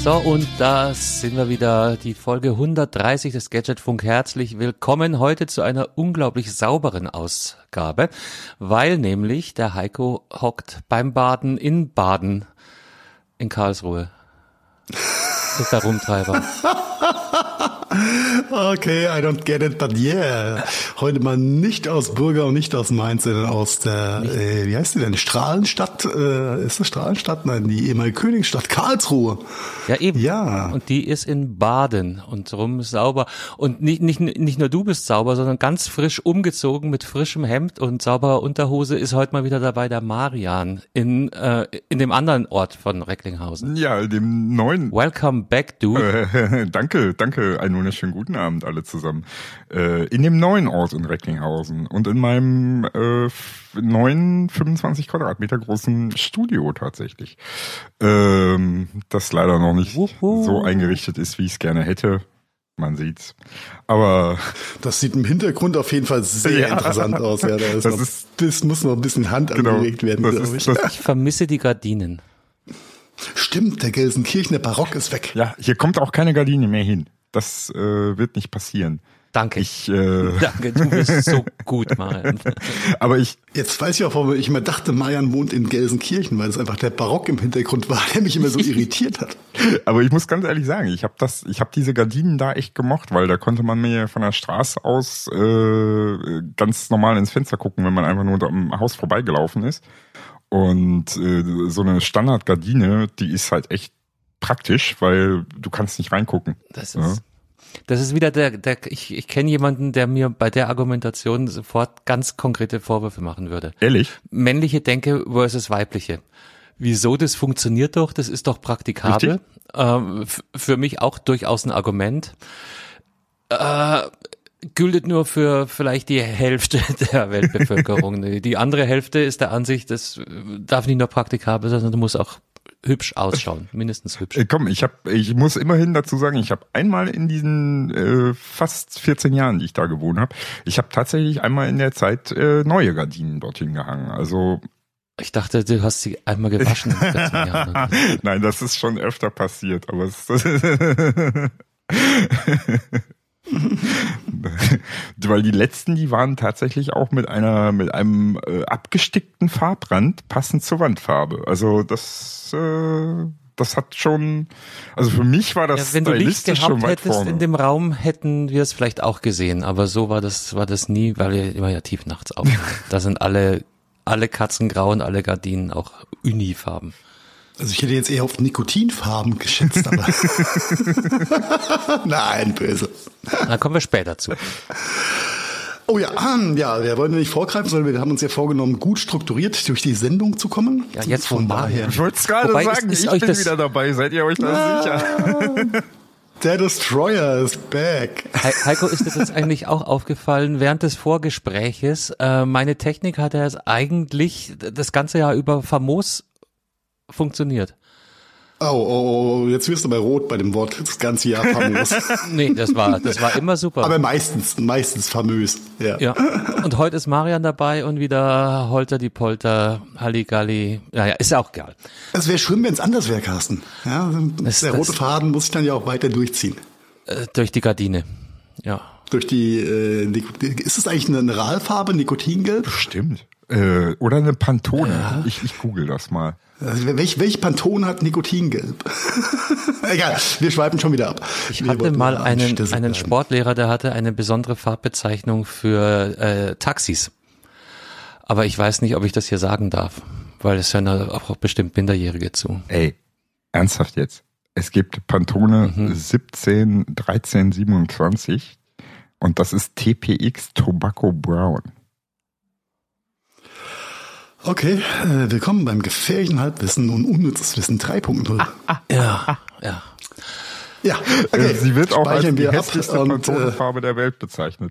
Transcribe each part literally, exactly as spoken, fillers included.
So, und da sind wir wieder, die Folge hundertdreißig des Gadgetfunk. Herzlich willkommen heute zu einer unglaublich sauberen Ausgabe, weil nämlich der Heiko hockt beim Baden in Baden in Karlsruhe. Das ist der Rumtreiber. Okay, I don't get it, but yeah. Heute mal nicht aus Burger und nicht aus Mainz, sondern aus der, äh, wie heißt die denn? Strahlenstadt, äh, ist das Strahlenstadt? Nein, die ehemalige Königsstadt Karlsruhe. Ja, eben. Ja. Und die ist in Baden und drum sauber. Und nicht, nicht, nicht nur du bist sauber, sondern ganz frisch umgezogen mit frischem Hemd und sauberer Unterhose ist heute mal wieder dabei der Marian in, äh, in dem anderen Ort von Recklinghausen. Ja, dem neuen. Welcome back, dude. Äh, danke, danke. Einen wunderschönen guten Abend alle zusammen. Äh, in dem neuen Ort in Recklinghausen und in meinem äh, neuen fünfundzwanzig Quadratmeter großen Studio tatsächlich. Ähm, das leider noch nicht Wuhu. so eingerichtet ist, wie ich es gerne hätte. Man sieht's. Aber das sieht im Hintergrund auf jeden Fall sehr ja, interessant aus. Ja, da ist das, noch, ist, das muss noch ein bisschen Hand genau, angeregt werden, das glaube ist, ich. das Ich vermisse die Gardinen. Stimmt, der Gelsenkirchener Barock ist weg. Ja, hier kommt auch keine Gardine mehr hin. Das äh, wird nicht passieren. Danke. Ich, äh, Danke, du bist so gut, Marian. Aber ich, Jetzt weiß ich auch, warum ich immer dachte, Marian wohnt in Gelsenkirchen, weil es einfach der Barock im Hintergrund war, der mich immer so irritiert hat. aber ich muss ganz ehrlich sagen, ich habe das, ich habe diese Gardinen da echt gemocht, weil da konnte man mir von der Straße aus äh, ganz normal ins Fenster gucken, wenn man einfach nur am Haus vorbeigelaufen ist. Und äh, so eine Standardgardine, die ist halt echt praktisch, weil du kannst nicht reingucken. Das ist, ja. das ist wieder der, der ich, ich kenne jemanden, der mir bei der Argumentation sofort ganz konkrete Vorwürfe machen würde. Ehrlich? Männliche Denke versus weibliche. Wieso das funktioniert doch, das ist doch praktikabel. Ähm, f- für mich auch durchaus ein Argument. Äh, Gültet nur für vielleicht die Hälfte der Weltbevölkerung. Die andere Hälfte ist der Ansicht, das darf nicht nur praktikabel sein, sondern muss auch hübsch ausschauen, mindestens hübsch. Äh, komm, ich hab, ich muss immerhin dazu sagen, ich habe einmal in diesen äh, fast vierzehn Jahren, die ich da gewohnt habe, ich habe tatsächlich einmal in der Zeit äh, neue Gardinen dorthin gehangen. Also Ich dachte, du hast sie einmal gewaschen in vierzehn Jahren. nein, das ist schon öfter passiert, aber es weil die letzten, die waren tatsächlich auch mit einer mit einem äh, abgestickten Farbrand passend zur Wandfarbe. Also das äh, das hat schon, also für mich war das Ja, wenn du Licht stylistisch schon gehabt weit hättest vorne. in dem Raum, hätten wir es vielleicht auch gesehen, aber so war das war das nie, weil wir immer ja tief nachts auf. Da sind alle alle Katzen grau und alle Gardinen auch Unifarben. Also ich hätte jetzt eher auf Nikotinfarben geschätzt, aber nein, böse. Da kommen wir später zu. Oh ja, ähm, ja, wir wollen nicht vorgreifen, sondern wir haben uns ja vorgenommen, gut strukturiert durch die Sendung zu kommen. Ja, jetzt von von daher. Ich wollte es gerade Wobei, sagen, ist- ist ich euch bin das- wieder dabei. Seid ihr euch da sicher? Der Destroyer ist back. He- Heiko, ist dir das eigentlich auch aufgefallen während des Vorgespräches? Äh, meine Technik hat ja jetzt eigentlich das ganze Jahr über famos funktioniert. Oh, oh, oh, jetzt wirst du bei Rot bei dem Wort das ganze Jahr famos. Nee, das war das war immer super. Aber meistens, meistens famös. Ja. Ja, und heute ist Marian dabei und wieder Holter die Polter, Halligalli. Naja, ist ja auch egal. Es wäre schön, wenn es anders wäre, Carsten. Ja, Das- der rote das- Faden muss ich dann ja auch weiter durchziehen. Äh, durch die Gardine. Ja. Durch die, äh, Nik- ist es eigentlich eine Mineralfarbe, Nikotingelb? Stimmt. Äh, oder eine Pantone. Ich, ich google das mal. Also, welch, welch Pantone hat Nikotingelb? Egal, wir schweifen schon wieder ab. Ich Wir hatte wollten mal am einen, Stissel einen bleiben. Sportlehrer, der hatte eine besondere Farbbezeichnung für äh, Taxis. Aber ich weiß nicht, ob ich das hier sagen darf, weil es hören da auch bestimmt Minderjährige zu. Ey, ernsthaft jetzt. Es gibt Pantone Mhm. siebzehn dreizehn siebenundzwanzig und das ist T P X Tobacco Brown. Okay, äh, willkommen beim gefährlichen Halbwissen und unnützes Wissen drei Punkt null. Ja, ja. Ja, okay. Äh, Sie wird auch als Speichern die wir ab hässlichste und, äh, Pantonenfarbe der Welt bezeichnet.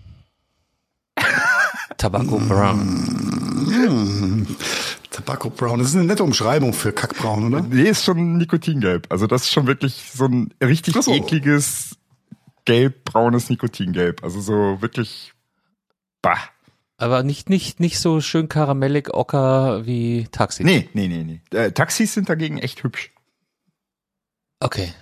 Tobacco Brown. Tobacco Brown, das ist eine nette Umschreibung für Kackbraun, oder? Nee, ist schon Nikotingelb. Also das ist schon wirklich so ein richtig Ach so. ekliges, gelb-braunes Nikotingelb. Also so wirklich, bah. Aber nicht, nicht, nicht so schön karamellig ocker wie Taxi. Nee, nee, nee, nee. Äh, Taxis sind dagegen echt hübsch. Okay.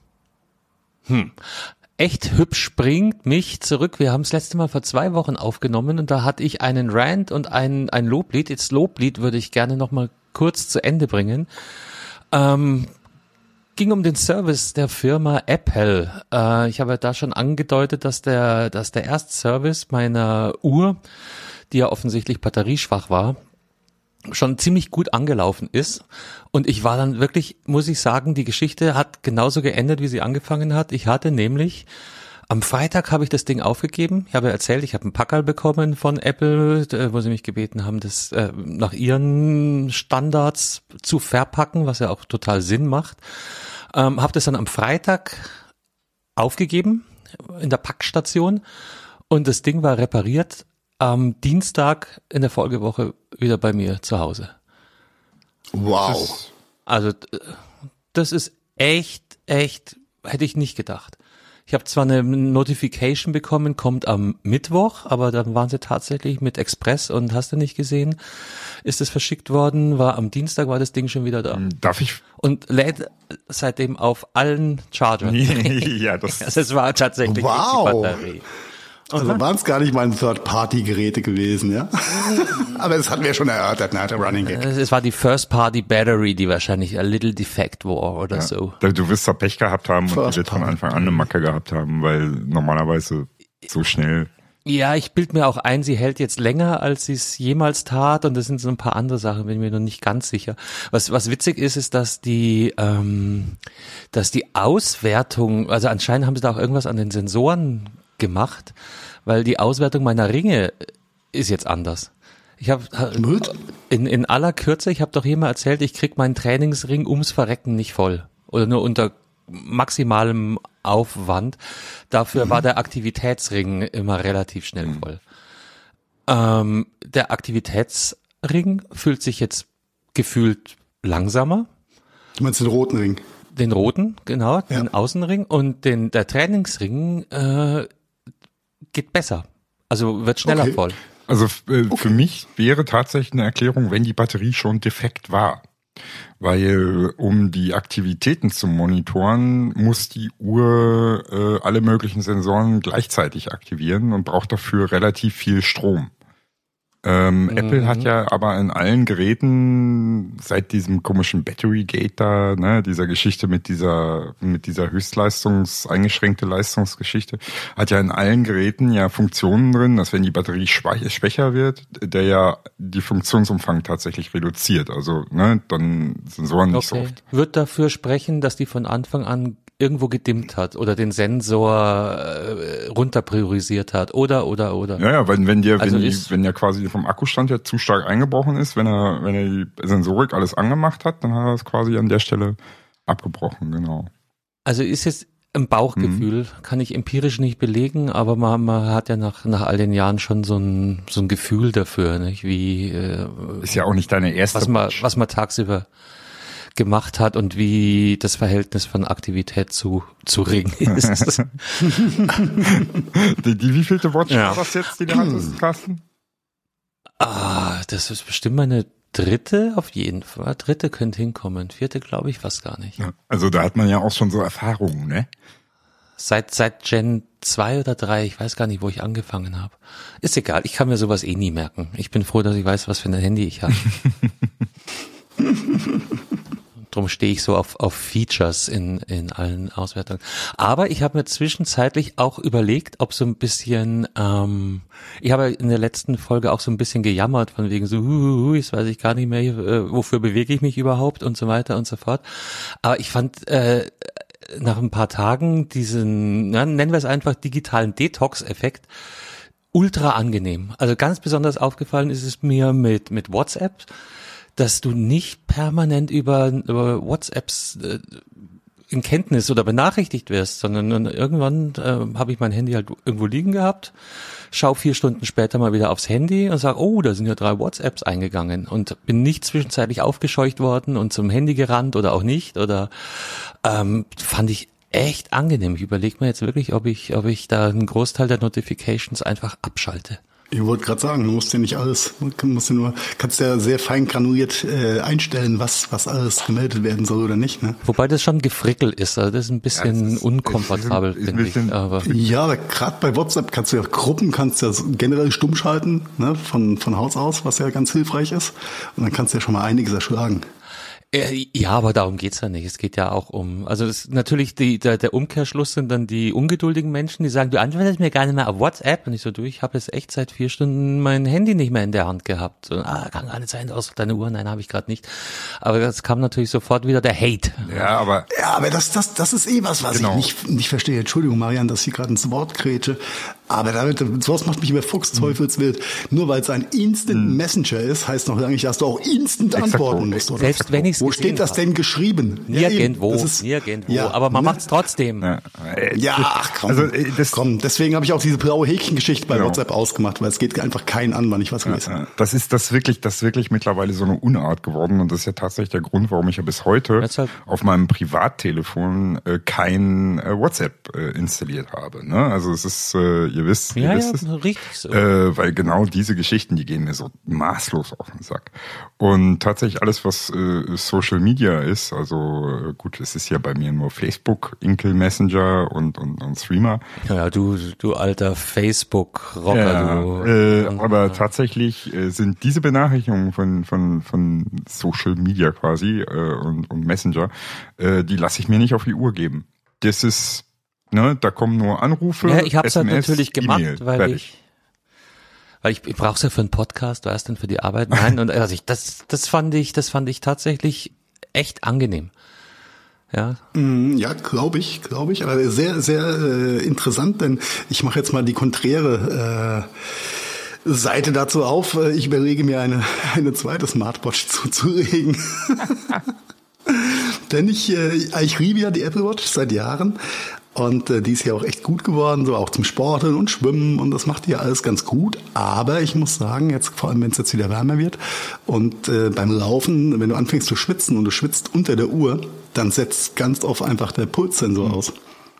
Hm. Echt hübsch bringt mich zurück. Wir haben das letzte Mal vor zwei Wochen aufgenommen und da hatte ich einen Rant und ein, ein Loblied. Jetzt Loblied würde ich gerne noch mal kurz zu Ende bringen. Ähm, ging um den Service der Firma Apple. Äh, ich habe ja da schon angedeutet, dass der, dass der Erstservice meiner Uhr, die ja offensichtlich batterieschwach war, schon ziemlich gut angelaufen ist. Und ich war dann wirklich, muss ich sagen, die Geschichte hat genauso geendet, wie sie angefangen hat. Ich hatte nämlich, am Freitag habe ich das Ding aufgegeben. Ich habe erzählt, ich habe einen Packerl bekommen von Apple, wo sie mich gebeten haben, das äh, nach ihren Standards zu verpacken, was ja auch total Sinn macht. Ähm, habe das dann am Freitag aufgegeben in der Packstation und das Ding war repariert am Dienstag in der Folgewoche wieder bei mir zu Hause. Wow. Also das ist echt, echt, hätte ich nicht gedacht. Ich habe zwar eine Notification bekommen, kommt am Mittwoch, aber dann waren sie tatsächlich mit Express und hast du nicht gesehen, ist es verschickt worden, war am Dienstag, war das Ding schon wieder da. Darf ich? Und lädt seitdem auf allen Chargern. Ja, das, also es war tatsächlich wow. die Batterie. Also waren es gar nicht meine Third-Party-Geräte gewesen, ja? Aber das hatten wir schon erörtert, ne? Der Running Gag. Es war die First-Party-Battery, die wahrscheinlich a little defect war oder ja. so. Du wirst da Pech gehabt haben First und die wird von Anfang an eine Macke gehabt haben, weil normalerweise so schnell... Ja, ich bild mir auch ein, sie hält jetzt länger, als sie es jemals tat und das sind so ein paar andere Sachen, bin ich mir noch nicht ganz sicher. Was was witzig ist, ist, dass die ähm, dass die Auswertung, also anscheinend haben sie da auch irgendwas an den Sensoren gemacht, weil die Auswertung meiner Ringe ist jetzt anders. Ich habe in in aller Kürze, ich habe doch hier mal erzählt, ich krieg meinen Trainingsring ums Verrecken nicht voll oder nur unter maximalem Aufwand. Dafür mhm. war der Aktivitätsring immer relativ schnell voll. Ähm, der Aktivitätsring fühlt sich jetzt gefühlt langsamer. Du meinst den roten Ring? Den roten, genau, ja. den Außenring und den der Trainingsring äh, geht besser. Also wird schneller okay. voll. Also äh, okay. für mich wäre tatsächlich eine Erklärung, wenn die Batterie schon defekt war. Weil um die Aktivitäten zu monitoren, muss die Uhr äh, alle möglichen Sensoren gleichzeitig aktivieren und braucht dafür relativ viel Strom. Ähm, mhm. Apple hat ja aber in allen Geräten seit diesem komischen Battery Gate da, ne, dieser Geschichte mit dieser mit dieser Höchstleistungs eingeschränkte Leistungsgeschichte, hat ja in allen Geräten ja Funktionen drin, dass wenn die Batterie schwach, schwächer wird, der ja die Funktionsumfang tatsächlich reduziert. Also ne, dann Sensoren nicht okay. so oft. Wird dafür sprechen, dass die von Anfang an irgendwo gedimmt hat oder den Sensor äh, runter priorisiert hat oder oder oder. Ja, ja, wenn wenn dir also wenn die, wenn ja quasi vom Akkustand ja zu stark eingebrochen ist, wenn er wenn er die Sensorik alles angemacht hat, dann hat er es quasi an der Stelle abgebrochen, genau. Also ist jetzt ein Bauchgefühl, mhm. kann ich empirisch nicht belegen, aber man, man hat ja nach nach all den Jahren schon so ein so ein Gefühl dafür, nicht? Wie äh, ist ja auch nicht deine erste was man was man tagsüber gemacht hat und wie das Verhältnis von Aktivität zu zu Ring ist. die, die wievielte Watch ja. war das jetzt, die du hattest, Carsten? Ah, das ist bestimmt meine dritte, auf jeden Fall. Dritte könnte hinkommen. Vierte glaube ich fast gar nicht. Ja, also da hat man ja auch schon so Erfahrungen, ne? Seit seit Gen zwei oder drei, ich weiß gar nicht, wo ich angefangen habe. Ist egal, ich kann mir sowas eh nie merken. Ich bin froh, dass ich weiß, was für ein Handy ich habe. Drum stehe ich so auf, auf Features in, in allen Auswertungen. Aber ich habe mir zwischenzeitlich auch überlegt, ob so ein bisschen, ähm, ich habe in der letzten Folge auch so ein bisschen gejammert, von wegen so, hu, hu, jetzt weiß ich gar nicht mehr, äh, wofür bewege ich mich überhaupt und so weiter und so fort. Aber ich fand äh, nach ein paar Tagen diesen, ja, nennen wir es einfach digitalen Detox-Effekt, ultra angenehm. Also ganz besonders aufgefallen ist es mir mit, mit WhatsApp, dass du nicht permanent über, über WhatsApps äh, in Kenntnis oder benachrichtigt wirst, sondern irgendwann äh, habe ich mein Handy halt irgendwo liegen gehabt, schau vier Stunden später mal wieder aufs Handy und sag, oh, da sind ja drei WhatsApps eingegangen und bin nicht zwischenzeitlich aufgescheucht worden und zum Handy gerannt oder auch nicht oder ähm, fand ich echt angenehm. Ich überlege mir jetzt wirklich, ob ich, ob ich da einen Großteil der Notifications einfach abschalte. Ich wollte gerade sagen, du musst ja nicht alles, du musst ja nur, kannst ja sehr fein granuliert äh, einstellen, was was alles gemeldet werden soll oder nicht. Ne? Wobei das schon gefrickelt ist, also das ist ein bisschen ja, ist, unkomfortabel, ist, ist finde ich. Aber ja, gerade bei WhatsApp kannst du ja Gruppen, kannst du ja generell stumm schalten, ne, von von Haus aus, was ja ganz hilfreich ist. Und dann kannst du ja schon mal einiges erschlagen. Ja, aber darum geht's ja nicht. Es geht ja auch um, also das natürlich die, der, der Umkehrschluss sind dann die ungeduldigen Menschen, die sagen, du antwortest mir gar nicht mehr auf WhatsApp. Und ich so, du, ich habe jetzt echt seit vier Stunden mein Handy nicht mehr in der Hand gehabt. Und, ah, kann gar nicht sein, aus deine Uhr, nein, habe ich gerade nicht. Aber das kam natürlich sofort wieder der Hate. Ja, aber ja, aber das das das ist eh was, was genau. ich nicht nicht verstehe. Entschuldigung, Marian, dass ich gerade ins Wort grätsche. Aber damit, sowas macht mich über Fuchsteufelswild. Mhm. Nur weil es ein Instant mhm. Messenger ist, heißt noch lange nicht, dass du auch instant Exakt antworten musst. Oder? Selbst wenn ich's Wo steht das denn geschrieben? Nirgendwo, ja, ist, nirgendwo. Ja, aber man ne? macht's trotzdem. Ja, ja ach komm, also, das, komm. Deswegen habe ich auch diese blaue Häkchengeschichte bei genau. WhatsApp ausgemacht, weil es geht einfach keinen an, wann ich was lese. Ja, das ist das wirklich, das ist wirklich mittlerweile so eine Unart geworden und das ist ja tatsächlich der Grund, warum ich ja bis heute halt auf meinem Privattelefon äh, kein äh, WhatsApp äh, installiert habe. Ne? Also es ist, äh, ihr wisst, ja, ihr wisst ja. es. Richtig so. Äh, weil genau diese Geschichten, die gehen mir so maßlos auf den Sack. Und tatsächlich alles, was äh, Social Media ist, also äh, gut, es ist ja bei mir nur Facebook, Inkel Messenger und, und, und Streamer. Ja, du, du alter Facebook-Rocker, ja, du. Äh, aber tatsächlich äh, sind diese Benachrichtigungen von, von, von Social Media quasi äh, und, und Messenger, äh, die lasse ich mir nicht auf die Uhr geben. Das ist Ne, da kommen nur Anrufe. Ja, ich habe es halt natürlich gemacht, E-Mail, weil fertig. ich, weil ich, ich brauche es ja für einen Podcast, weißt du, für die Arbeit. Nein, und also ich, das, das fand ich, das fand ich tatsächlich echt angenehm. Ja, ja, glaube ich, glaube ich, aber sehr, sehr äh, interessant, denn ich mache jetzt mal die konträre äh, Seite dazu auf. Ich überlege mir eine eine zweite Smartwatch zuzulegen. Denn ich, äh, ich liebe ja die Apple Watch seit Jahren. Und äh, die ist ja auch echt gut geworden, so auch zum Sporteln und Schwimmen und das macht die ja alles ganz gut. Aber ich muss sagen, jetzt vor allem wenn es jetzt wieder wärmer wird und äh, beim Laufen, wenn du anfängst zu schwitzen und du schwitzt unter der Uhr, dann setzt ganz oft einfach der Pulssensor aus.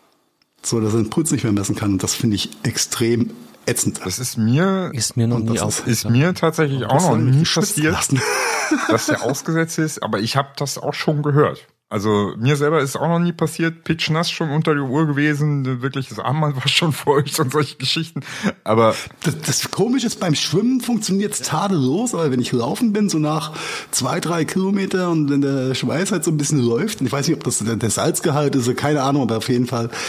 So, dass er den Puls nicht mehr messen kann. Und das finde ich extrem ätzend. Das ist mir, ist mir noch nie auf. Ist, ist mir tatsächlich auch noch nie passiert, dass der ausgesetzt ist, aber ich habe das auch schon gehört. Also mir selber ist auch noch nie passiert, pitchnass schon unter der Uhr gewesen, wirklich das Armband war schon feucht und solche Geschichten. Aber das, das Komische ist, beim Schwimmen funktioniert es tadellos, aber wenn ich laufen bin, so nach zwei, drei Kilometer und wenn der Schweiß halt so ein bisschen läuft, und ich weiß nicht, ob das der Salzgehalt ist, keine Ahnung, aber auf jeden Fall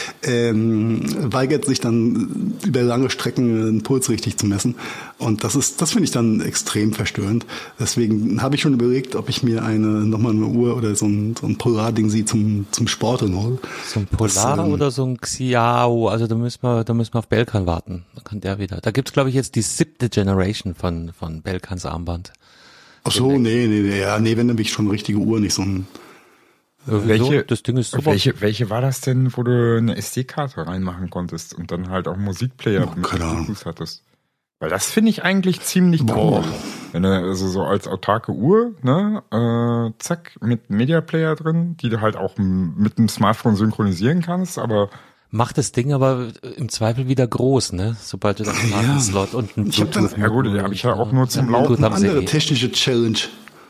ähm, weigert sich dann über lange Strecken den Puls richtig zu messen. Und das ist, das finde ich dann extrem verstörend. Deswegen habe ich schon überlegt, ob ich mir eine nochmal eine Uhr oder so ein, so ein Polar-Ding sie zum zum Sporteln hol. So ein Polar das, ähm, oder so ein Xiao, also da müssen wir da müssen wir auf Belkan warten. Da kann der wieder. Da gibt's glaube ich jetzt die siebte Generation von von Belkans Armband. Ach so, nee, nee, nee, ja, nee, wenn dann bin ich schon eine richtige Uhr, nicht so ein äh, welche, das Ding ist super. Welche, welche war das denn, wo du eine S D-Karte reinmachen konntest und dann halt auch Musikplayer oh, mit Bluetooth hattest? Weil das finde ich eigentlich ziemlich cool. Wenn du also so als autarke Uhr, ne, äh, zack, mit Media Player drin, die du halt auch m- mit dem Smartphone synchronisieren kannst, aber macht das Ding aber im Zweifel wieder groß, ne? Sobald du dann einen ja. Slot und einen ich hab dann, ja gut, die habe ich ja auch nur zum Laufen. Eine andere technische Challenge.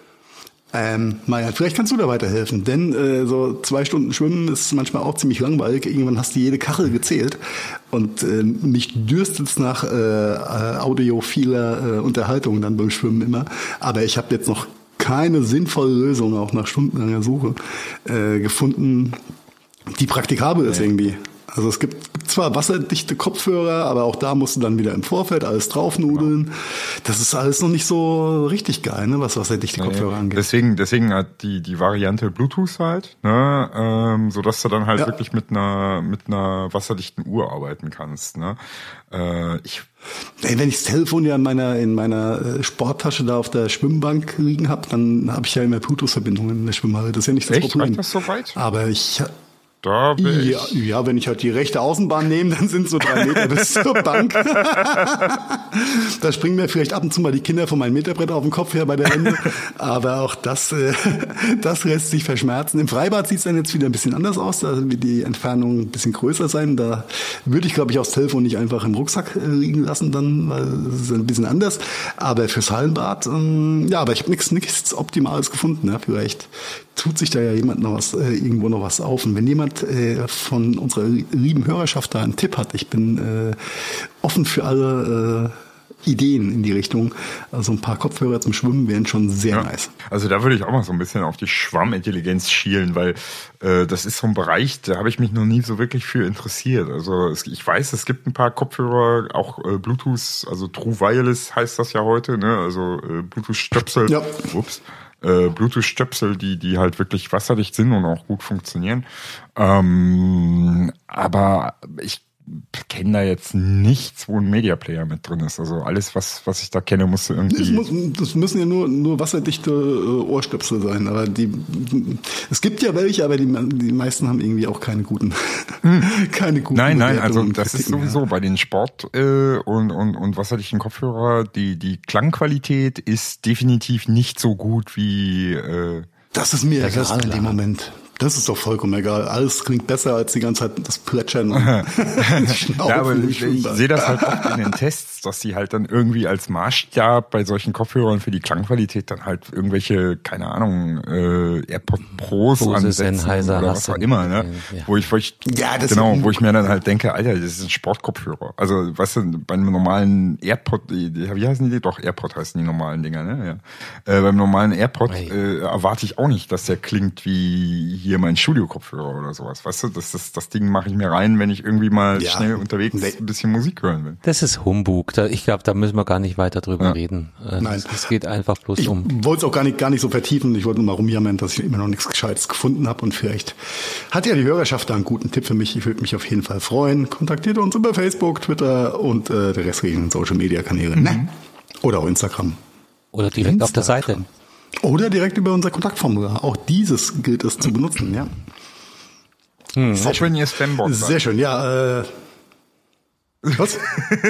Ähm, Maja, vielleicht kannst du da weiterhelfen, denn äh, so zwei Stunden Schwimmen ist manchmal auch ziemlich langweilig. Irgendwann hast du jede Kachel gezählt und äh, mich dürstet es nach äh, audiophiler äh, Unterhaltung dann beim Schwimmen immer. Aber ich habe jetzt noch keine sinnvolle Lösung, auch nach stundenlanger Suche, äh, gefunden, die praktikabel ist ja. irgendwie. Also es gibt zwar wasserdichte Kopfhörer, aber auch da musst du dann wieder im Vorfeld alles draufnudeln. Genau. Das ist alles noch nicht so richtig geil, ne, was wasserdichte Kopfhörer nee, angeht. Deswegen, deswegen hat die die Variante Bluetooth halt, ne, ähm, so dass du dann halt ja. wirklich mit einer mit einer wasserdichten Uhr arbeiten kannst, ne. Äh, ich Ey, wenn ich das Telefon ja in meiner in meiner Sporttasche da auf der Schwimmbank liegen habe, dann habe ich ja immer Bluetooth-Verbindungen in der Schwimmhalle. Das ist ja nicht das Echt? Problem. Reicht das so weit? Aber ich Da bin Ja, ich. ja, wenn ich halt die rechte Außenbahn nehme, dann sind es so drei Meter bis zur Bank. Da springen mir vielleicht ab und zu mal die Kinder von meinem Meterbrett auf den Kopf her bei der Wende. Aber auch das, äh, das lässt sich verschmerzen. Im Freibad sieht es dann jetzt wieder ein bisschen anders aus. Da wird die Entfernung ein bisschen größer sein. Da würde ich, glaube ich, auch das Telefon nicht einfach im Rucksack äh, liegen lassen, dann, weil das ist ein bisschen anders. Aber fürs Hallenbad, ähm, ja, aber ich habe nichts nichts Optimales gefunden. Ja. Vielleicht tut sich da ja jemand noch was, äh, irgendwo noch was auf. Und wenn jemand äh, von unserer lieben Hörerschaft da einen Tipp hat, ich bin äh, offen für alle äh, Ideen in die Richtung. Also ein paar Kopfhörer zum Schwimmen wären schon sehr Ja. nice. Also da würde ich auch mal so ein bisschen auf die Schwarmintelligenz schielen, weil äh, das ist so ein Bereich, da habe ich mich noch nie so wirklich für interessiert. Also es, ich weiß, es gibt ein paar Kopfhörer, auch äh, Bluetooth, also True Wireless heißt das ja heute, ne? Also äh, Bluetooth-Stöpsel. Ja. Ups. Äh, Bluetooth-Stöpsel, die die halt wirklich wasserdicht sind und auch gut funktionieren. Ähm, aber ich kenne da jetzt nichts, wo ein Media-Player mit drin ist. Also alles, was was ich da kenne, musste irgendwie... Das, muss, das müssen ja nur, nur wasserdichte äh, Ohrstöpsel sein. Aber die, es gibt ja welche, aber die, die meisten haben irgendwie auch keine guten, keine guten Nein, nein, also Bewertungen und das ist Kritiken, sowieso ja. bei den Sport- äh, und, und, und wasserdichten Kopfhörer, die, die Klangqualität ist definitiv nicht so gut wie... Äh, Das ist mir Das ist egal in klar. dem Moment. Das ist doch vollkommen egal. Alles klingt besser als die ganze Zeit das Plätschern und Schnaufen ja, aber im ich, ich Schwimmbad. sehe das halt oft in den Tests, dass die halt dann irgendwie als Maßstab bei solchen Kopfhörern für die Klangqualität dann halt irgendwelche, keine Ahnung, äh, AirPod Pros Bose, ansetzen Sennheiser, oder hast was auch du immer, ne? gesehen, ja. Wo ich, wo ich, Ja, das genau, ist- wo ich mir dann halt denke, Alter, das ist ein Sportkopfhörer. Also, weißt du, bei einem normalen AirPod, die, die, wie heißen die? Doch, AirPod heißen die normalen Dinger, ne? Ja. Äh, beim normalen AirPod Hey. äh, erwarte ich auch nicht, dass der klingt wie hier mein Studiokopfhörer oder sowas. Weißt du, das, das, das Ding mache ich mir rein, wenn ich irgendwie mal Ja. schnell unterwegs Nee. ein bisschen Musik hören will. Das ist Humbug. Da, ich glaube, da müssen wir gar nicht weiter drüber Ja. reden. Äh, Nein. Es, es geht einfach bloß Ich um. wollte es auch gar nicht, gar nicht so vertiefen. Ich wollte nur mal rumjammern, dass ich immer noch nichts Gescheites gefunden habe. Und vielleicht hat ja die Hörerschaft da einen guten Tipp für mich. Ich würde mich auf jeden Fall freuen. Kontaktiert uns über Facebook, Twitter und äh, der restlichen Social-Media-Kanäle. Mhm. Ne? Oder auch Instagram. Oder direkt auf der Seite. Oder direkt über unser Kontaktformular. Auch dieses gilt es zu benutzen, ja. Sehr Auch wenn ihr Spambot seid. Sehr schön, ja. Äh, was?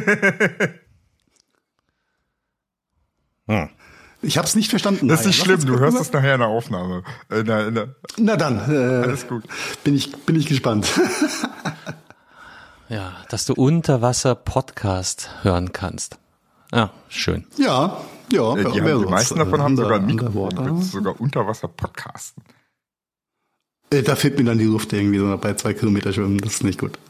Ich habe es nicht verstanden. Das ist nicht Lass schlimm, uns du kurz hörst mal- es nachher in der Aufnahme. Äh, in der, in der, Na dann, äh, Alles gut. Bin ich, bin ich gespannt. Ja, dass du Unterwasser-Podcast hören kannst. Ja, schön. ja, ja. äh, die, wer haben, die sonst? meisten davon Äh, haben sogar ein under- Mikrofon, underwater. kannst sogar unter Wasser podcasten. Äh, Da fehlt mir dann die Luft irgendwie so bei zwei Kilometer schwimmen. Das ist nicht gut.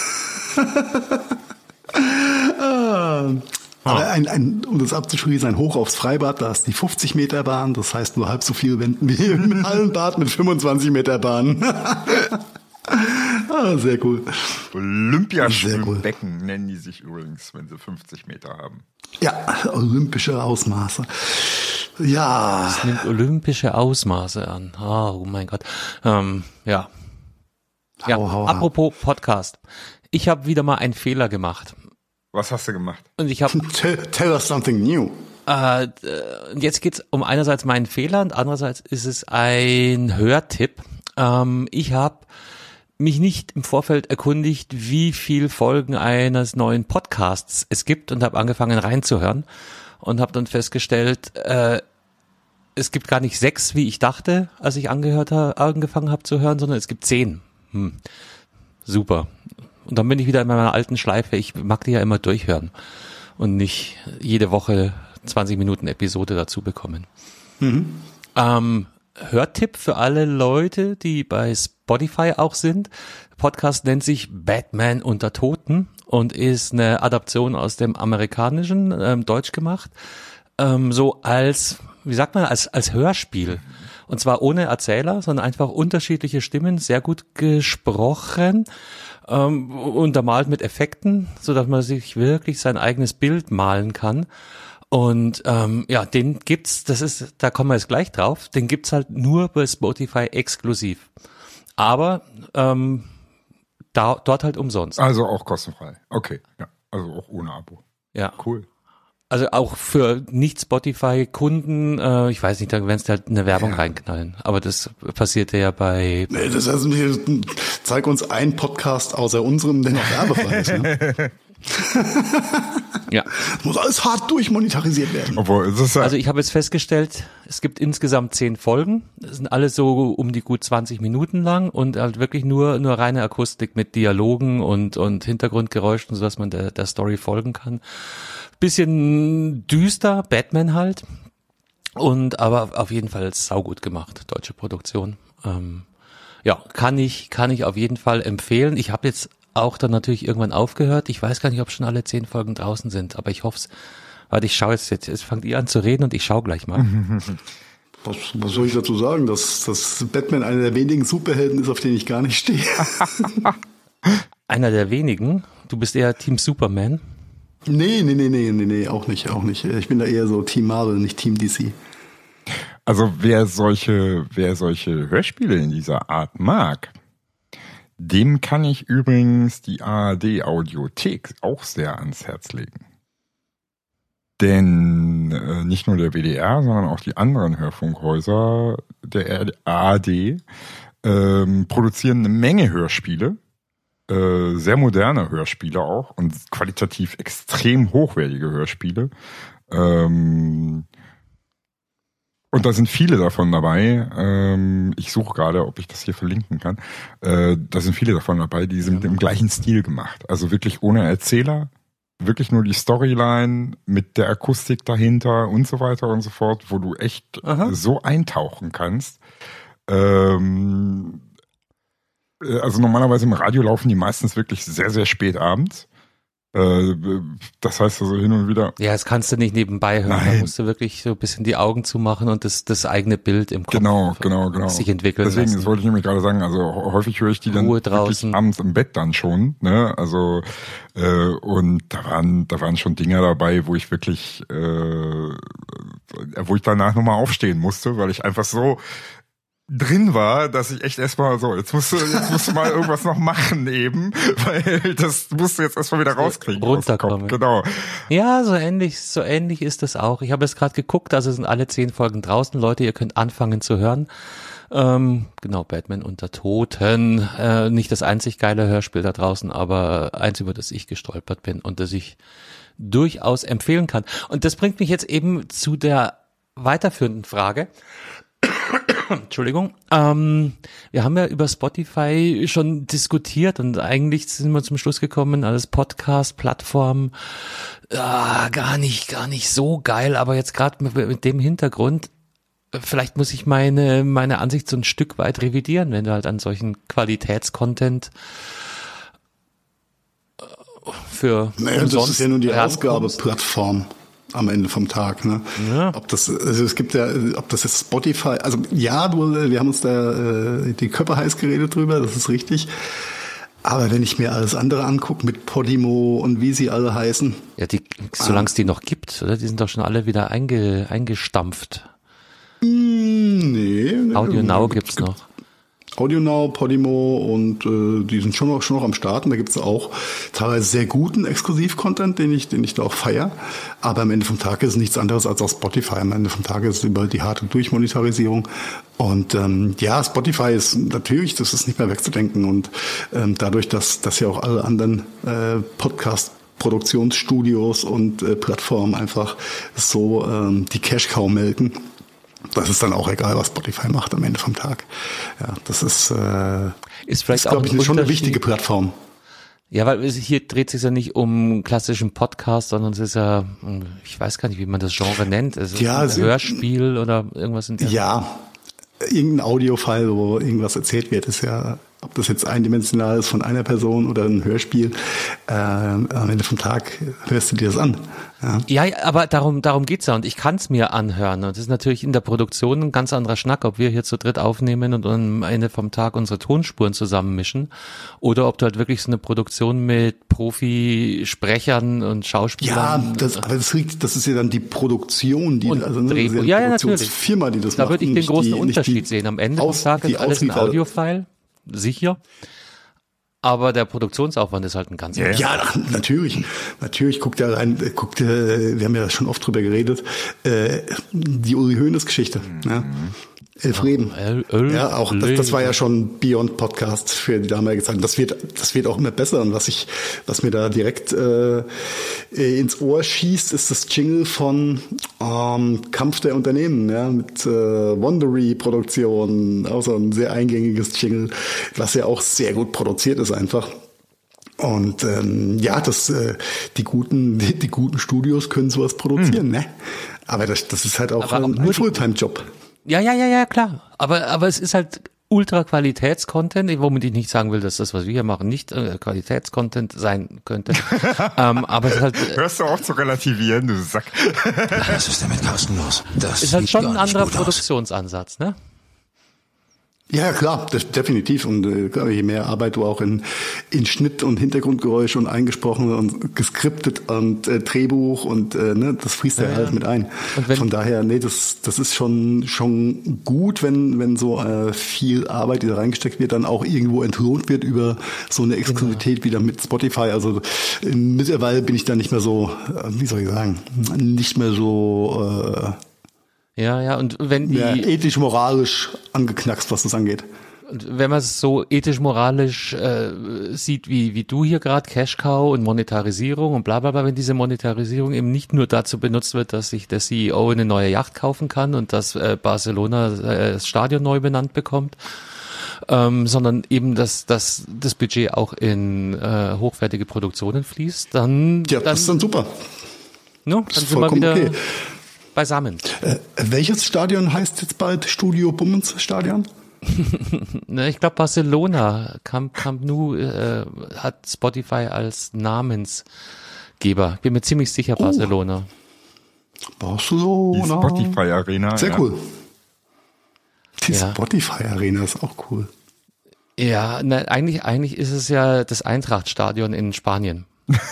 Ah. Aber ein, ein, um das abzuschließen, ein Hoch aufs Freibad, da ist die fünfzig Meter Bahn, das heißt nur halb so viel Wenden wie im Hallenbad mit fünfundzwanzig Meter Bahn. Ah, sehr cool. Olympiaschwimmbecken nennen die sich übrigens, wenn sie fünfzig Meter haben. Ja, olympische Ausmaße. Ja, Es nimmt olympische Ausmaße an. Oh, mein Gott. Ähm, ja. Ja, Hau, hau, hau. apropos Podcast. Ich habe wieder mal einen Fehler gemacht. Was hast du gemacht? Und ich habe tell, tell us something new. Äh, äh, und jetzt geht's um einerseits meinen Fehler und andererseits ist es ein Hörtipp. Ähm, ich habe mich nicht im Vorfeld erkundigt, wie viel Folgen eines neuen Podcasts es gibt und habe angefangen reinzuhören und habe dann festgestellt, äh, es gibt gar nicht sechs, wie ich dachte, als ich angehört ha- angefangen habe zu hören, sondern es gibt zehn. Hm. Super. Und dann bin ich wieder in meiner alten Schleife. Ich mag die ja immer durchhören und nicht jede Woche zwanzig Minuten Episode dazu bekommen. Mhm. Ähm, Hörtipp für alle Leute, die bei Spotify auch sind. Der Podcast nennt sich Batman unter Toten und ist eine Adaption aus dem Amerikanischen, ähm, deutsch gemacht, ähm, so als, wie sagt man, als, als Hörspiel. Und zwar ohne Erzähler, sondern einfach unterschiedliche Stimmen, sehr gut gesprochen, ähm, untermalt mit Effekten, so dass man sich wirklich sein eigenes Bild malen kann. Und ähm, ja, den gibt's, das ist, da kommen wir jetzt gleich drauf, den gibt's halt nur bei Spotify exklusiv. Aber ähm, da, dort halt umsonst. Also auch kostenfrei. Okay, ja. Also auch ohne Abo. Ja. Cool. Also auch für Nicht-Spotify-Kunden, äh, ich weiß nicht, da werden sie halt eine Werbung ja. reinknallen. Aber das passierte ja bei... Nee, das heißt, zeig uns einen Podcast außer unserem, der noch werbefrei ist. Ne? Ja. Muss alles hart durchmonetarisiert werden. Obwohl, es ist ja also ich habe jetzt festgestellt, es gibt insgesamt zehn Folgen. Das sind alle so um die gut zwanzig Minuten lang und halt wirklich nur nur reine Akustik mit Dialogen und und Hintergrundgeräuschen, sodass man der, der Story folgen kann. Bisschen düster, Batman halt. Und aber auf jeden Fall saugut gemacht, deutsche Produktion. Ähm, ja, kann ich kann ich auf jeden Fall empfehlen. Ich habe jetzt auch dann natürlich irgendwann aufgehört. Ich weiß gar nicht, ob schon alle zehn Folgen draußen sind, aber ich hoffe es. Warte, ich schaue jetzt, jetzt, jetzt fangt ihr an zu reden und ich schaue gleich mal. Was, was soll ich dazu sagen? Dass, dass Batman einer der wenigen Superhelden ist, auf den ich gar nicht stehe. Einer der wenigen? Du bist eher Team Superman? Nee, nee, nee, nee, nee, nee, auch nicht, auch nicht. Ich bin da eher so Team Marvel, nicht Team D C. Also wer solche, wer solche Hörspiele in dieser Art mag, dem kann ich übrigens die A R D Audiothek auch sehr ans Herz legen. Denn äh, nicht nur der W D R, sondern auch die anderen Hörfunkhäuser der A R D ähm, produzieren eine Menge Hörspiele, äh, sehr moderne Hörspiele auch und qualitativ extrem hochwertige Hörspiele. Ähm, Und da sind viele davon dabei. Ähm, ich suche gerade, ob ich das hier verlinken kann. Äh, da sind viele davon dabei, die sind im gleichen Stil gemacht. Also wirklich ohne Erzähler, wirklich nur die Storyline mit der Akustik dahinter und so weiter und so fort, wo du echt Aha. so eintauchen kannst. Ähm, also normalerweise im Radio laufen die meistens wirklich sehr, sehr spät abends. Das heißt also hin und wieder. Ja, das kannst du nicht nebenbei hören. Nein. Da musst du wirklich so ein bisschen die Augen zumachen und das, das eigene Bild im Kopf genau, genau, genau. sich entwickeln Deswegen, lassen. das wollte ich nämlich gerade sagen, also häufig höre ich die dann wirklich abends im Bett dann schon, ne? Also äh, und da waren, da waren schon Dinger dabei, wo ich wirklich, äh, wo ich danach nochmal aufstehen musste, weil ich einfach so drin war, dass ich echt erstmal so, jetzt musst du, jetzt musst du mal irgendwas noch machen eben, weil das musst du jetzt erstmal wieder rauskriegen. Runterkommen. Genau. Ja, so ähnlich, so ähnlich ist das auch. Ich habe jetzt gerade geguckt, also sind alle zehn Folgen draußen. Leute, ihr könnt anfangen zu hören. Ähm, genau, Batman unter Toten. Äh, nicht das einzig geile Hörspiel da draußen, aber eins, über das ich gestolpert bin und das ich durchaus empfehlen kann. Und das bringt mich jetzt eben zu der weiterführenden Frage. Entschuldigung. Ähm, wir haben ja über Spotify schon diskutiert und eigentlich sind wir zum Schluss gekommen, als Podcast-Plattform ah, gar nicht, gar nicht so geil, aber jetzt gerade mit, mit dem Hintergrund, vielleicht muss ich meine meine Ansicht so ein Stück weit revidieren, wenn du halt an solchen Qualitätscontent für naja, das ist ja nur die Ausgabeplattform am Ende vom Tag, ne? Ja. Ob das, also es gibt ja, ob das jetzt Spotify, also ja, du, wir haben uns da äh, die Köpfe heiß geredet drüber, das ist richtig. Aber wenn ich mir alles andere angucke mit Podimo und wie sie alle heißen. Ja, die, solange es die noch gibt, oder? Die sind doch schon alle wieder einge, eingestampft. Mm, nee. nee Audio Now gibt's gibt, noch. Audio Now, Podimo und äh, die sind schon noch, schon noch am Start. Und da gibt's auch teilweise sehr guten Exklusiv-Content, den ich, den ich da auch feiere. Aber am Ende vom Tag ist es nichts anderes als auch Spotify. Am Ende vom Tag ist es über die harte Durchmonetarisierung. Und ähm, ja, Spotify ist natürlich, das ist nicht mehr wegzudenken. Und ähm, dadurch, dass, dass ja auch alle anderen äh, Podcast Produktionsstudios und äh, Plattformen einfach so ähm, die Cash-Cow melken, das ist dann auch egal, was Spotify macht am Ende vom Tag. Ja, das ist, äh, ist vielleicht ist, glaube ich, schon eine wichtige Plattform. Ja, weil hier dreht es sich ja nicht um klassischen Podcast, sondern es ist ja, ich weiß gar nicht, wie man das Genre nennt. Es ist ja, ein Hörspiel oder irgendwas in der Ja, irgendein Audiofile, wo irgendwas erzählt wird, ist ja, ob das jetzt eindimensional ist von einer Person oder ein Hörspiel, äh, am Ende vom Tag hörst du dir das an. Ja, ja, aber darum darum geht's ja und ich kann's mir anhören und das ist natürlich in der Produktion ein ganz anderer Schnack, ob wir hier zu dritt aufnehmen und am Ende vom Tag unsere Tonspuren zusammenmischen oder ob du halt wirklich so eine Produktion mit Profi-Sprechern und Schauspielern. Ja, das, aber das, liegt, das ist ja dann die Produktion, die und also ne, Drehbuch. das ist ja, ja ja, die Produktionsfirma, die das da macht. Da würde ich den großen die, Unterschied die sehen. Am Ende aus, vom Tag ist alles ein Audiofile, sicher. Aber der Produktionsaufwand ist halt ein ganz Ja, ja, ach, natürlich. Natürlich, guckt ja rein, guckt, äh, wir haben ja schon oft drüber geredet, äh, die Uli Hoeneß Geschichte. Mhm. Ja. Elf Reden. El, El, ja, auch das, das war ja schon Beyond Podcast für die damalige Zeit. Das wird, das wird auch immer besser. Und was ich, was mir da direkt äh, ins Ohr schießt, ist das Jingle von ähm, Kampf der Unternehmen, ja, mit äh, Wondery-Produktion, auch so ein sehr eingängiges Jingle, was ja auch sehr gut produziert ist einfach. Und ähm, ja, das äh, die guten, die, die guten Studios können sowas produzieren, hm. ne? Aber das, das ist halt auch Aber ein, auch ein Fulltime-Job. Ja, ja, ja, ja, klar. Aber, aber es ist halt Ultra-Qualitäts-Content, womit ich nicht sagen will, dass das, was wir hier machen, nicht äh, Qualitäts-Content sein könnte. ähm, aber es ist halt. Äh, Hörst du auf zu relativieren, du Sack. Was ist denn mit Carsten los? Das ist halt schon ein anderer gut Produktionsansatz, ne? Ja, klar, das, definitiv. Und äh, je mehr Arbeit du auch in, in Schnitt und Hintergrundgeräusche und eingesprochen und geskriptet und äh, Drehbuch und äh, ne, das fließt ja, ja alles mit ein. Von daher, nee, das das ist schon schon gut, wenn wenn so äh, viel Arbeit, die da reingesteckt wird, dann auch irgendwo entlohnt wird über so eine Exklusivität genau. wieder mit Spotify. Also äh, mittlerweile bin ich da nicht mehr so, äh, wie soll ich sagen, nicht mehr so äh, Ja, ja, und wenn die... Ja, ethisch-moralisch angeknackst, was das angeht. Und wenn man es so ethisch-moralisch äh, sieht, wie wie du hier gerade, Cash Cow und Monetarisierung und bla bla bla, wenn diese Monetarisierung eben nicht nur dazu benutzt wird, dass sich der C E O eine neue Yacht kaufen kann und dass äh, Barcelona äh, das Stadion neu benannt bekommt, ähm, sondern eben, dass, dass das Budget auch in äh, hochwertige Produktionen fließt, dann... Ja, dann, das ist dann super. No, dann sind wir wieder... Okay. Beisammen. Äh, welches Stadion heißt jetzt bald Studio Bummens Stadion? ne, ich glaube Barcelona. Camp, Camp Nou äh, hat Spotify als Namensgeber. Bin mir ziemlich sicher Barcelona. Oh. Barcelona. Die Spotify Arena. Sehr ja. cool. Die ja. Spotify Arena ist auch cool. Ja, na, eigentlich, eigentlich ist es ja das Eintracht-Stadion in Spanien.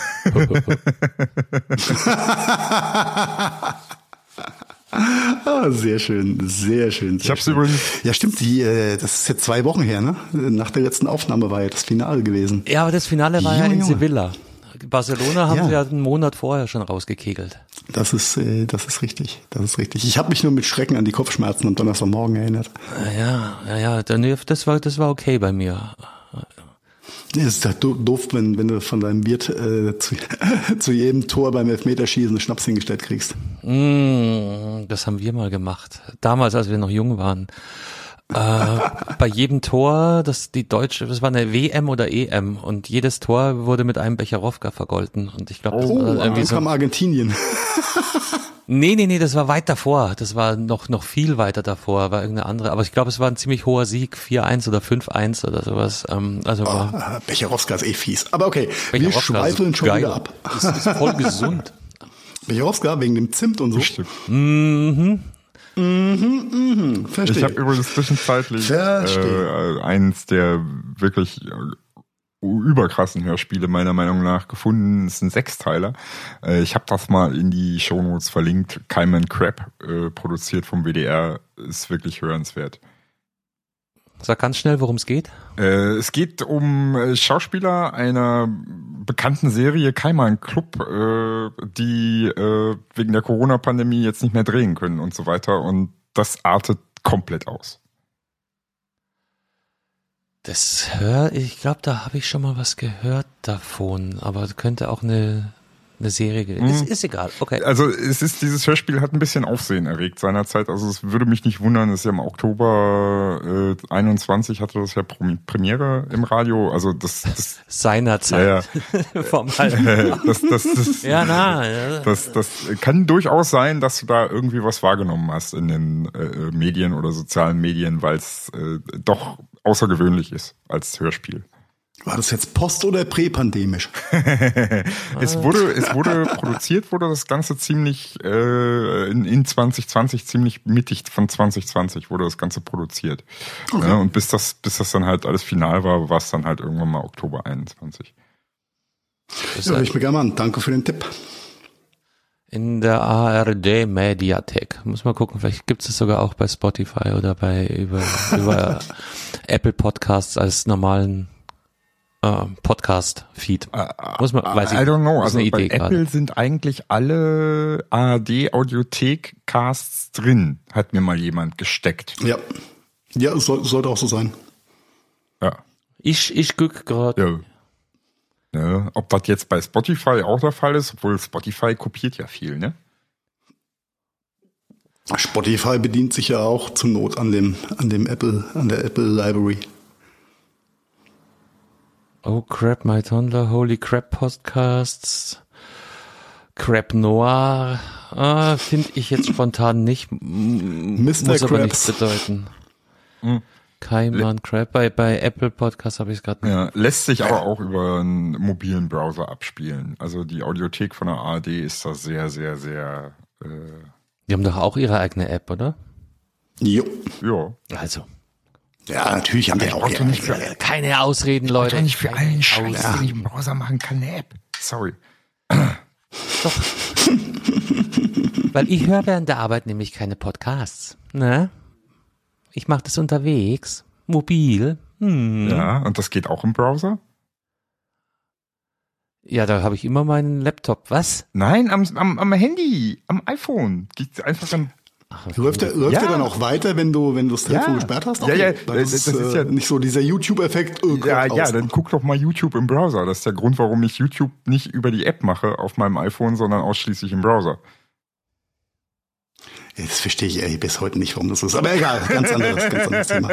Ah, sehr schön, sehr schön. Sehr ich hab's schön. übrigens. Ja, stimmt, die, äh, das ist jetzt zwei Wochen her, ne? Nach der letzten Aufnahme war ja das Finale gewesen. Ja, aber das Finale war Junge, ja in Junge. Sevilla. Barcelona haben ja. sie ja einen Monat vorher schon rausgekegelt. Das ist, äh, das ist richtig, das ist richtig. Ich habe mich nur mit Schrecken an die Kopfschmerzen am Donnerstagmorgen erinnert. Ja, ja, ja, das war, das war okay bei mir. Es ist halt doof, wenn, wenn du von deinem Wirt äh, zu, zu jedem Tor beim Elfmeterschießen einen Schnaps hingestellt kriegst. Mm, das haben wir mal gemacht. Damals, als wir noch jung waren. Äh, bei jedem Tor, das die deutsche, das war eine W M oder E M und jedes Tor wurde mit einem Becherowka vergolten. Und ich glaube, das oh, war irgendwie dann so. kam Argentinien. Nee, nee, nee, das war weit davor. Das war noch noch viel weiter davor, war irgendeine andere. Aber ich glaube, es war ein ziemlich hoher Sieg, vier eins oder fünf eins oder sowas. Ähm, also oh, war Becherowska ist eh fies. Aber okay, wir schweifeln schon geil. wieder ab. Das ist voll gesund. Becherowska wegen dem Zimt und so. Bestimmt. Mhm. Mhm, mhm, verstehe. Ich habe übrigens zwischenzeitlich äh, eins der wirklich überkrassen Hörspiele meiner Meinung nach gefunden. Es ist ein Sechsteiler. Äh, ich habe das mal in die Shownotes verlinkt. Cayman Crab, äh, produziert vom W D R, ist wirklich hörenswert. Sag ganz schnell, worum es geht. Äh, es geht um äh, Schauspieler einer bekannten Serie Cayman Club, äh, die äh, wegen der Corona-Pandemie jetzt nicht mehr drehen können und so weiter. Und das artet komplett aus. Das hör, ich glaube, da habe ich schon mal was gehört davon, aber könnte auch eine eine Serie gewesen. Mhm. Ist, ist egal, okay. Also es ist, dieses Hörspiel hat ein bisschen Aufsehen erregt seinerzeit. Also es würde mich nicht wundern, es ist ja im Oktober äh, einundzwanzig hatte das ja Premiere im Radio. Also das, das seinerzeit. Ja, ja. Vom halben Jahr. das, das, das, ja, na. Ja. Das, das kann durchaus sein, dass du da irgendwie was wahrgenommen hast in den äh, Medien oder sozialen Medien, weil es äh, doch außergewöhnlich ist als Hörspiel. War das jetzt post- oder präpandemisch? es wurde, es wurde produziert, wurde das Ganze ziemlich äh, in, in zwanzig zwanzig, ziemlich mittig von zwanzig zwanzig wurde das Ganze produziert. Okay. Ja, und bis das, bis das dann halt alles final war, war es dann halt irgendwann mal Oktober einundzwanzig. Ja, ich bin gerne an. Danke für den Tipp. In der A R D-Mediathek. Muss mal gucken, vielleicht gibt es das sogar auch bei Spotify oder bei über, über Apple Podcasts als normalen äh, Podcast-Feed. Muss man, weiß ich, I don't know. ist Also eine bei Idee Apple gerade. sind eigentlich alle A R D-Audiothek-Casts drin, hat mir mal jemand gesteckt. Ja. Ja, es soll, sollte auch so sein. Ja. Ich, ich guck gerade. Ja. Ja. Ob das jetzt bei Spotify auch der Fall ist, obwohl Spotify kopiert ja viel, ne? Spotify bedient sich ja auch zur Not an dem, an dem Apple, an der Apple Library. Oh crap, my Tonler, Holy Crap Podcasts, Crap Noir, ah, finde ich jetzt spontan nicht, M- Mister muss aber Krabs. nichts bedeuten. Mhm. Kaiman Crap, bei, bei Apple Podcasts habe ich es gerade nicht. Ja, lässt sich aber auch über einen mobilen Browser abspielen. Also die Audiothek von der A R D ist da sehr, sehr, sehr, äh, Die haben doch auch ihre eigene App, oder? Jo. ja. Also, Ja, natürlich haben wir auch. brauchst du nicht für- Ja, keine Ausreden, Leute. Doch nicht für allen Keine Scheiß, den ich im Browser machen kann, eine App. Sorry. Doch. Weil ich höre während der Arbeit nämlich keine Podcasts. Ne? Ich mache das unterwegs, mobil. Hm. Ja, und das geht auch im Browser? Ja, da habe ich immer meinen Laptop. Was? Nein, am, am, am Handy, am iPhone. Geht einfach dann. Läuft der, läuft Ja. der dann auch weiter, wenn du, wenn du das Telefon Ja. gesperrt hast? Ja, ja, Weil das, das ist, ist äh, ja- nicht so dieser YouTube-Effekt. Oh Gott, Ja, ja, aus. dann guck doch mal YouTube im Browser. Das ist der Grund, warum ich YouTube nicht über die App mache auf meinem iPhone, sondern ausschließlich im Browser. Das verstehe ich ey, bis heute nicht, warum das ist. Aber egal, ganz anderes, ganz anderes Thema.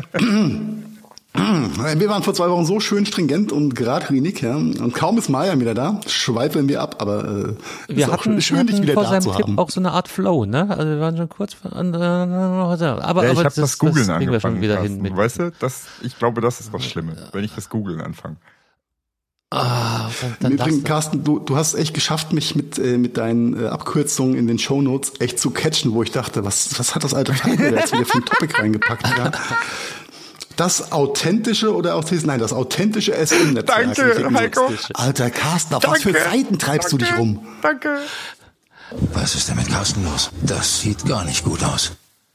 Wir waren vor zwei Wochen so schön stringent und geradlinig, ja. Und kaum ist Maya wieder da, schweifeln wir ab, aber äh, Wir ist auch hatten, schön, dich hatten wieder vor da seinem zu Tipp haben. auch so eine Art Flow, ne? Also wir waren schon kurz vor, äh, aber, Ja, ich aber habe das, das Googlen das kriegen wir schon angefangen. wieder Carsten. hin mit. Weißt du, das, ich glaube, das ist das Schlimme, wenn ich das Googlen anfange. Ah, dann, Im dann Übrigen, lass das. Carsten, du, du hast es echt geschafft, mich mit, äh, mit deinen äh, Abkürzungen in den Shownotes echt zu catchen, wo ich dachte, was, was hat das alte Teil mir jetzt wieder für ein Topic reingepackt? Ja? Das authentische oder authentische, nein, das authentische S M-Netzwerk. Danke, Heiko. Alter Carsten, auf was für Seiten treibst du dich rum? Danke. Was ist denn mit Carsten los? Das sieht gar nicht gut aus.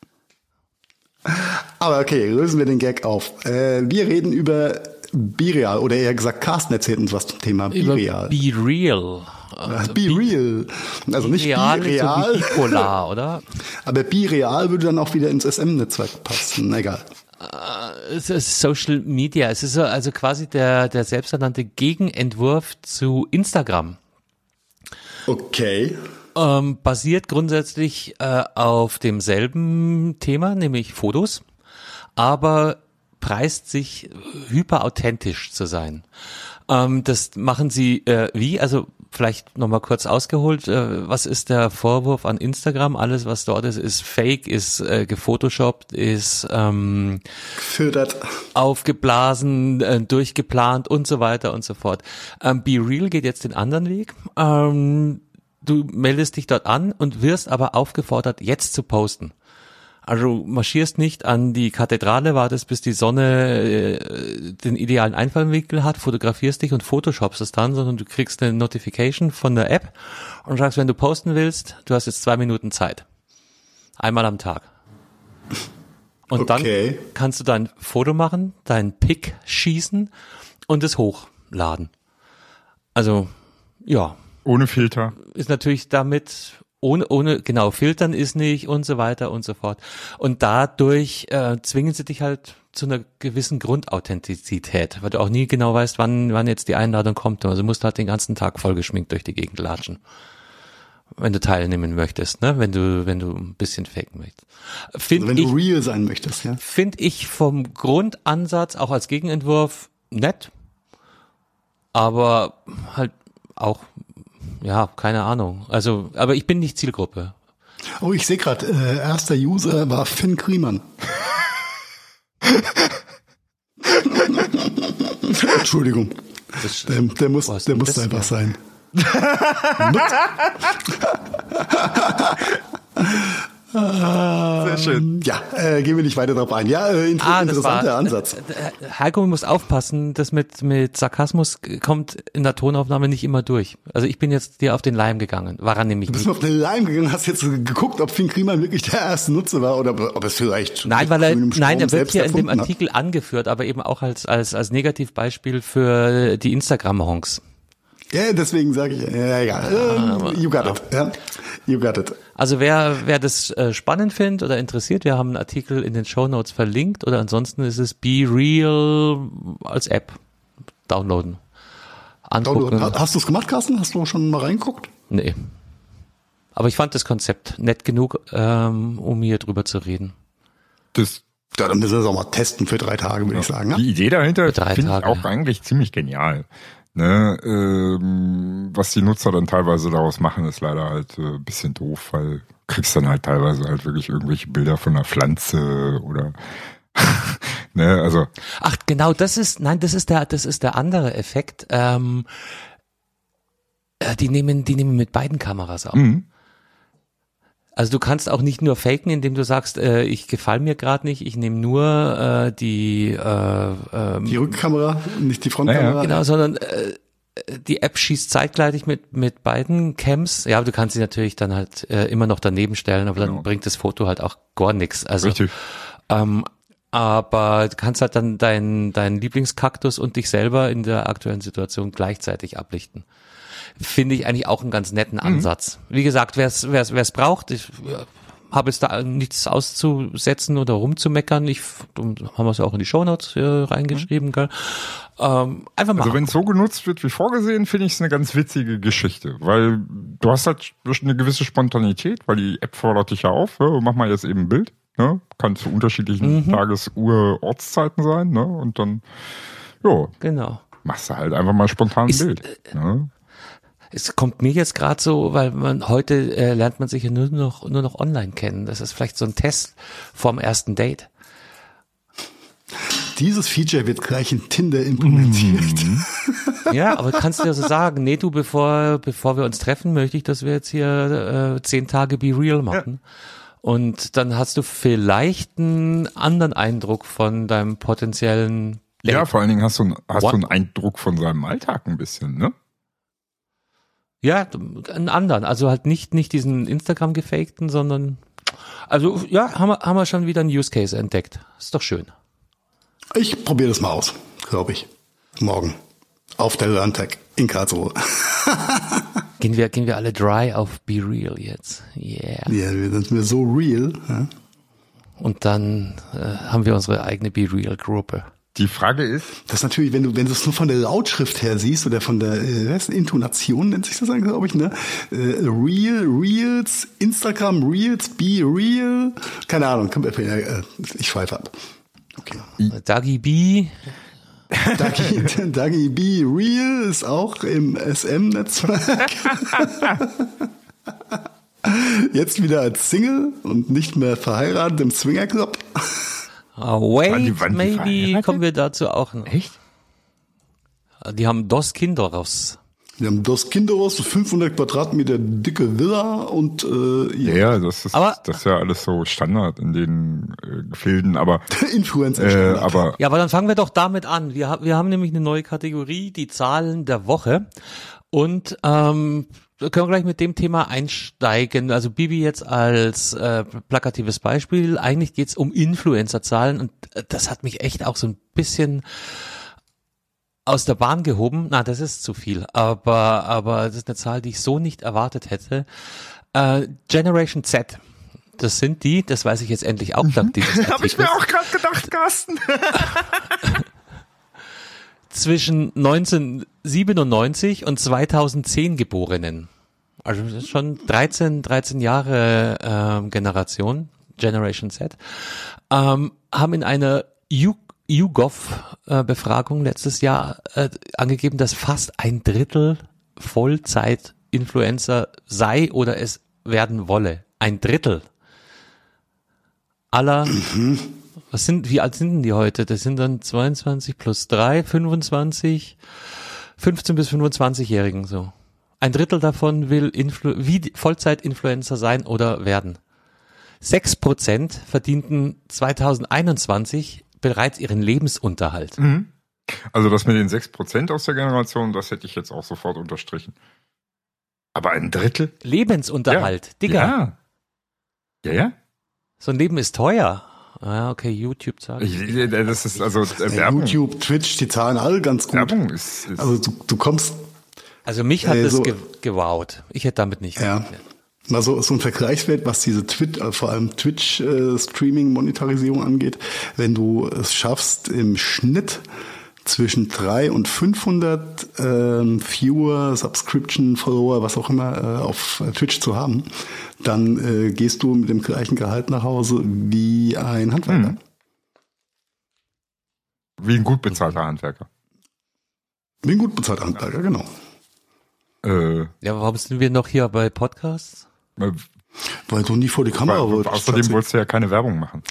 Aber okay, lösen wir den Gag auf. Äh, wir reden über Bireal, oder eher gesagt, Carsten erzählt uns was zum Thema Über Bireal. Be Real. Äh, Be Real. Also nicht Real ist so wie Bireal, bipolar, oder? aber Bireal würde dann auch wieder ins S M-Netzwerk passen. Egal. Es ist Social Media. Es ist so also quasi der, der selbsternannte Gegenentwurf zu Instagram. Okay. Ähm, basiert grundsätzlich äh, auf demselben Thema, nämlich Fotos, aber preist sich hyperauthentisch zu sein. Ähm, das machen sie äh, wie? Also vielleicht nochmal kurz ausgeholt. Äh, was ist der Vorwurf an Instagram? Alles, was dort ist, ist fake, ist äh, gefotoshoppt, ist ähm, Gefiltert. aufgeblasen, äh, durchgeplant und so weiter und so fort. Ähm, Be Real geht jetzt den anderen Weg. Ähm, du meldest dich dort an und wirst aber aufgefordert, jetzt zu posten. Also du marschierst nicht an die Kathedrale, wartest, bis die Sonne äh, den idealen Einfallwinkel hat, fotografierst dich und photoshopst es dann, sondern du kriegst eine Notification von der App und sagst, wenn du posten willst, du hast jetzt zwei Minuten Zeit. Einmal am Tag. Und Okay. dann kannst du dein Foto machen, deinen Pick schießen und es hochladen. Also, ja, Ohne Filter. ist natürlich damit ohne, ohne, genau, filtern ist nicht und so weiter und so fort. Und dadurch äh, zwingen sie dich halt zu einer gewissen Grundauthentizität, weil du auch nie genau weißt, wann, wann jetzt die Einladung kommt. Also musst du halt den ganzen Tag vollgeschminkt durch die Gegend latschen, wenn du teilnehmen möchtest, ne? Wenn du, wenn du ein bisschen faken möchtest. Find Also wenn ich, du real sein möchtest, ja. Finde ich vom Grundansatz auch als Gegenentwurf nett, aber halt auch, ja, keine Ahnung. Also, aber ich bin nicht Zielgruppe. Oh, ich sehe gerade, äh, erster User war Finn Kriemann. Entschuldigung. Das, Der, der muss, Wo hast der du muss das einfach her? sein. Sehr schön. Ja, äh, gehen wir nicht weiter drauf ein. Ja, äh, inter- Ah, interessanter war, Ansatz. Äh, Heiko muss aufpassen, das mit, mit Sarkasmus kommt in der Tonaufnahme nicht immer durch. Also ich bin jetzt dir auf den Leim gegangen. Waran nämlich Du bist nicht. mir auf den Leim gegangen, hast jetzt geguckt, ob Finn Kliman wirklich der erste Nutzer war oder ob es vielleicht Nein, weil er, grünem Strom nein, er wird selbst hier in dem erfunden hat. Artikel angeführt, aber eben auch als, als, als Negativbeispiel für die Instagram-Honks. Ja, deswegen sage ich, ja, egal. Ähm, you got it. Ja, you got it. Also wer, wer das äh, spannend findet oder interessiert, wir haben einen Artikel in den Shownotes verlinkt oder ansonsten ist es Be Real als App downloaden. Angucken. Download. Hast du es gemacht, Carsten? Hast du schon mal reingeguckt? Nee. Aber ich fand das Konzept nett genug, ähm, um hier drüber zu reden. Das, Ja, dann müssen wir es auch mal testen für drei Tage, würde ich sagen. Ne? die Idee dahinter Für drei finde ich Tage, auch ja. eigentlich ziemlich genial. Ne, ähm, was die Nutzer dann teilweise daraus machen, ist leider halt äh, ein bisschen doof, weil du kriegst dann halt teilweise halt wirklich irgendwelche Bilder von einer Pflanze oder ne, also Ach, genau, das ist, nein, das ist der, das ist der andere Effekt. Ähm, äh, die nehmen, die nehmen mit beiden Kameras auf. mh. Also du kannst auch nicht nur faken, indem du sagst, äh, ich gefall mir gerade nicht, ich nehme nur äh, die äh, ähm, Die Rückkamera, nicht die Frontkamera. Ja, genau, sondern äh, die App schießt zeitgleitig mit mit beiden Cams. Ja, du kannst sie natürlich dann halt äh, immer noch daneben stellen, aber Genau. dann bringt das Foto halt auch gar nichts. Also Richtig. ähm, aber du kannst halt dann deinen deinen Lieblingskaktus und dich selber in der aktuellen Situation gleichzeitig ablichten. Finde ich eigentlich auch einen ganz netten Ansatz. Wie gesagt, wer es wer es wer es braucht, ich ja, habe jetzt da nichts auszusetzen oder rumzumeckern. Ich haben wir es ja auch in die Shownotes äh, reingeschrieben, gell? Ähm, einfach mal. Also wenn es so genutzt wird wie vorgesehen, finde ich es eine ganz witzige Geschichte, weil du hast halt eine gewisse Spontanität, weil die App fordert dich ja auf, ja, mach mal jetzt eben ein Bild, ne? Kann zu unterschiedlichen Mhm. Tages-Uhr-Ortszeiten sein, ne? Und dann, jo, Genau. machst du halt einfach mal spontan ein Ist, Bild. Ne? Es kommt mir jetzt gerade so, weil man heute äh, lernt man sich ja nur noch nur noch online kennen. Das ist vielleicht so ein Test vorm ersten Date. Dieses Feature wird gleich in Tinder implementiert. Ja, aber kannst du ja so sagen, nee, du, bevor bevor wir uns treffen, möchte ich, dass wir jetzt hier äh, zehn Tage Be Real machen. Und dann hast du vielleicht einen anderen Eindruck von deinem potenziellen Date. Ja, vor allen Dingen hast du, hast du What? einen Eindruck von seinem Alltag ein bisschen, ne? Ja, einen anderen. Also halt nicht nicht diesen Instagram gefakten, sondern also ja, haben wir, haben wir schon wieder einen Use Case entdeckt. Ist doch schön. Ich probiere das mal aus, glaube ich. Morgen. Auf der LearnTech in Karlsruhe. Gehen wir, gehen wir alle dry auf Be Real jetzt. Yeah. Ja, wir sind wir so real. Ja? Und dann äh, haben wir unsere eigene Be Real Gruppe. Die Frage ist, Das ist natürlich, wenn du wenn du es nur von der Lautschrift her siehst oder von der äh, was, Intonation nennt sich das dann, glaube ich, ne? Äh, Real, Reels, Instagram Reels, Be Real. Keine Ahnung, komm, äh, ich schweife ab. Okay. Dagi B. Dagi, Dagi B Real ist auch im S M-Netzwerk. Jetzt wieder als Single und nicht mehr verheiratet im Swingerclub. Oh, wait, Waren die- waren die maybe verheiratet? kommen wir dazu auch noch. echt? Die haben dos Kinderos. Wir haben Dos Kinderos, so fünfhundert Quadratmeter dicke Villa und äh, Ja, ja, das ist, Aber- das ist ja alles so Standard in den äh, Gefilden, aber, Influencer. äh, aber Ja, aber dann fangen wir doch damit an. Wir, ha- wir haben nämlich eine neue Kategorie, die Zahlen der Woche. Und ähm, wir können gleich mit dem Thema einsteigen. Also Bibi jetzt als äh, plakatives Beispiel. Eigentlich geht's um Influencerzahlen und äh, das hat mich echt auch so ein bisschen aus der Bahn gehoben. Na, das ist zu viel. Aber aber das ist eine Zahl, die ich so nicht erwartet hätte. Äh, Generation Z. Das sind die, das weiß ich jetzt endlich auch dank dieses habe ich mir Artikels. auch gerade gedacht, Carsten. Zwischen neunzehnhundertsiebenundneunzig und zweitausendzehn Geborenen. Also das ist schon dreizehn, dreizehn Jahre ähm, Generation, Generation Z, ähm, haben in einer U- YouGov-Befragung letztes Jahr äh, angegeben, dass fast ein Drittel Vollzeit-Influencer sei oder es werden wolle. Ein Drittel aller, was sind, wie alt sind denn die heute? Das sind dann zweiundzwanzig plus drei, fünfundzwanzig, fünfzehn bis fünfundzwanzig-Jährigen so. Ein Drittel davon will Influ- wie Vollzeit-Influencer sein oder werden. Sechs Prozent verdienten zweitausendeinundzwanzig bereits ihren Lebensunterhalt. Mhm. Also das mit den sechs Prozent aus der Generation, das hätte ich jetzt auch sofort unterstrichen. Aber ein Drittel? Lebensunterhalt, ja. Digga. Ja. Ja, ja. So ein Leben ist teuer. Ah, okay, YouTube zahlt. Das ist also äh, Werbung. YouTube, Twitch, die zahlen alle ganz gut. Werbung ist, ist also du, du kommst. Also mich hat äh, das so, ge- gewowt. Ich hätte damit nicht. Ja. Mal so, so ein Vergleichswert, was diese Twitch, äh, vor allem Twitch äh, Streaming Monetarisierung angeht. Wenn du es schaffst, im Schnitt zwischen drei und fünfhundert ähm, Viewer, Subscription, Follower, was auch immer äh, auf Twitch zu haben, dann äh, gehst du mit dem gleichen Gehalt nach Hause wie ein Handwerker. Hm. Wie ein gut bezahlter Handwerker. Wie ein gut bezahlter Handwerker, genau. Äh, ja, warum sind wir noch hier bei Podcasts? Äh, Weil du nie vor die Kamera weil, wolltest. Außerdem wolltest du ja keine Werbung machen.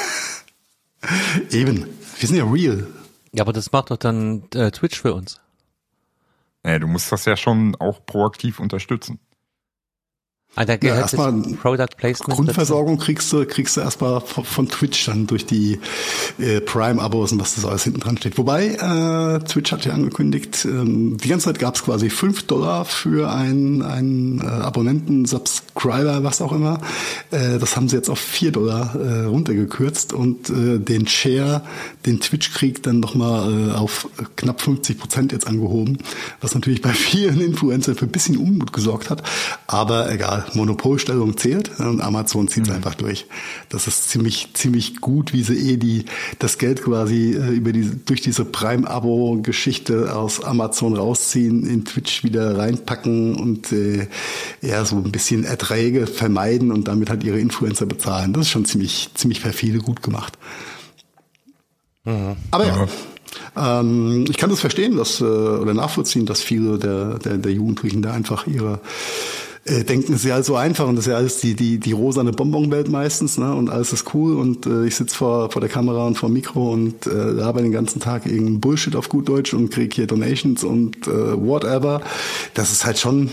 Eben. Wir sind ja real. Ja, aber das macht doch dann äh, Twitch für uns. Nee, du musst das ja schon auch proaktiv unterstützen. Ah, da Ja, gehört erstmal das Product Placement Grundversorgung kriegst du, kriegst du erstmal von, von Twitch dann durch die äh, Prime-Abos und was das alles hinten dran steht. Wobei, äh, Twitch hat ja angekündigt, ähm, die ganze Zeit gab es quasi fünf Dollar für einen, einen äh, Abonnenten, Subscriber, was auch immer. Äh, das haben sie jetzt auf vier Dollar äh, runtergekürzt und äh, den Share, den Twitch kriegt, dann nochmal äh, auf knapp fünfzig Prozent jetzt angehoben, was natürlich bei vielen Influencern für ein bisschen Unmut gesorgt hat. Aber egal. Monopolstellung zählt und Amazon zieht es mhm. einfach durch. Das ist ziemlich ziemlich gut, wie sie eh die das Geld quasi äh, über die durch diese Prime-Abo-Geschichte aus Amazon rausziehen, in Twitch wieder reinpacken und äh, ja so ein bisschen Erträge vermeiden und damit halt ihre Influencer bezahlen. Das ist schon ziemlich ziemlich perfide gut gemacht. Mhm. Aber ja. ja. Ähm, ich kann das verstehen, dass äh, oder nachvollziehen, dass viele der der, der Jugendlichen da einfach ihre Äh, denken, es ist ja alles so einfach und das ist ja alles die die die rosane Bonbonwelt meistens, ne, und alles ist cool und äh, ich sitze vor vor der Kamera und vor dem Mikro und äh, laber den ganzen Tag irgendeinen Bullshit auf gut Deutsch und krieg hier Donations und äh, whatever. Das ist halt schon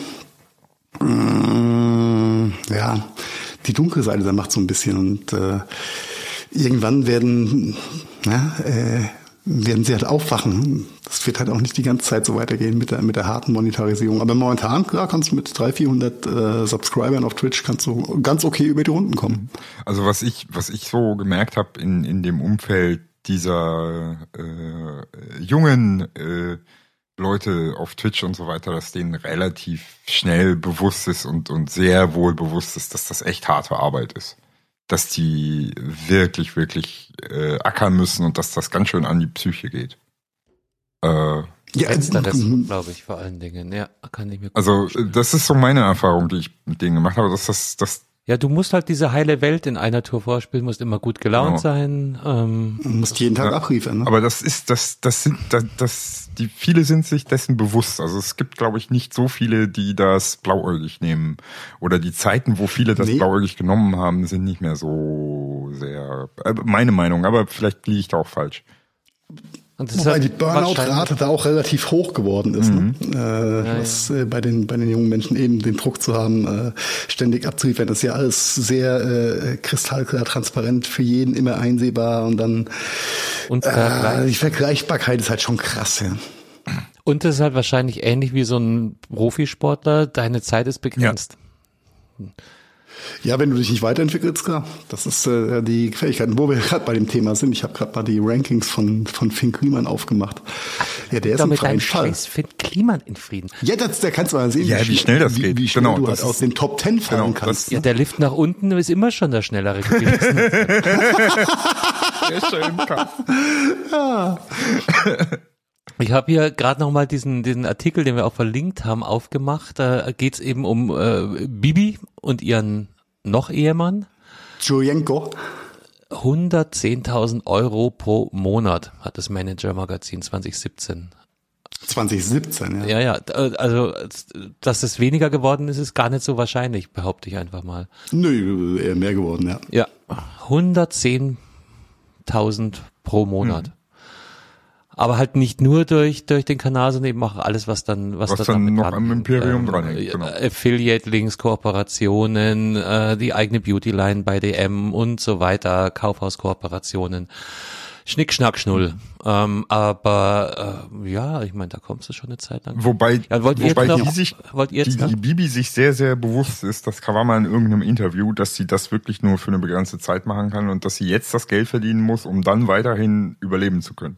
mm, ja die dunkle Seite der Macht so ein bisschen und äh, irgendwann werden ja, äh, werden sie halt aufwachen. Das wird halt auch nicht die ganze Zeit so weitergehen mit der mit der harten Monetarisierung. Aber momentan, klar, kannst du mit dreihundert, vierhundert äh, Subscribern auf Twitch kannst du ganz okay über die Runden kommen. Also was ich was ich so gemerkt habe in in dem Umfeld dieser äh, jungen äh, Leute auf Twitch und so weiter, dass denen relativ schnell bewusst ist und und sehr wohl bewusst ist, dass das echt harte Arbeit ist. Dass die wirklich, wirklich äh, ackern müssen und dass das ganz schön an die Psyche geht. Äh, ja, das glaube ich vor allen Dingen. Ja, kann ich mir gut also vorstellen. Das ist so meine Erfahrung, die ich mit denen gemacht habe, dass das, das ja, du musst halt diese heile Welt in einer Tour vorspielen, musst immer gut gelaunt genau. sein. Ähm, du musst jeden Tag ja, abliefern. Ne? Aber das ist, das, das sind, das, das, die viele sind sich dessen bewusst. Also es gibt, glaube ich, nicht so viele, die das blauäugig nehmen. Oder die Zeiten, wo viele das nee. blauäugig genommen haben, sind nicht mehr so sehr. Äh, meine Meinung, aber vielleicht liege ich da auch falsch. Und das Wobei die Burnout-Rate da auch relativ hoch geworden ist, mhm. ne? äh, ja, was ja. Äh, bei den bei den jungen Menschen eben den Druck zu haben, äh, ständig abzuliefern. Das ist ja alles sehr äh, kristallklar, transparent, für jeden immer einsehbar und dann und äh, die Vergleichbarkeit ist halt schon krass, ja. Und das ist halt wahrscheinlich ähnlich wie so ein Profisportler, deine Zeit ist begrenzt. Ja. Ja, wenn du dich nicht weiterentwickelst, klar. Das ist äh, die Fähigkeiten, wo wir gerade bei dem Thema sind. Ich habe gerade mal die Rankings von von Finn Kliman aufgemacht. Ja, der ist im freien Fall. Scheiß Finn Kliman in Frieden. Ja, das, da kannst du mal sehen, ja, wie, wie schnell das wie, geht. Wie schnell genau, du halt aus den Top Ten fallen genau, kannst. Ja, der Lift nach unten ist immer schon der schnellere gewesen. Sehr schön. Ja. Ich habe hier gerade nochmal diesen diesen Artikel, den wir auch verlinkt haben, aufgemacht. Da geht's eben um äh, Bibi und ihren noch Ehemann. Julienko. hundertzehntausend Euro pro Monat hat das Manager-Magazin zwanzig siebzehn. zwanzig siebzehn, ja. Ja, ja, also dass es weniger geworden ist, ist gar nicht so wahrscheinlich, behaupte ich einfach mal. Nö, eher mehr geworden, ja. Ja, hundertzehntausend pro Monat. Mhm. Aber halt nicht nur durch durch den Kanal, sondern eben auch alles, was dann was, Was da dann damit noch dran- am Imperium ähm, dranhängt, genau. Affiliate-Links, Kooperationen, äh, die eigene Beauty-Line bei D M und so weiter, Kaufhauskooperationen. Schnick, Schnack, Schnull. Ähm, aber äh, ja, ich meine, da kommst du schon eine Zeit lang. Wobei, Ja, wollt ihr wobei jetzt noch- die sich, wollt ihr jetzt die, noch? die Bibi sich sehr, sehr bewusst ist, das war mal in irgendeinem Interview, dass sie das wirklich nur für eine begrenzte Zeit machen kann und dass sie jetzt das Geld verdienen muss, um dann weiterhin überleben zu können.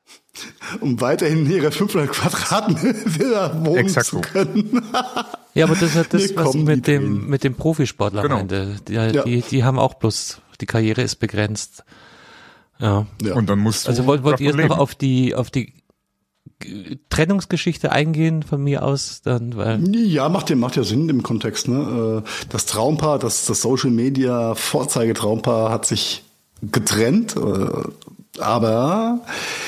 Um weiterhin in ihrer fünfhundert Quadratmeter wohnen Exakt zu so. können. Ja, aber das ist das, Mir was kommen ich mit die dem Tränen. mit dem Profisportler Genau. meinte. Die, Ja. die, die haben auch bloß, die Karriere ist begrenzt. Ja. Ja. Und dann musst du Also wollt, wollt ihr jetzt davon noch leben. auf die auf die G- Trennungsgeschichte eingehen von mir aus, dann weil Ja, macht ja, macht ja Sinn im Kontext, ne? Das Traumpaar, das, das Social Media Vorzeigetraumpaar hat sich getrennt, äh, aber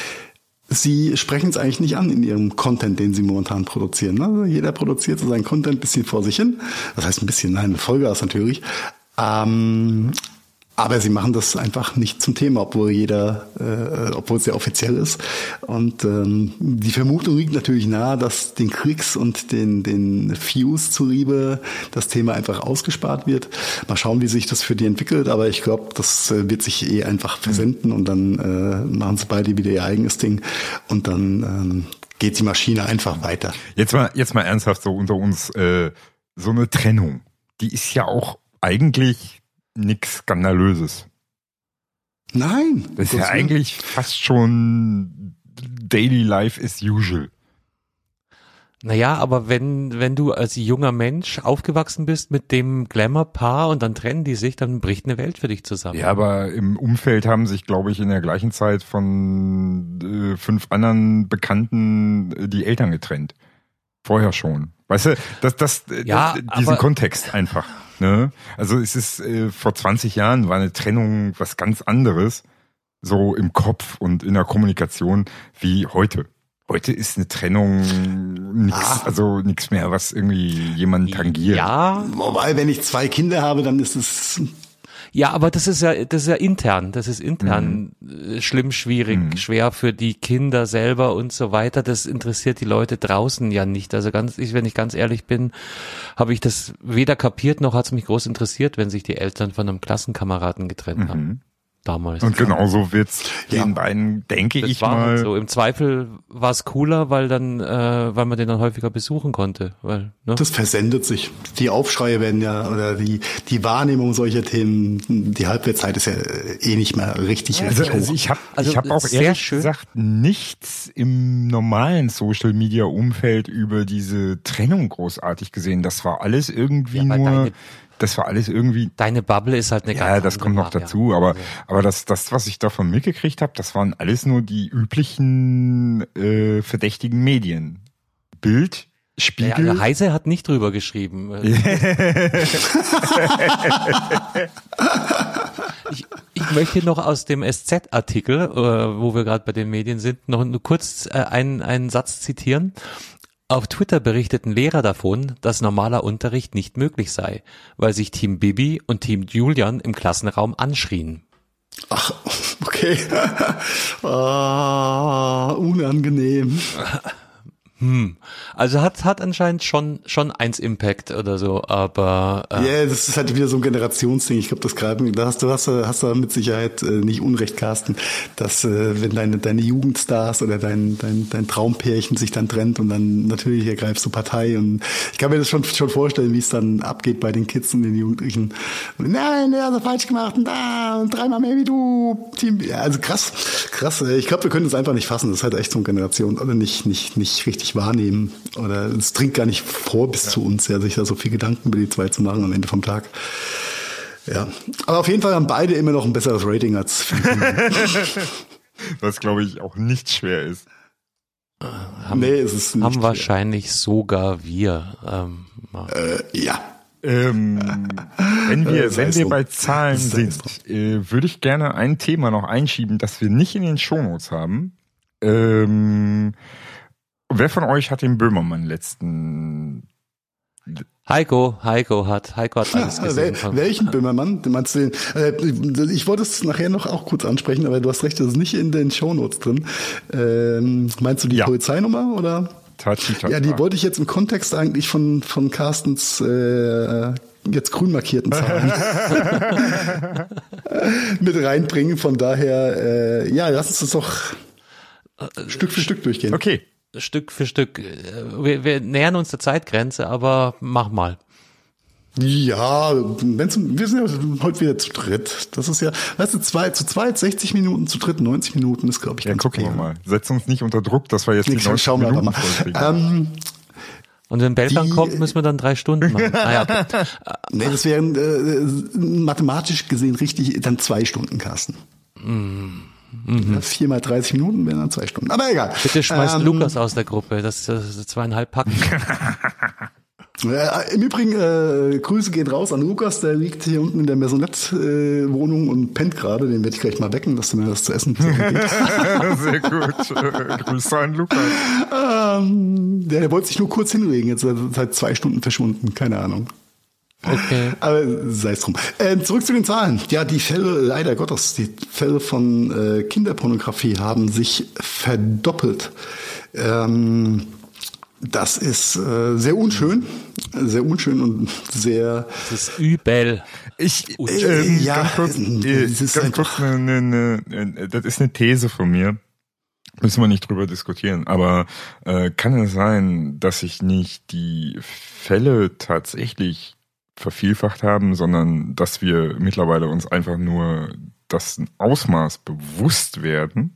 sie sprechen es eigentlich nicht an in ihrem Content, den sie momentan produzieren. Ne? Jeder produziert so seinen Content ein bisschen vor sich hin. Das heißt ein bisschen, nein, Vollgas natürlich. Ähm, aber sie machen das einfach nicht zum Thema, obwohl jeder, äh, obwohl es ja offiziell ist. Und ähm, die Vermutung liegt natürlich nahe, dass den Klicks und den den Views zuliebe das Thema einfach ausgespart wird. Mal schauen, wie sich das für die entwickelt. Aber ich glaube, das äh, wird sich eh einfach versenden und dann äh, machen sie beide wieder ihr eigenes Ding und dann ähm, geht die Maschine einfach weiter. Jetzt mal, jetzt mal ernsthaft so unter uns, äh, so eine Trennung, die ist ja auch eigentlich nichts Skandalöses. Nein, Das ist ja eigentlich fast schon Daily Life as usual. naja, aber wenn wenn du als junger Mensch aufgewachsen bist mit dem Glamour-Paar und dann trennen die sich, dann bricht eine Welt für dich zusammen. Ja, aber im Umfeld haben sich, glaube ich, in der gleichen Zeit von äh, fünf anderen Bekannten äh, die Eltern getrennt. Vorher schon. Weißt du, das, das, Ja, das diesen aber- Kontext einfach. Ne? Also es ist äh, vor zwanzig Jahren war eine Trennung was ganz anderes, so im Kopf und in der Kommunikation wie heute. Heute ist eine Trennung nix, Ah. also nichts mehr, was irgendwie jemanden tangiert. Ja, Wobei, wenn ich zwei Kinder habe, dann ist es ja, aber das ist ja, das ist ja intern, das ist intern äh, schlimm, schwierig, schwer für die Kinder selber und so weiter. Das interessiert die Leute draußen ja nicht. Also ganz, ich, wenn ich ganz ehrlich bin, habe ich das weder kapiert noch hat es mich groß interessiert, wenn sich die Eltern von einem Klassenkameraden getrennt haben. Damals. Und genauso wird's Ja. den beiden, denke das ich war mal. halt so. Im Zweifel war es cooler, weil dann, äh, weil man den dann häufiger besuchen konnte. Weil, ne? Das versendet sich. Die Aufschreie werden ja, oder die, die Wahrnehmung solcher Themen, die Halbwertszeit ist ja eh nicht mehr richtig, Also, richtig also hoch. ich habe Also, ich hab auch sehr ehrlich schön. gesagt nichts im normalen Social Media Umfeld über diese Trennung großartig gesehen. Das war alles irgendwie Ja, weil nur, deine- das war alles irgendwie. Deine Bubble ist halt eine Ja, ganz das andere kommt noch Maria. dazu, aber Also, aber das das was ich davon mitgekriegt habe, das waren alles nur die üblichen äh, verdächtigen Medien. Bild, ja, Spiegel. also Heise hat nicht drüber geschrieben. ich, ich möchte noch aus dem S Z-Artikel, äh, wo wir gerade bei den Medien sind, noch nur kurz äh, einen, einen Satz zitieren. Auf Twitter berichteten Lehrer davon, dass normaler Unterricht nicht möglich sei, weil sich Team Bibi und Team Julian im Klassenraum anschrien. Ach, okay. ah, unangenehm. Hm. Also hat hat anscheinend schon schon eins Impact oder so, aber Ja, äh, yeah, das ist halt wieder so ein Generationsding. Ich glaube, das greifen, da hast du hast, du- hast du mit Sicherheit äh, nicht Unrecht, Carsten, dass äh, wenn deine deine Jugendstars oder dein dein dein Traumpärchen sich dann trennt und dann natürlich ergreifst du Partei und ich kann mir das schon schon vorstellen, wie es dann abgeht bei den Kids und den Jugendlichen. Nein, der hat das falsch gemacht und da und dreimal mehr wie du. Team, ja, also krass, krass. äh, Ich glaube, wir können das einfach nicht fassen. Das ist halt echt so eine Generation oder nicht nicht nicht richtig wahrnehmen oder es dringt gar nicht vor bis zu uns, ja, sich da so viel Gedanken über die zwei zu machen am Ende vom Tag. Ja, aber auf jeden Fall haben beide immer noch ein besseres Rating als Was glaube ich auch nicht schwer ist. haben, nee, es ist nicht haben schwer. wahrscheinlich sogar wir. Ähm, Äh, ja. Ähm, wenn wir, Sei wenn es wir drum. bei Zahlen Sei es sind, äh, würde ich gerne ein Thema noch einschieben, das wir nicht in den Shownotes haben. Ähm, wer von euch hat den Böhmermann letzten... Hat Heiko, Heiko hat, Heiko hat alles Ja, gesehen. wel, welchen Böhmermann? Du meinst den, äh, ich wollte es nachher noch auch kurz ansprechen, aber du hast recht, das ist nicht in den Shownotes drin. Ähm, meinst du die Ja. Polizeinummer oder? Tachi, tata. Ja, die wollte ich jetzt im Kontext eigentlich von, von Carstens äh, jetzt grün markierten Zahlen mit reinbringen. Von daher, äh, ja, lass uns das doch Stück für Stück durchgehen. Okay. Stück für Stück. Wir, wir nähern uns der Zeitgrenze, aber mach mal. Ja, wenn's, wir sind ja heute wieder zu dritt. Das ist ja, weißt du, zwei, zu zweit sechzig Minuten, zu dritt neunzig Minuten ist, glaube ich, Ja, ganz gucken okay. wir mal. Setz uns nicht unter Druck, dass wir jetzt die Nix, neunzig schauen wir einfach Minuten mal. vollkriegen. Ähm, Und wenn Beltran Die- kommt, müssen wir dann drei Stunden machen. Ah, ja, okay. nee, das wären äh, mathematisch gesehen richtig, dann zwei Stunden, Carsten. Mhm. Ja, vier mal dreißig Minuten wären dann zwei Stunden. Aber egal. Bitte schmeißt Ähm, Lukas aus der Gruppe. Das, das ist zweieinhalb Packen. Äh, Im Übrigen, äh, Grüße gehen raus an Lukas, der liegt hier unten in der Maisonette-Wohnung und pennt gerade. Den werde ich gleich mal wecken, dass du mir das zu essen gibst. Sehr gut. Äh, Grüße an Lukas. ähm, der, der wollte sich nur kurz hinlegen, jetzt ist er seit zwei Stunden verschwunden, keine Ahnung. Okay. Aber sei es drum. Äh, zurück zu den Zahlen. Ja, die Fälle, leider Gottes, die Fälle von äh, Kinderpornografie haben sich verdoppelt. Ähm, das ist äh, sehr unschön, sehr unschön und sehr... Das ist übel. Ich, Äh, ähm, ja, ganz kurz, äh, das ist ganz kurz eine, eine, eine, das ist eine These von mir. Müssen wir nicht drüber diskutieren. Aber äh, kann es sein, dass sich nicht die Fälle tatsächlich vervielfacht haben, sondern dass wir mittlerweile uns einfach nur das Ausmaß bewusst werden,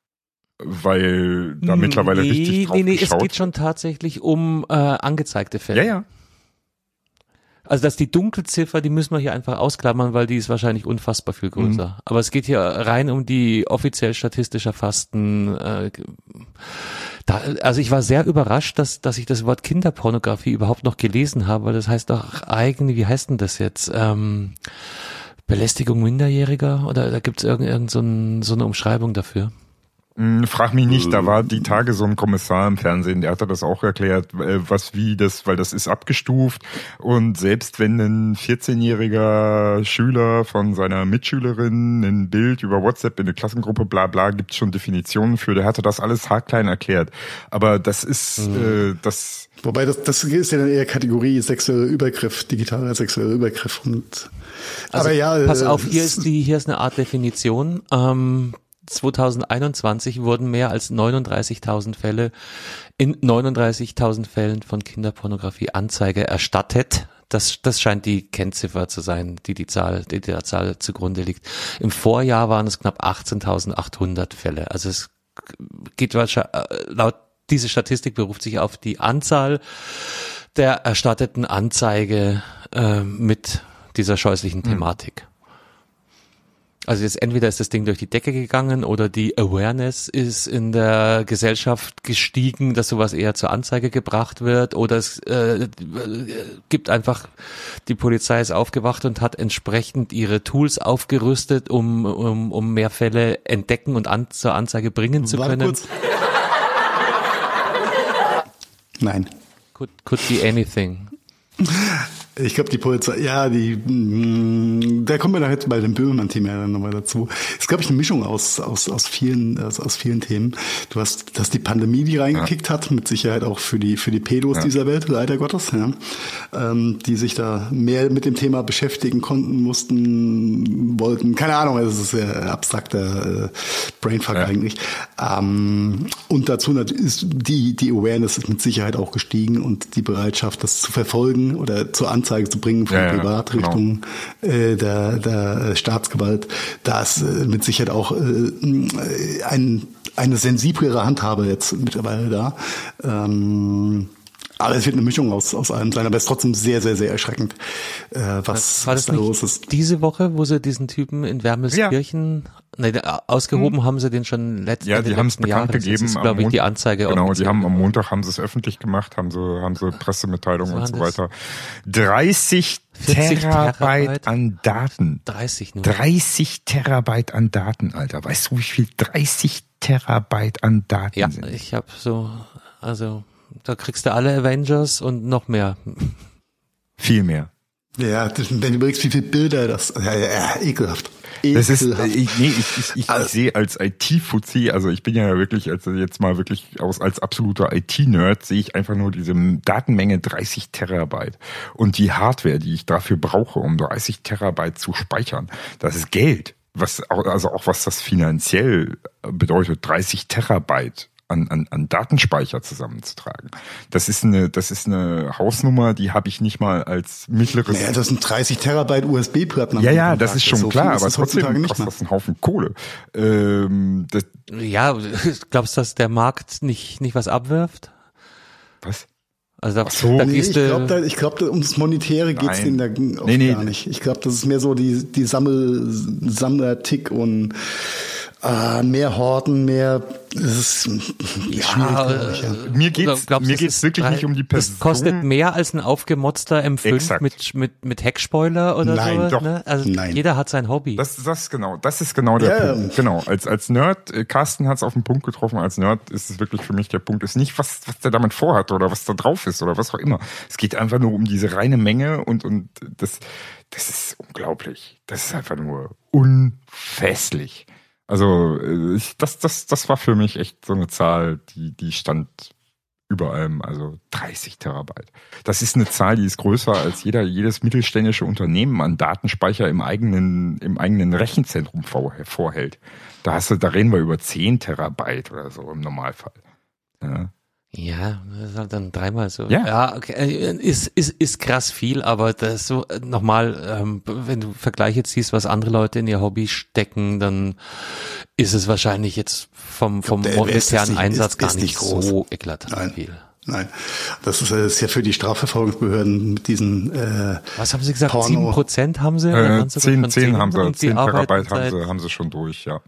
weil da mittlerweile nee, richtig drauf Nee, nee, es geschaut geht schon tatsächlich um äh, angezeigte Fälle. Ja, ja. Also dass die Dunkelziffer, die müssen wir hier einfach ausklammern, weil die ist wahrscheinlich unfassbar viel größer. Mhm. Aber es geht hier rein um die offiziell statistisch erfassten. Äh, da, also ich war sehr überrascht, dass dass ich das Wort Kinderpornografie überhaupt noch gelesen habe, weil das heißt doch eigentlich, wie heißt denn das jetzt? Ähm, Belästigung Minderjähriger? Oder da gibt's irgend, irgend so, ein, so eine Umschreibung dafür? Hm, Frag mich nicht, da war die Tage so ein Kommissar im Fernsehen, der hatte das auch erklärt, äh, was wie das, weil das ist abgestuft und selbst wenn ein vierzehnjähriger Schüler von seiner Mitschülerin ein Bild über WhatsApp in eine Klassengruppe bla bla, gibt's schon Definitionen für, der hatte das alles haarklein erklärt. Aber das ist, mhm. äh, das... Wobei das, das ist ja dann eher Kategorie sexueller Übergriff, digitaler sexueller Übergriff. Und, also, aber ja, pass auf, äh, hier ist die, hier ist eine Art Definition. Ähm, zwanzig einundzwanzig wurden mehr als neununddreißigtausend Fälle in neununddreißigtausend Fällen von Kinderpornografie Anzeige erstattet. Das, das scheint die Kennziffer zu sein, die die Zahl, die der Zahl zugrunde liegt. Im Vorjahr waren es knapp achtzehntausendachthundert Fälle. Also es geht wahrscheinlich, laut diese Statistik beruft sich auf die Anzahl der erstatteten Anzeige äh, mit dieser scheußlichen Thematik. Also jetzt entweder ist das Ding durch die Decke gegangen oder die Awareness ist in der Gesellschaft gestiegen, dass sowas eher zur Anzeige gebracht wird, oder es äh, gibt einfach, die Polizei ist aufgewacht und hat entsprechend ihre Tools aufgerüstet, um um, um mehr Fälle entdecken und an, zur Anzeige bringen zu warte können. kurz. Nein. Could, could be anything. Ich glaube, die Polizei, ja, die, mh, da kommen wir nachher bei dem Böhmermann-Thema ja dann nochmal dazu. Es ist, glaube ich, eine Mischung aus, aus, aus vielen, aus, aus vielen Themen. Du hast, dass die Pandemie, die reingekickt ja. hat, mit Sicherheit auch für die, für die Pedos ja. dieser Welt, leider Gottes, ja, ähm, die sich da mehr mit dem Thema beschäftigen konnten, mussten, wollten, keine Ahnung, das ist sehr abstrakter äh, Brainfuck ja. eigentlich. Ähm, und dazu ist die, die Awareness ist mit Sicherheit auch gestiegen und die Bereitschaft, das zu verfolgen oder zur Anzeige zu bringen von ja, Privatrichtung genau. äh, der, der Staatsgewalt, da ist äh, mit Sicherheit auch äh, ein, eine sensiblere Handhabe jetzt mittlerweile da. Ähm, aber es wird eine Mischung aus, aus allem sein, aber es ist trotzdem sehr, sehr, sehr erschreckend, äh, was, War was das da nicht los ist. Diese Woche, wo sie diesen Typen in Wermelskirchen, ja. nee, ausgehoben hm. haben sie den schon letzten Jahr. Ja, die haben es bekannt Jahre. gegeben. Das ist, glaube ich, die Anzeige. Genau, die haben am Montag haben sie es öffentlich gemacht, haben sie, haben sie Pressemitteilungen und so weiter. dreißig Terabyte, Terabyte an Daten. dreißig nur. dreißig Terabyte an Daten, Alter. Weißt du, wie viel dreißig Terabyte an Daten ja, sind? Ja, ich habe so, also da kriegst du alle Avengers und noch mehr. Viel mehr. Ja, das, wenn du überlegst, wie viele Bilder das, ja, ja, ja ekelhaft. Das ist, ich, nee, ich, ich, ich, ich sehe als I T-Fuzzi, also ich bin ja wirklich, also jetzt mal wirklich aus, als absoluter I T-Nerd, sehe ich einfach nur diese Datenmenge dreißig Terabyte und die Hardware, die ich dafür brauche, um dreißig Terabyte zu speichern. Das ist Geld. Was, also auch was das finanziell bedeutet, dreißig Terabyte. An, an, an Datenspeicher zusammenzutragen. Das ist eine, das ist eine Hausnummer, die habe ich nicht mal als mittleres. Naja, das sind dreißig Terabyte U S B-Platten. Ja, ja, das ist schon so klar, aber das trotzdem nicht kostet das einen Haufen Kohle. Ähm, das Ja, glaubst du, dass der Markt nicht, nicht was abwirft? Was? Also da, Ach so, da nee, gehst ich du, glaube, da, ich glaub, da, ums Monetäre geht's Nein. denen da oft Nee, nee. gar nicht. Ich glaube, das ist mehr so die, die Sammel, Sammlertick und äh, mehr Horten, mehr, es ist Ja, schwierig, glaub ich, ja. Mir geht's, glaubst, mir das geht's ist wirklich drei- nicht um die Person. Das kostet mehr als ein aufgemotzter M fünf Exakt. mit, mit, mit Heckspoiler oder Nein, sowas. doch. Ne? Also Nein. jeder hat sein Hobby. Das, das genau, das ist genau der Ja, Punkt. Genau, als als Nerd, äh, Carsten hat es auf den Punkt getroffen. Als Nerd ist es wirklich für mich der Punkt, ist nicht was was der damit vorhat oder was da drauf ist oder was auch immer. Es geht einfach nur um diese reine Menge und und das das ist unglaublich. Das ist einfach nur unfasslich. Also äh, ich, das das das war für mich echt so eine Zahl, die die stand über allem, also dreißig Terabyte. Das ist eine Zahl, die ist größer als jeder, jedes mittelständische Unternehmen an Datenspeicher im eigenen, im eigenen Rechenzentrum vor, vorhält. Da hast du, da reden wir über zehn Terabyte oder so im Normalfall. Ja. Ja, das ist halt dann dreimal so. Ja. Ja, okay, äh, ist, ist, ist krass viel, aber das so, äh, nochmal, ähm, wenn du Vergleiche ziehst, was andere Leute in ihr Hobby stecken, dann ist es wahrscheinlich jetzt vom, vom der Invest ist monetären nicht- Einsatz ist- gar ist nicht nicht groß. so eklatant Nein. viel. Nein, das ist, äh, ist ja für die Strafverfolgungsbehörden mit diesen äh, Was haben sie gesagt? Porno- Sieben Prozent haben sie? Oder Äh, waren es sogar zehn, schon zehn haben sie, und sie zehn arbeiten Terabyte haben seit- sie, haben sie schon durch, ja.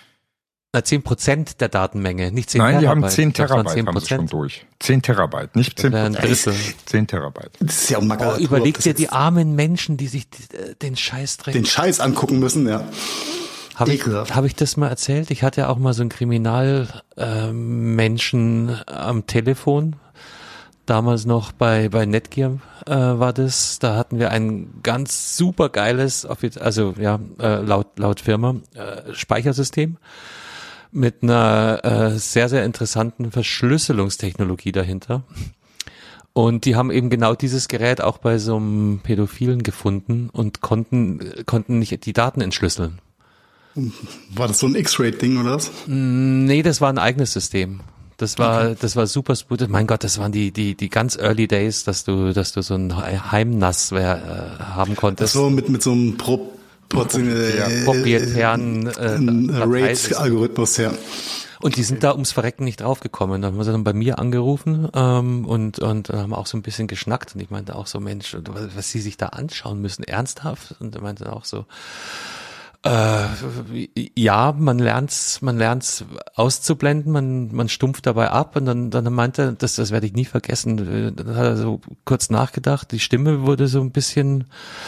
Na, zehn Prozent der Datenmenge, nicht zehn Nein, Terabyte. die haben zehn Ich glaub, es waren Terabyte zehn haben sie schon Prozent. durch. zehn Terabyte, nicht Das zehn wäre ein Prozent. Drittel. zehn Terabyte. das ist ja auch Makulatur, Oh, überleg ob das dir die jetzt armen Menschen, die sich die, den Scheißdreck den Scheiß angucken müssen, ja. Habe ich, Ekelhaft. hab ich das mal erzählt? Ich hatte ja auch mal so einen Kriminalmenschen ähm, Menschen am Telefon. Damals noch bei bei Netgear äh, war das. Da hatten wir ein ganz super geiles, also ja äh, laut laut Firma äh, Speichersystem mit einer äh, sehr sehr interessanten Verschlüsselungstechnologie dahinter. Und die haben eben genau dieses Gerät auch bei so einem Pädophilen gefunden und konnten konnten nicht die Daten entschlüsseln. War das so ein X-Ray-Ding oder was? Nee, das war ein eigenes System. Das war, okay. das war super smooth. Mein Gott, das waren die, die, die ganz early days, dass du, dass du so ein Heimnassware äh, haben konntest. So mit, mit so einem Pro, Pro, äh, proprietären äh, RAID-Algorithmus, ja. Und die sind da ums Verrecken nicht draufgekommen. Da haben sie dann bei mir angerufen ähm, und und haben auch so ein bisschen geschnackt. Und ich meinte auch so, Mensch, was, was sie sich da anschauen müssen, ernsthaft? Und er meinte auch so, Äh, ja, man lernt's, man lernt's auszublenden, man, man stumpft dabei ab und dann, dann meinte er, das, das werde ich nie vergessen. Dann hat er so kurz nachgedacht, die Stimme wurde so ein bisschen,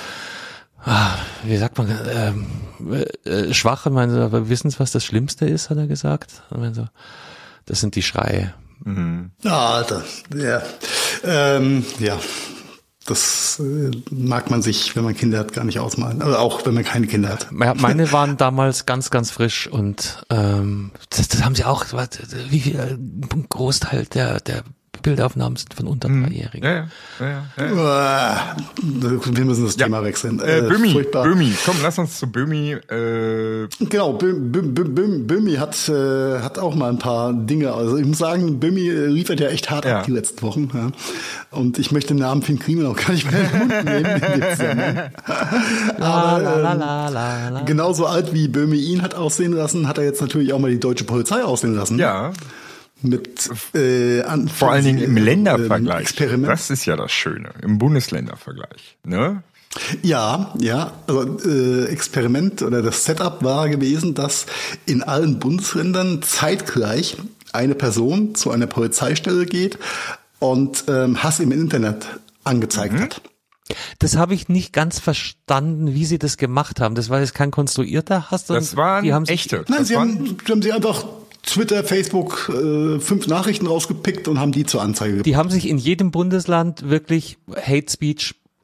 ah, wie sagt man, ähm, äh, schwach und meinte, aber wissen Sie, was das Schlimmste ist, hat er gesagt. Und meinte so, das sind die Schreie. Mhm. Ah, Alter, ja, ähm, ja. Das äh, mag man sich, wenn man Kinder hat, gar nicht ausmalen. Also auch, wenn man keine Kinder hat. Ja, meine waren damals ganz, ganz frisch und ähm, das, das haben sie auch, wie viel ein Großteil der, der Bildaufnahmen sind von unter Dreijährigen. Ja, ja, ja, ja. Wir müssen das ja. Thema wechseln. Äh, Böhmi, Böhmi, komm, lass uns zu Böhmi. Äh. Genau, Böhmi hat, äh, hat auch mal ein paar Dinge. Also ich muss sagen, Böhmi liefert ja echt hart ja. ab die letzten Wochen. Ja. Und ich möchte den Namen Finn Kliman auch gar nicht mehr in den Mund nehmen in dem Zusammenhang. Aber la, la, la, la, la. genauso alt wie Böhmi ihn hat aussehen lassen, hat er jetzt natürlich auch mal die deutsche Polizei aussehen lassen. Ja. Mit äh, an, vor allen Dingen im Ländervergleich. Äh, Experiment. Das ist ja das Schöne, im Bundesländervergleich, ne? Ja, ja, also äh, Experiment oder das Setup war gewesen, dass in allen Bundesländern zeitgleich eine Person zu einer Polizeistelle geht und ähm, Hass im Internet angezeigt mhm. hat. Das habe ich nicht ganz verstanden, wie sie das gemacht haben. Das war jetzt kein konstruierter Hass. Das waren die haben echte. Nein, das sie waren haben, sie haben sie einfach Twitter, Facebook, äh, fünf Nachrichten rausgepickt und haben die zur Anzeige gebracht. Die haben sich in jedem Bundesland wirklich Hate Speech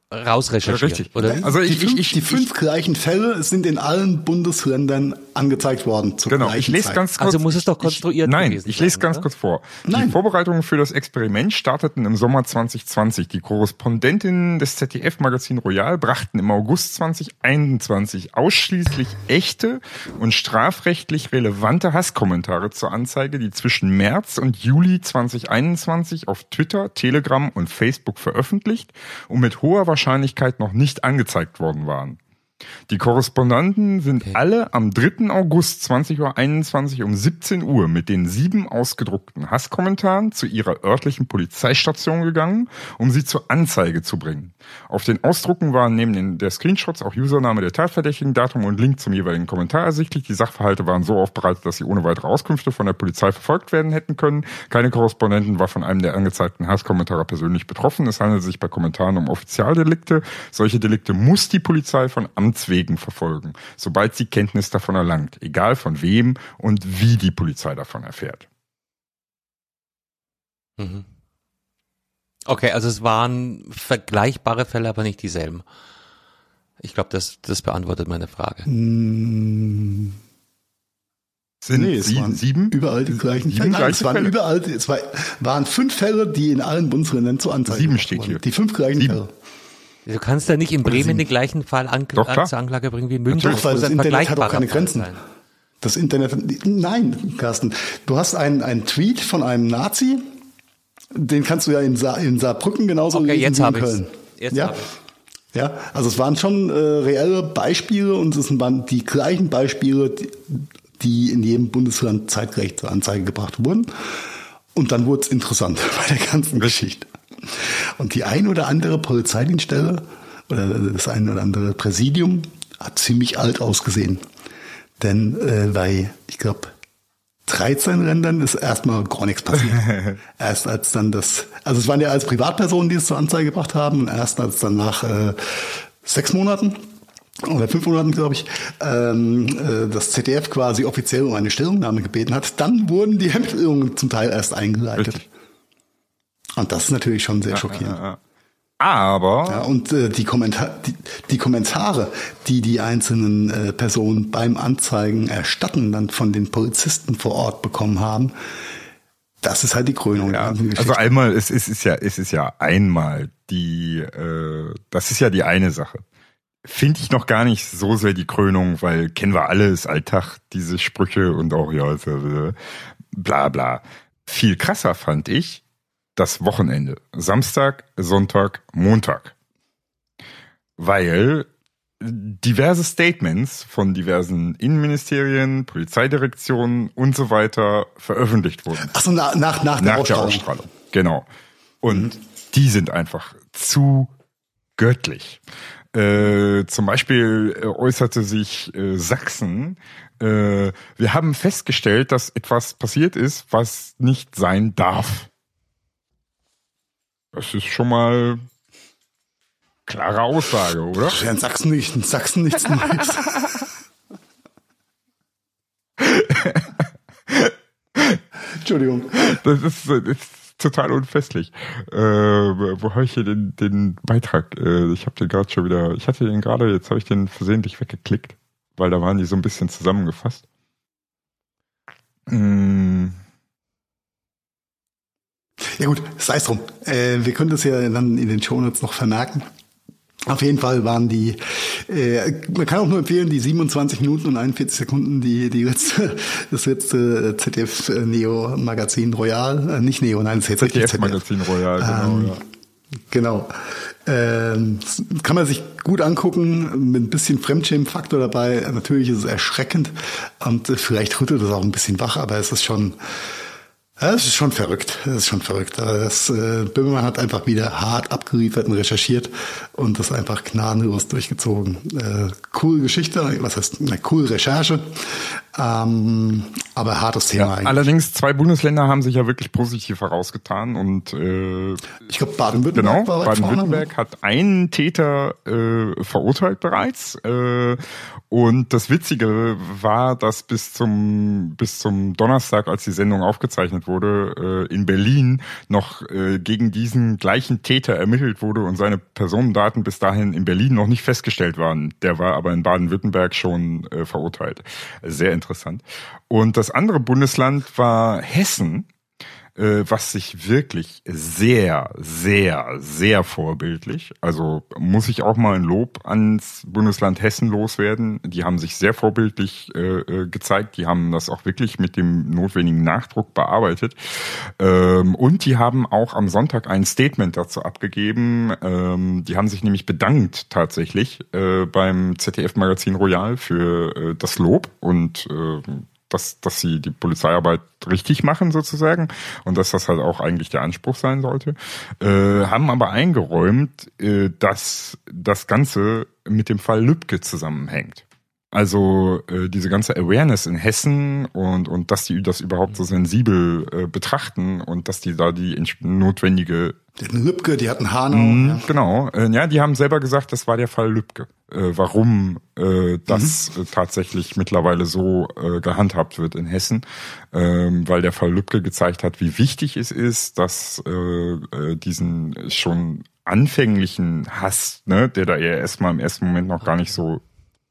rausrecherchiert, Richtig. oder? Also die, ich, fünf, ich, ich, die fünf ich, gleichen Fälle sind in allen Bundesländern angezeigt worden. Zur genau, gleichen ich lese Zeit. ganz kurz. Also muss es doch konstruiert ich, Nein, gewesen ich lese sein, ganz oder? kurz vor. Nein. Die Vorbereitungen für das Experiment starteten im Sommer zwanzig zwanzig. Die Korrespondentinnen des Z D F-Magazin Royal brachten im August zwanzig einundzwanzig ausschließlich echte und strafrechtlich relevante Hasskommentare zur Anzeige, die zwischen März und Juli zwanzig einundzwanzig auf Twitter, Telegram und Facebook veröffentlicht und mit hoher Wahrscheinlichkeit noch nicht angezeigt worden waren. Die Korrespondenten sind Okay. alle am dritten August zwanzig einundzwanzig um siebzehn Uhr mit den sieben ausgedruckten Hasskommentaren zu ihrer örtlichen Polizeistation gegangen, um sie zur Anzeige zu bringen. Auf den Ausdrucken waren neben den, der Screenshots auch Username der Tatverdächtigen, Datum und Link zum jeweiligen Kommentar ersichtlich. Die Sachverhalte waren so aufbereitet, dass sie ohne weitere Auskünfte von der Polizei verfolgt werden hätten können. Keine Korrespondenten war von einem der angezeigten Hasskommentare persönlich betroffen. Es handelt sich bei Kommentaren um Offizialdelikte. Solche Delikte muss die Polizei von Amts wegen verfolgen, sobald sie Kenntnis davon erlangt, egal von wem und wie die Polizei davon erfährt. Mhm. Okay, also es waren vergleichbare Fälle, aber nicht dieselben. Ich glaube, das, das beantwortet meine Frage. Mm, Sind nee, es sie, waren sieben? überall die gleichen Sieben Fälle. Nein, es gleiche waren Fälle? überall, es war, waren fünf Fälle, die in allen Bundesländern zur Anzeige Sieben gebracht steht wurden. hier. Die fünf gleichen Sieben. Fälle. Du kannst ja nicht in Bremen sieben. den gleichen Fall ankl- Doch, klar. zur Anklage bringen wie in München. Doch, weil muss das ein Internet hat auch keine vergleichbarer Fall Grenzen. sein. Das Internet, nein, Carsten, du hast einen, einen Tweet von einem Nazi, den kannst du ja in, Sa in Saarbrücken genauso Okay, lesen jetzt wie in habe ich's. Köln. Jetzt ja? habe ich's. Ja, also es waren schon äh, reelle Beispiele und es waren die gleichen Beispiele, die, die in jedem Bundesland zeitgleich zur Anzeige gebracht wurden. Und dann wurde es interessant bei der ganzen Geschichte. Und die ein oder andere Polizeidienststelle oder das ein oder andere Präsidium hat ziemlich alt ausgesehen. Denn äh, bei, ich glaube, dreizehn Ländern ist erstmal gar nichts passiert. Erst als dann das, also es waren ja als Privatpersonen, die es zur Anzeige gebracht haben, und erst als dann nach äh, sechs Monaten oder fünf Monaten, glaube ich, ähm, äh, das Z D F quasi offiziell um eine Stellungnahme gebeten hat, dann wurden die Ermittlungen zum Teil erst eingeleitet. Richtig. Und das ist natürlich schon sehr schockierend. Aber Ja, und äh, die, Kommentar die, die Kommentare, die die einzelnen äh, Personen beim Anzeigen erstatten, dann von den Polizisten vor Ort bekommen haben, das ist halt die Krönung. ja, der ganzen also Geschichte. einmal, es ist, ist ja, es ist ja einmal die, äh, das ist ja die eine Sache. Finde ich noch gar nicht so sehr die Krönung, weil kennen wir alle, ist Alltag, diese Sprüche und auch, ja, ist ja, bla bla. Viel krasser fand ich das Wochenende. Samstag, Sonntag, Montag. Weil diverse Statements von diversen Innenministerien, Polizeidirektionen und so weiter veröffentlicht wurden. Ach so, na, nach, nach, der Nach der Ausstrahlung. Ausstrahlung. Genau. Und die sind einfach zu göttlich. Äh, zum Beispiel äh, äußerte sich äh, Sachsen, äh, wir haben festgestellt, dass etwas passiert ist, was nicht sein darf. Das ist schon mal klare Aussage, oder? Das ist ja in Sachsen, nicht, in Sachsen nichts Neues. Entschuldigung. Das ist, das ist total unfestlich. Äh, wo habe ich hier den, den Beitrag? Äh, ich habe den gerade schon wieder, ich hatte den gerade, jetzt habe ich den versehentlich weggeklickt, weil da waren die so ein bisschen zusammengefasst. Mm. Ja gut, sei es drum. Äh, wir können das ja dann in den Shownotes noch vermerken. Auf jeden Fall waren die, äh, man kann auch nur empfehlen, die siebenundzwanzig Minuten und einundvierzig Sekunden, die, die letzte, das letzte Z D F-Neo-Magazin Royal, äh, nicht Neo, nein, das ist jetzt Z D richtig F-Magazin Royal, genau. Ähm, ja. Genau. Ähm, kann man sich gut angucken, mit ein bisschen Fremdschämen-Faktor dabei. Natürlich ist es erschreckend und äh, vielleicht rüttelt es auch ein bisschen wach, aber es ist schon, ja, es ist schon verrückt. Es ist schon verrückt. Aber das, äh, Böhmermann hat einfach wieder hart abgeliefert und recherchiert und das einfach gnadenlos durchgezogen. Äh, coole Geschichte, was heißt, eine coole Recherche. Ähm, aber hartes Thema Ja, eigentlich. allerdings, zwei Bundesländer haben sich ja wirklich positiv herausgetan und äh, Ich glaube, Baden-Württemberg genau, war weit vorne. Baden-Württemberg hat einen Täter äh, verurteilt bereits. Äh, und das Witzige war, dass bis zum bis zum Donnerstag, als die Sendung aufgezeichnet wurde, äh, in Berlin noch äh, gegen diesen gleichen Täter ermittelt wurde und seine Personendaten bis dahin in Berlin noch nicht festgestellt waren. Der war aber in Baden-Württemberg schon äh, verurteilt. Sehr interessant. Und das andere Bundesland war Hessen, was sich wirklich sehr, sehr, sehr vorbildlich, also muss ich auch mal ein Lob ans Bundesland Hessen loswerden. Die haben sich sehr vorbildlich äh, gezeigt. Die haben das auch wirklich mit dem notwendigen Nachdruck bearbeitet. Ähm, und die haben auch am Sonntag ein Statement dazu abgegeben. Ähm, die haben sich nämlich bedankt tatsächlich äh, beim Z D F-Magazin Royal für äh, das Lob und äh, dass, dass sie die Polizeiarbeit richtig machen sozusagen und dass das halt auch eigentlich der Anspruch sein sollte, äh, haben aber eingeräumt, äh, dass das Ganze mit dem Fall Lübcke zusammenhängt. Also äh, diese ganze Awareness in Hessen und und dass die das überhaupt so sensibel äh, betrachten und dass die da die notwendige Die hatten Lübcke, die hatten Hanau. Mhm, ja. Genau, äh, ja, die haben selber gesagt, das war der Fall Lübcke. Äh, warum äh, das mhm. äh, tatsächlich mittlerweile so äh, gehandhabt wird in Hessen, ähm, weil der Fall Lübcke gezeigt hat, wie wichtig es ist, dass äh, äh, diesen schon anfänglichen Hass, ne, der da ja erstmal im ersten Moment noch gar nicht so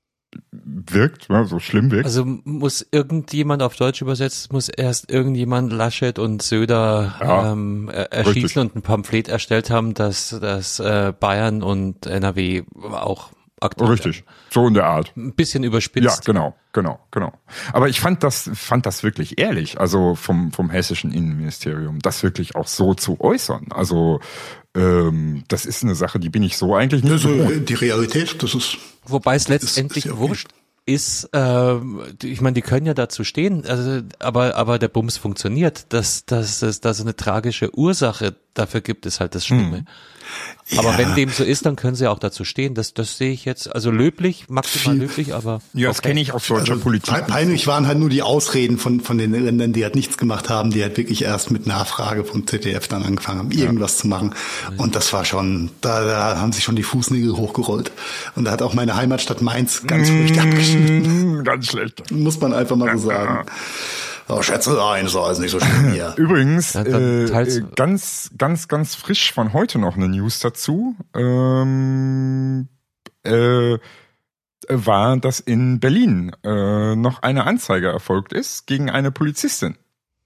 wirkt, ne, so schlimm wirkt. Also muss irgendjemand, auf Deutsch übersetzt, muss erst irgendjemand Laschet und Söder ja, ähm, erschießen richtig. und ein Pamphlet erstellt haben, dass, dass äh, Bayern und N R W auch aktiv Richtig, so in der Art. Ein bisschen überspitzt. Ja, genau, genau, genau. Aber ich fand das, fand das wirklich ehrlich, also vom, vom hessischen Innenministerium, das wirklich auch so zu äußern. Also, ähm, das ist eine Sache, die bin ich so eigentlich nicht Also, gewohnt. die Realität, das ist. Wobei es ist- letztendlich ist ja okay. wurscht ist, äh, ich meine, die können ja dazu stehen, also, aber, aber der Bums funktioniert. Dass, dass, dass, dass es eine tragische Ursache dafür gibt, ist halt das Schlimme. Aber Ja. wenn dem so ist, dann können sie auch dazu stehen. Das, das sehe ich jetzt, also löblich, maximal Viel- löblich, aber Ja, das okay. kenne ich aus deutscher Also, Politik. pe- peinlich waren halt nur die Ausreden von, von den Ländern, die halt nichts gemacht haben, die halt wirklich erst mit Nachfrage vom Z D F dann angefangen haben, irgendwas zu machen. Und das war schon, da, da haben sich schon die Fußnägel hochgerollt. Und da hat auch meine Heimatstadt Mainz ganz fürchterlich abgeschnitten. Mm, ganz schlecht. Muss man einfach mal so sagen. Oh, Schätzelein, ist doch alles nicht so schlimm hier. Übrigens, Ja, dann äh, teils- äh, ganz, ganz, ganz frisch von heute noch eine News dazu. Ähm, äh, war, dass in Berlin äh, noch eine Anzeige erfolgt ist gegen eine Polizistin.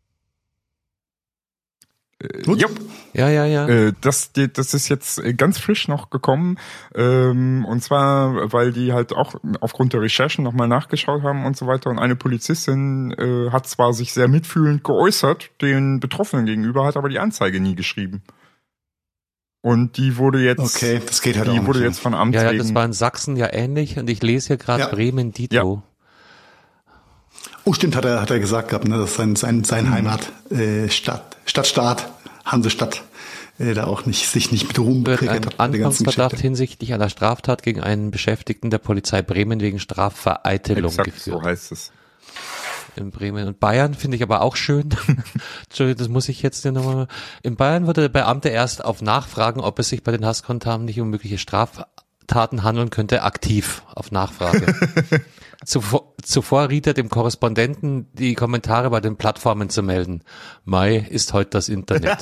Äh, Gut. jupp. Ja, ja, ja. Äh, das, die, das ist jetzt äh, ganz frisch noch gekommen. Ähm, und zwar, weil die halt auch aufgrund der Recherchen nochmal nachgeschaut haben und so weiter. Und eine Polizistin äh, hat zwar sich sehr mitfühlend geäußert den Betroffenen gegenüber, hat aber die Anzeige nie geschrieben. Und die wurde jetzt, Okay, das geht halt auch die nicht. wurde ne? jetzt von ja, Amtslegen. ja, das war in Sachsen ja ähnlich und ich lese hier gerade Ja. Bremen Dito. Oh, stimmt, hat er, hat er gesagt gehabt, ne, dass sein, sein, sein Heimat, äh, Stadt, Stadtstaat, Hansestadt, äh, da auch nicht, sich nicht mit Ruhm Wird bekleckert ein hat. bei der ganzen Anfangsverdacht Geschichte. hinsichtlich einer Straftat gegen einen Beschäftigten der Polizei Bremen wegen Strafvereitelung Exakt, geführt. so heißt es. In Bremen und Bayern finde ich aber auch schön. Entschuldigung, das muss ich jetzt hier nochmal. In Bayern wurde der Beamte erst auf Nachfragen, ob es sich bei den Hasskommentaren nicht um mögliche Straftaten handeln könnte, aktiv auf Nachfrage. Zuvor, zuvor riet er dem Korrespondenten, die Kommentare bei den Plattformen zu melden. Mai ist heute das Internet.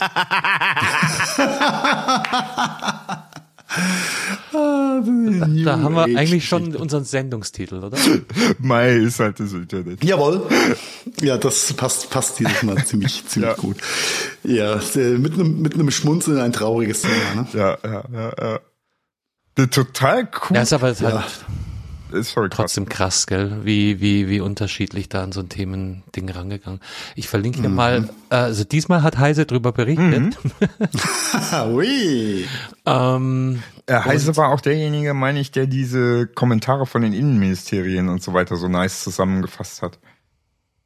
Ah, New Da haben wir Age eigentlich schon Geschichte. unseren Sendungstitel, oder? Mai ist halt das Internet. Jawohl. Ja, das passt, passt dieses Mal ziemlich, ziemlich Ja. gut. Ja, äh, mit einem, mit einem Schmunzeln ein trauriges Thema, ne? Ja, ja, ja, ja. Das total cool. Ja, ist aber halt Ja. Ist voll krass. trotzdem krass, gell? Wie, wie, wie unterschiedlich da an so ein Themending rangegangen. Ich verlinke hier mal, äh, also diesmal hat Heise drüber berichtet. Ah, ui. ähm, Äh, Heise war auch derjenige, meine ich, der diese Kommentare von den Innenministerien und so weiter so nice zusammengefasst hat.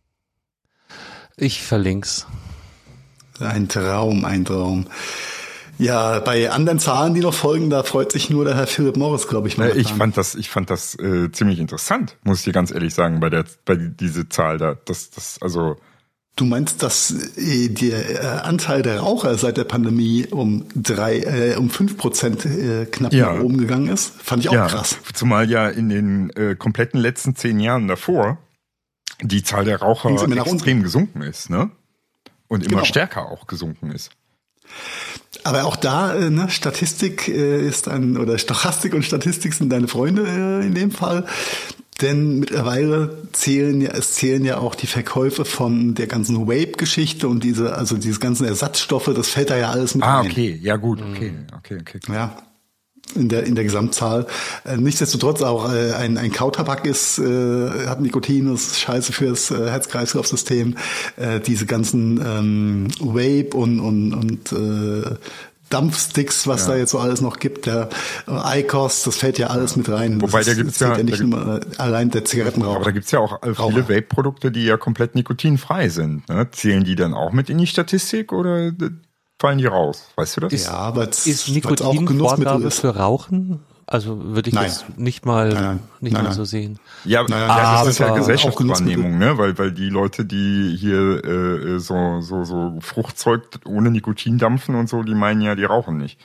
ich verlink's. Ein Traum, ein Traum. Ja, bei anderen Zahlen, die noch folgen, da freut sich nur der Herr Philip Morris, glaube ich. Ich fand das, ich fand das äh, ziemlich interessant, muss ich dir ganz ehrlich sagen, bei der, bei diese Zahl da. Das, das, also. Du meinst, dass äh, der äh, Anteil der Raucher seit der Pandemie um drei, äh, um fünf Prozent äh, knapp ja. nach oben gegangen ist? Fand ich auch ja, krass. Zumal ja in den äh, kompletten letzten zehn Jahren davor die Zahl der Raucher extrem gesunken ist, ne? Und immer genau. stärker auch gesunken ist. Aber auch da, äh, ne, Statistik äh, ist ein, oder Stochastik und Statistik sind deine Freunde äh, in dem Fall. Denn mittlerweile zählen ja, es zählen ja auch die Verkäufe von der ganzen Vape-Geschichte und diese, also diese ganzen Ersatzstoffe, das fällt da ja alles mit ah, rein. Ah, okay, ja gut, okay, okay, okay. Ja. In der, in der Gesamtzahl. Äh, nichtsdestotrotz auch äh, ein, ein Kautabak ist, äh, hat Nikotin, das ist scheiße fürs äh, Herz-Kreislauf-System. Äh, diese ganzen ähm, Vape und, und, und äh, Dampfsticks, was ja. da jetzt so alles noch gibt, der äh, I C O S, das fällt ja alles mit rein. Wobei, das da ist, gibt's ja, ja nicht da nur allein der Zigarettenrauch. Aber da gibt's ja auch viele Vape-Produkte, die ja komplett nikotinfrei sind. Ne? Zählen die dann auch mit in die Statistik oder fallen die raus? Weißt du das? Ist, ja, weil ist Nikotin Vorgabe für Rauchen? Also würde ich nein. das nicht mal nein, nein. nicht nein, mal nein. so sehen. Ja, nein, nein, ah, das ist ja Gesellschaftswahrnehmung, ne? Weil weil die Leute, die hier äh, so so so Fruchtzeug ohne Nikotin dampfen und so, die meinen ja, die rauchen nicht.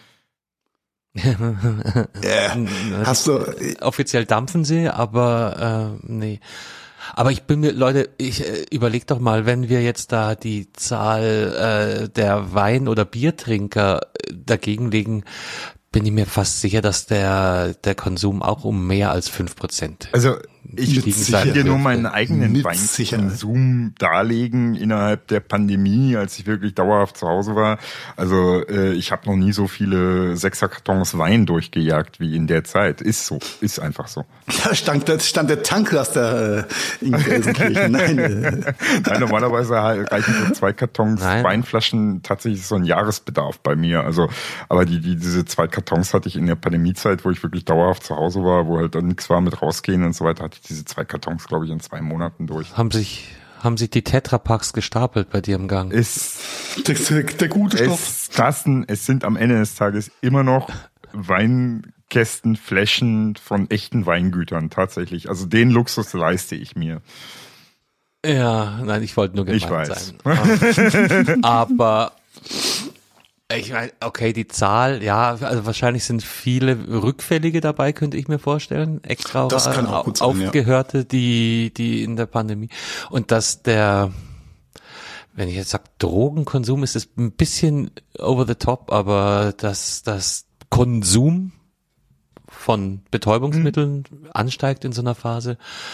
yeah. Hast du offiziell dampfen sie, aber äh, nee. Aber ich bin mir, Leute, ich äh, überleg doch mal, wenn wir jetzt da die Zahl äh, der Wein- oder Biertrinker äh, dagegen legen, bin ich mir fast sicher, dass der der Konsum auch um mehr als fünf Prozent. Also ich kann dir nur meinen eigenen Weinkonsum darlegen innerhalb der Pandemie, als ich wirklich dauerhaft zu Hause war. Also äh, ich habe noch nie so viele Sechserkartons Wein durchgejagt wie in der Zeit. Ist so, ist einfach so. Da stand, da stand der Tanklaster äh, in Gelsenkirchen. Nein, äh. Nein, normalerweise reichen so zwei Kartons Nein. Weinflaschen tatsächlich so ein Jahresbedarf bei mir. Also, aber die, die diese zwei Kartons hatte ich in der Pandemiezeit, wo ich wirklich dauerhaft zu Hause war, wo halt dann nichts war mit rausgehen und so weiter, hatte ich diese zwei Kartons, glaube ich, in zwei Monaten durch. Haben sich, haben sich die Tetrapacks gestapelt bei dir im Gang? Ist der, der, der gute Stoff. Carsten, es sind am Ende des Tages immer noch Weinkästen, Flaschen von echten Weingütern tatsächlich. Also den Luxus leiste ich mir. Ja, nein, ich wollte nur gemein ich weiß. sein. Aber ich meine, okay, die Zahl, ja, also wahrscheinlich sind viele Rückfällige dabei, könnte ich mir vorstellen. Extra das kann auch gut sein, Aufgehörte, ja. die, die in der Pandemie. Und dass der, wenn ich jetzt sage, Drogenkonsum ist es ein bisschen over the top, aber dass das Konsum von Betäubungsmitteln mhm. ansteigt in so einer Phase,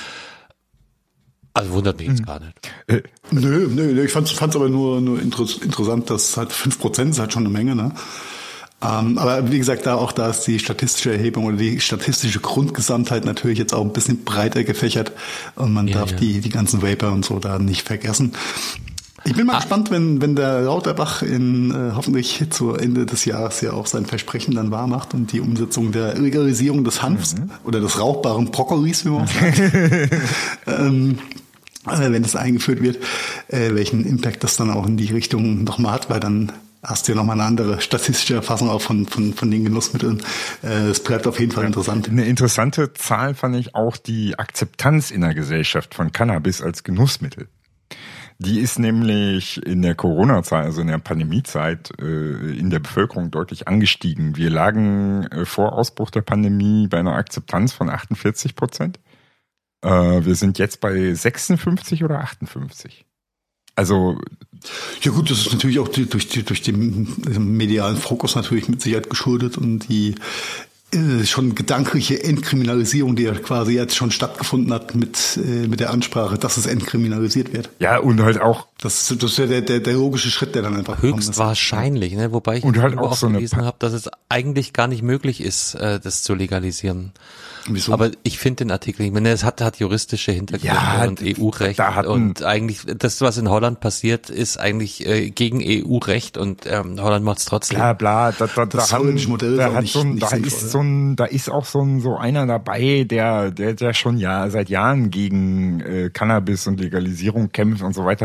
also wundert mich jetzt mhm. gar nicht. Äh, nö, nö, ich fand's, fand's aber nur, nur interessant, dass halt fünf Prozent ist halt schon eine Menge, ne? Ähm, aber wie gesagt, da auch da ist die statistische Erhebung oder die statistische Grundgesamtheit natürlich jetzt auch ein bisschen breiter gefächert und man ja, darf ja. die, die ganzen Vapor und so da nicht vergessen. Ich bin mal ah. gespannt, wenn, wenn der Lauterbach in, äh, hoffentlich zu Ende des Jahres ja auch sein Versprechen dann wahr macht und die Umsetzung der Legalisierung des Hanfs mhm. oder des rauchbaren Brokkolis, wie man auch sagt, ähm, äh, wenn das eingeführt wird, äh, welchen Impact das dann auch in die Richtung nochmal hat, weil dann hast du ja nochmal eine andere statistische Erfassung auch von, von, von den Genussmitteln. Äh, es bleibt auf jeden Fall interessant. Eine interessante Zahl fand ich auch die Akzeptanz in der Gesellschaft von Cannabis als Genussmittel. Die ist nämlich in der Corona-Zeit, also in der Pandemiezeit, in der Bevölkerung deutlich angestiegen. Wir lagen vor Ausbruch der Pandemie bei einer Akzeptanz von achtundvierzig Prozent. Wir sind jetzt bei sechsundfünfzig oder achtundfünfzig. Also ja gut, das ist natürlich auch die, durch, die, durch den medialen Fokus natürlich mit Sicherheit geschuldet und die schon gedankliche Entkriminalisierung, die ja quasi jetzt schon stattgefunden hat mit äh, mit der Ansprache, dass es entkriminalisiert wird. Ja, und halt auch das, das ist ja der, der der logische Schritt, der dann einfach höchstwahrscheinlich, ne? Wobei ich und halt auch, auch so gelesen eine habe, dass es eigentlich gar nicht möglich ist, äh, das zu legalisieren. Wieso? Aber ich finde den Artikel, ich meine, es hat, hat juristische Hintergründe ja, und E U-Recht und eigentlich das, was in Holland passiert, ist eigentlich äh, gegen E U-Recht und ähm, Holland macht es trotzdem. Bla bla, da, da, das da, haben, Modell da, ist hat nicht, so ein, nicht da sinnvoll, ist so ein, da ist auch so ein so einer dabei, der der der schon ja seit Jahren gegen äh, Cannabis und Legalisierung kämpft und so weiter, der da irgendwie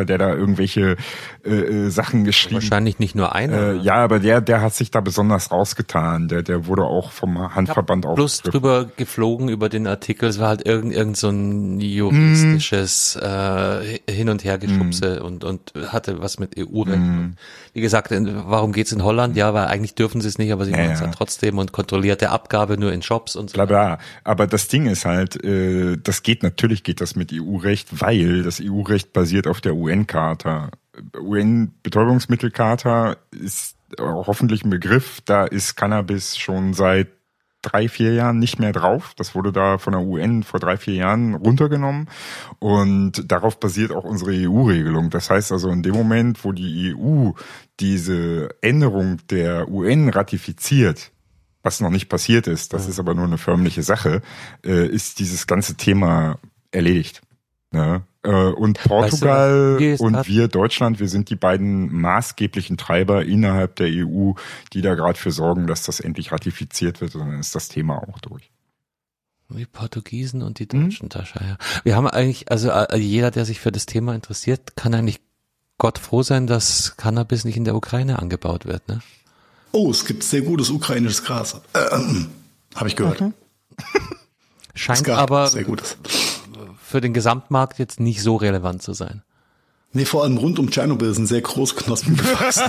irgendwelche äh, Sachen geschrieben. Wahrscheinlich nicht nur einer. Äh, ja, aber der, der hat sich da besonders rausgetan. Der, der wurde auch vom Handverband auch bloß aufgegriffen. drüber geflogen über den Artikel. Es war halt irgend, irgend so ein juristisches mm. äh, Hin- und Hergeschubse mm. und, und hatte was mit E U-Recht. Mm. Wie gesagt, warum geht's in Holland? Ja, weil eigentlich dürfen sie es nicht, aber sie ja, machen es ja. halt trotzdem und kontrollierte Abgabe nur in Shops und so. Bla, bla. Aber das Ding ist halt, äh, das geht, natürlich geht das mit E U-Recht, weil das E U-Recht basiert auf der U N-Charta. U N-Betäubungsmittelcharta ist hoffentlich ein Begriff, da ist Cannabis schon seit drei, vier Jahren nicht mehr drauf. Das wurde da von der U N vor drei, vier Jahren runtergenommen und darauf basiert auch unsere E U-Regelung. Das heißt also, in dem Moment, wo die E U diese Änderung der U N ratifiziert, was noch nicht passiert ist, das ist aber nur eine förmliche Sache, ist dieses ganze Thema erledigt. Ja, und Portugal weißt du, und wir Deutschland, wir sind die beiden maßgeblichen Treiber innerhalb der E U, die da gerade für sorgen, dass das endlich ratifiziert wird, und dann ist das Thema auch durch. Die Portugiesen und die Deutschen, hm? Tascha, ja. Wir haben eigentlich, also jeder, der sich für das Thema interessiert, kann eigentlich Gott froh sein, dass Cannabis nicht in der Ukraine angebaut wird, ne? Oh, es gibt sehr gutes ukrainisches Gras. Ähm, habe ich gehört. Okay. Scheint aber sehr gutes. Für den Gesamtmarkt jetzt nicht so relevant zu sein. Nee, vor allem rund um Tschernobyl sind sehr große Knospen gefasst.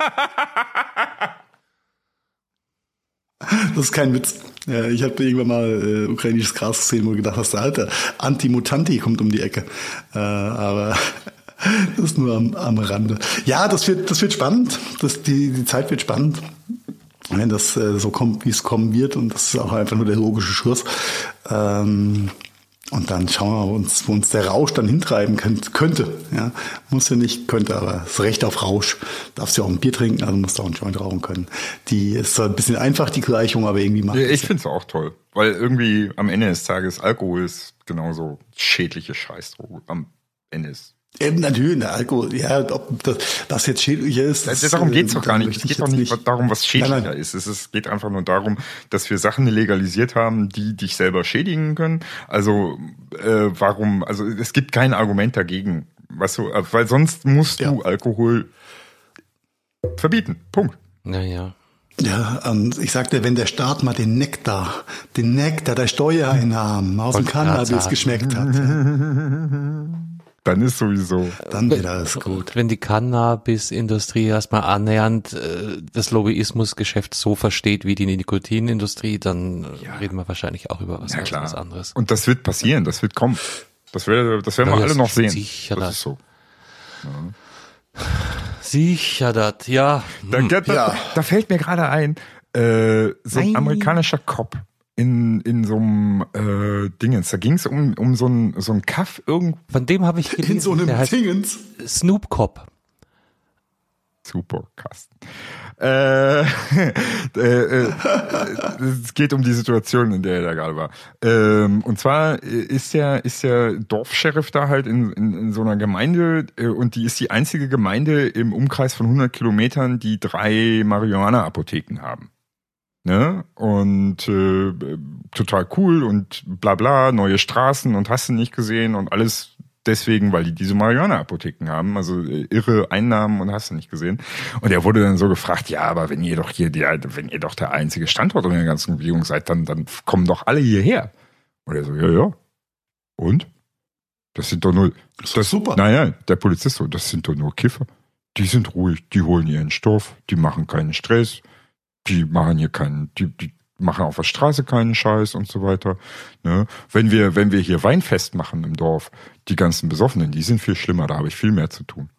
Das ist kein Witz. Ich habe irgendwann mal äh, ukrainisches Gras gesehen, wo ich gedacht hast, Alter, Anti-Mutanti kommt um die Ecke. Äh, aber das ist nur am, am Rande. Ja, das wird, das wird spannend. Das, die, die Zeit wird spannend. Wenn das äh, so kommt, wie es kommen wird. Und das ist auch einfach nur der logische Schluss. Ähm, Und dann schauen wir uns, wo uns der Rausch dann hintreiben könnte. Ja, muss ja nicht, könnte, aber das Recht auf Rausch. Darfst ja auch ein Bier trinken, also musst du auch einen Joint rauchen können. Die ist zwar ein bisschen einfach, die Gleichung, aber irgendwie macht ja, ich finde es auch toll, weil irgendwie am Ende des Tages Alkohol ist genauso schädliche Scheißdroge. Am Ende ist Eben natürlich, der Alkohol, ja, ob das, das jetzt schädlicher ist. Das, darum geht's doch gar nicht. Es geht doch nicht, nicht darum, was schädlicher nein, nein. ist. Es ist, geht einfach nur darum, dass wir Sachen legalisiert haben, die dich selber schädigen können. Also äh, warum, also es gibt kein Argument dagegen. Weißt du, weil sonst musst ja. du Alkohol verbieten. Punkt. Naja. Ja, und ich sagte, wenn der Staat mal den Nektar, den Nektar der Steuereinnahmen aus dem Cannabis geschmeckt hat. Dann ist sowieso. Dann wird alles gut. Wenn die Cannabis-Industrie erstmal annähernd äh, das Lobbyismusgeschäft so versteht wie die Nikotinindustrie, dann ja. reden wir wahrscheinlich auch über was, ja, klar. was anderes. Und das wird passieren, das wird kommen. Das, wär, das werden ja, wir alle noch sehen. Sicher das das. ist so. Ja. Sicher das, ja. Da, da, da, ja. da fällt mir gerade ein, äh, so ein Nein. amerikanischer Cop. In, in so einem äh, Dingens. Da ging es um, um so ein so ein Kaff irgendwo. Von dem habe ich gelesen. In so einem Dingens. Snoop Cop. Super, Carsten. Äh, äh, äh, es geht um die Situation, in der er da gerade war. Ähm, und zwar ist der, ist der Dorfscheriff da halt in, in, in so einer Gemeinde äh, und die ist die einzige Gemeinde im Umkreis von hundert Kilometern, die drei Marihuana-Apotheken haben. Ne? Und äh, total cool und bla bla, neue Straßen und hast du nicht gesehen und alles deswegen, weil die diese Marihuana-Apotheken haben, also äh, irre Einnahmen und hast du nicht gesehen. Und er wurde dann so gefragt, ja, aber wenn ihr doch hier, die, wenn ihr doch der einzige Standort in der ganzen Umgebung seid, dann, dann kommen doch alle hierher. Und er so, ja, ja. Und? Das sind doch nur... Das ist das, super. Naja, der Polizist so, das sind doch nur Kiffer. Die sind ruhig, die holen ihren Stoff, die machen keinen Stress. Die machen hier keinen, die, die machen auf der Straße keinen Scheiß und so weiter. Ne? Wenn wir, wenn wir hier Weinfest machen im Dorf, die ganzen Besoffenen, die sind viel schlimmer, da habe ich viel mehr zu tun.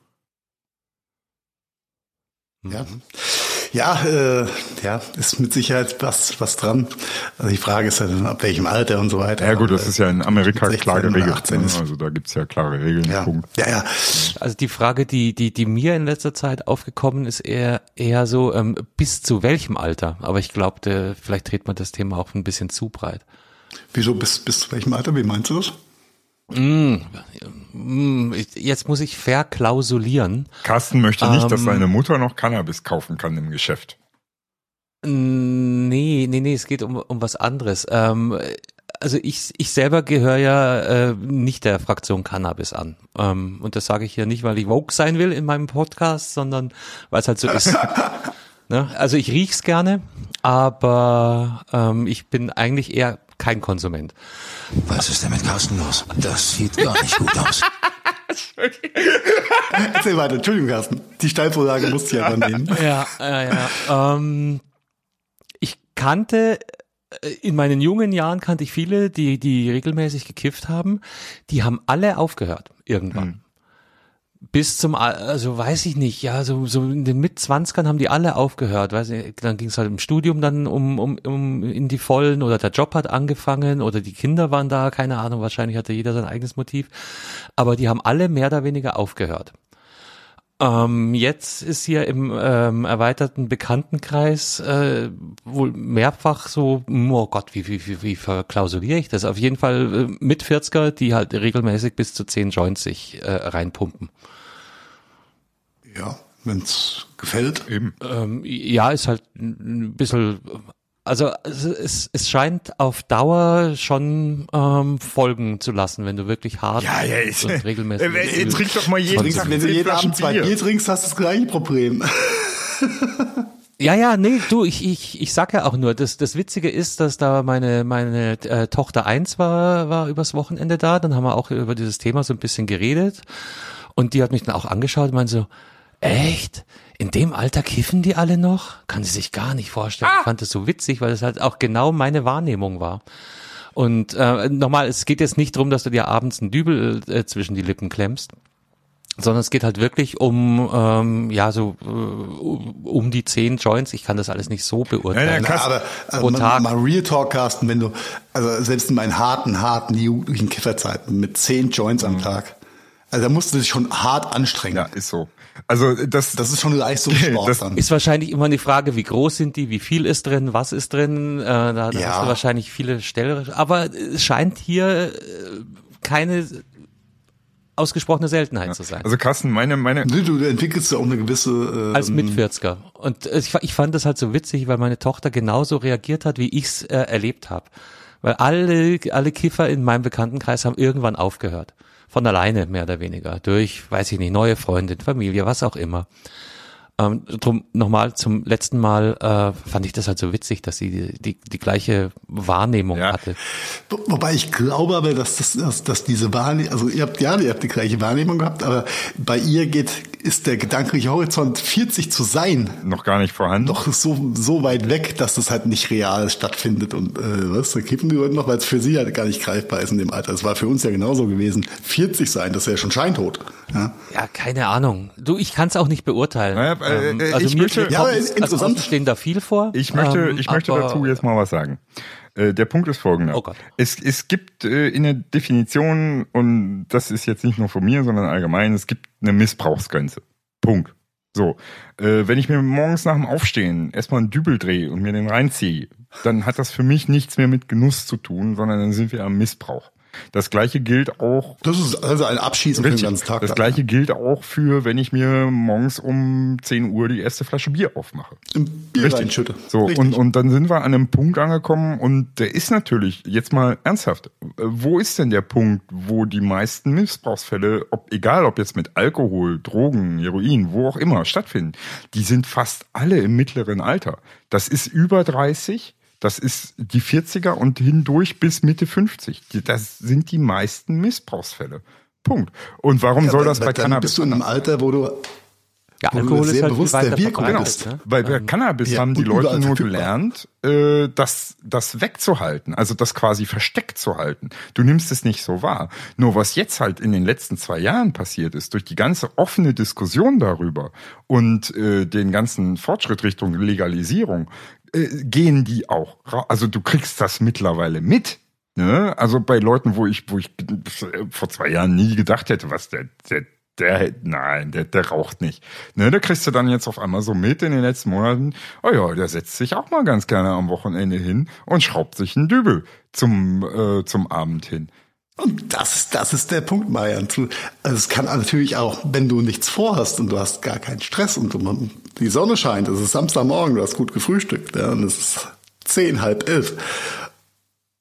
Ja, ja, äh, ja, ist mit Sicherheit was, was dran. Also die Frage ist ja dann, ab welchem Alter und so weiter. Ja gut, das ist ja in Amerika klar geregelt. achtzehn ist. Also da gibt's ja klare Regeln. Ja. Punkt. ja, ja. Also die Frage, die, die, die mir in letzter Zeit aufgekommen ist, eher, eher so, ähm, bis zu welchem Alter? Aber ich glaube, vielleicht dreht man das Thema auch ein bisschen zu breit. Wieso, bis, bis zu welchem Alter? Wie meinst du das? Mm, mm, jetzt muss ich verklausulieren. Carsten möchte nicht, ähm, dass seine Mutter noch Cannabis kaufen kann im Geschäft. Nee, nee, nee, es geht um, um was anderes. Ähm, also ich, ich selber gehöre ja äh, nicht der Fraktion Cannabis an. Ähm, und das sage ich hier nicht, weil ich woke sein will in meinem Podcast, sondern weil es halt so ist. Ne? Also ich riech's gerne, aber ähm, ich bin eigentlich eher kein Konsument. Was ist denn mit Carsten los? Das sieht gar nicht gut aus. Erzähl weiter, Entschuldigung, Carsten. Die Steilvorlage musst du ja dann nehmen. Ja, ja, ja. Ähm, ich kannte, in meinen jungen Jahren kannte ich viele, die, die regelmäßig gekifft haben. Die haben alle aufgehört, irgendwann. Hm. Bis zum, also weiß ich nicht, ja, so, so in den Mitzwanzigern haben die alle aufgehört, weiß ich, dann ging es halt im Studium dann um, um, um in die Vollen oder der Job hat angefangen oder die Kinder waren da, keine Ahnung, wahrscheinlich hatte jeder sein eigenes Motiv, aber die haben alle mehr oder weniger aufgehört. Ähm, jetzt ist hier im ähm, erweiterten Bekanntenkreis äh, wohl mehrfach so, oh Gott, wie, wie, wie, wie verklausuliere ich das? Auf jeden Fall äh, mit vierziger, die halt regelmäßig bis zu zehn Joints sich äh, reinpumpen. Ja, wenn's gefällt. Eben. Ähm, ja, ist halt ein bisschen, also es, es scheint auf Dauer schon ähm, folgen zu lassen, wenn du wirklich hart Ja, ja, ist, und regelmäßig. Äh, trink doch mal jeden Tag Wenn du zehn jeden Flaschen Abend zwei Bier. Bier trinkst, hast du das gleiche Problem. Ja, ja, nee, du, ich, ich, ich sag ja auch nur, das, das Witzige ist, dass da meine, meine äh, Tochter eins war, war übers Wochenende da, dann haben wir auch über dieses Thema so ein bisschen geredet und die hat mich dann auch angeschaut und meinte so, echt? In dem Alter kiffen die alle noch? Kann sie sich gar nicht vorstellen. Ich fand das so witzig, weil das halt auch genau meine Wahrnehmung war. Und äh, nochmal, es geht jetzt nicht darum, dass du dir abends einen Dübel äh, zwischen die Lippen klemmst, sondern es geht halt wirklich um ähm, ja so äh, um die zehn Joints. Ich kann das alles nicht so beurteilen. Na, aber also mal, mal Real Talk, Carsten, wenn du, also selbst in meinen harten, harten jugendlichen Kifferzeiten mit zehn Joints am Tag, also da musst du dich schon hart anstrengen. Ja, ist so. Also das, das ist schon Leistungssport das dann. Ist wahrscheinlich immer eine Frage, wie groß sind die, wie viel ist drin, was ist drin. Äh, da da Ja. hast du wahrscheinlich viele Stellen. Aber es scheint hier äh, keine ausgesprochene Seltenheit zu sein. Also Carsten, meine, meine. Du, du entwickelst ja auch eine gewisse. Äh, Als Mitvierziger. Und ich, ich fand das halt so witzig, weil meine Tochter genauso reagiert hat, wie ich's äh, erlebt habe. Weil alle, alle Kiffer in meinem Bekanntenkreis haben irgendwann aufgehört. Von alleine, mehr oder weniger. Durch, weiß ich nicht, neue Freundin, Familie, was auch immer. Ähm, drum nochmal zum letzten Mal äh, fand ich das halt so witzig, dass sie die, die, die gleiche Wahrnehmung Ja. hatte. Wo- Wobei ich glaube aber, dass das, dass, dass diese Wahrnehmung, also ihr habt ja, ihr habt die gleiche Wahrnehmung gehabt, aber bei ihr geht, ist der gedankliche Horizont vierzig zu sein Noch gar nicht vorhanden. doch so, so weit weg, dass das halt nicht real stattfindet und äh, was, da kippen die Leute noch, weil es für sie halt gar nicht greifbar ist in dem Alter. Das war für uns ja genauso gewesen. vierzig sein, das ist ja schon scheintot. Ja, Ja, keine Ahnung. Du, ich kann es auch nicht beurteilen. Naja, äh, ähm, äh, also ich mir möchte- kommt Ja, aber es als interessant. Außenstehender viel vor. Ich möchte, ähm, ich möchte aber- dazu jetzt mal was sagen. Äh, der Punkt ist folgender. Oh Gott. Es, es gibt äh, in der Definition, und das ist jetzt nicht nur von mir, sondern allgemein, es gibt eine Missbrauchsgrenze. Punkt. So, äh, wenn ich mir morgens nach dem Aufstehen erstmal einen Dübel drehe und mir den reinziehe, dann hat das für mich nichts mehr mit Genuss zu tun, sondern dann sind wir am Missbrauch. Das gleiche gilt auch das ist also ein Abschießen für den ganzen Tag. Das dann. gleiche gilt auch für, wenn ich mir morgens um zehn Uhr die erste Flasche Bier aufmache. Im Bier reinschütte. So, Richtig. und, und dann sind wir an einem Punkt angekommen und der ist natürlich, jetzt mal ernsthaft, äh, wo ist denn der Punkt, wo die meisten Missbrauchsfälle, ob, egal ob jetzt mit Alkohol, Drogen, Heroin, wo auch immer stattfinden, die sind fast alle im mittleren Alter. Das ist über dreißig. Das ist die vierziger und hindurch bis Mitte fünfzig. Die- Das sind die meisten Missbrauchsfälle. Punkt. Und warum Ja, soll aber- das bei aber dann Cannabis bist du in einem Alter, wo du Ja, wo du Alkohol sehr ist halt bewusst viel der weiter Wirkung verbreitet, bist. ne? Bei, bei Cannabis ja, haben die und Leute überall nur verfügbar. gelernt, äh, das, das wegzuhalten, also das quasi versteckt zu halten. Du nimmst es nicht so wahr. Nur was jetzt halt in den letzten zwei Jahren passiert ist, durch die ganze offene Diskussion darüber und äh, den ganzen Fortschritt Richtung Legalisierung, äh, gehen die auch. ra- Also du kriegst das mittlerweile mit. Ne? Also bei Leuten, wo ich, wo ich vor zwei Jahren nie gedacht hätte, was der, der Der, nein, der, der raucht nicht. Ne, da kriegst du dann jetzt auf einmal so mit in den letzten Monaten, oh ja, der setzt sich auch mal ganz gerne am Wochenende hin und schraubt sich einen Dübel zum, äh, zum Abend hin. Und das, das ist der Punkt, Marian. Zu- Also es kann natürlich auch, wenn du nichts vorhast und du hast gar keinen Stress und du, die Sonne scheint, es ist Samstagmorgen, du hast gut gefrühstückt, ja, und es ist zehn, halb elf.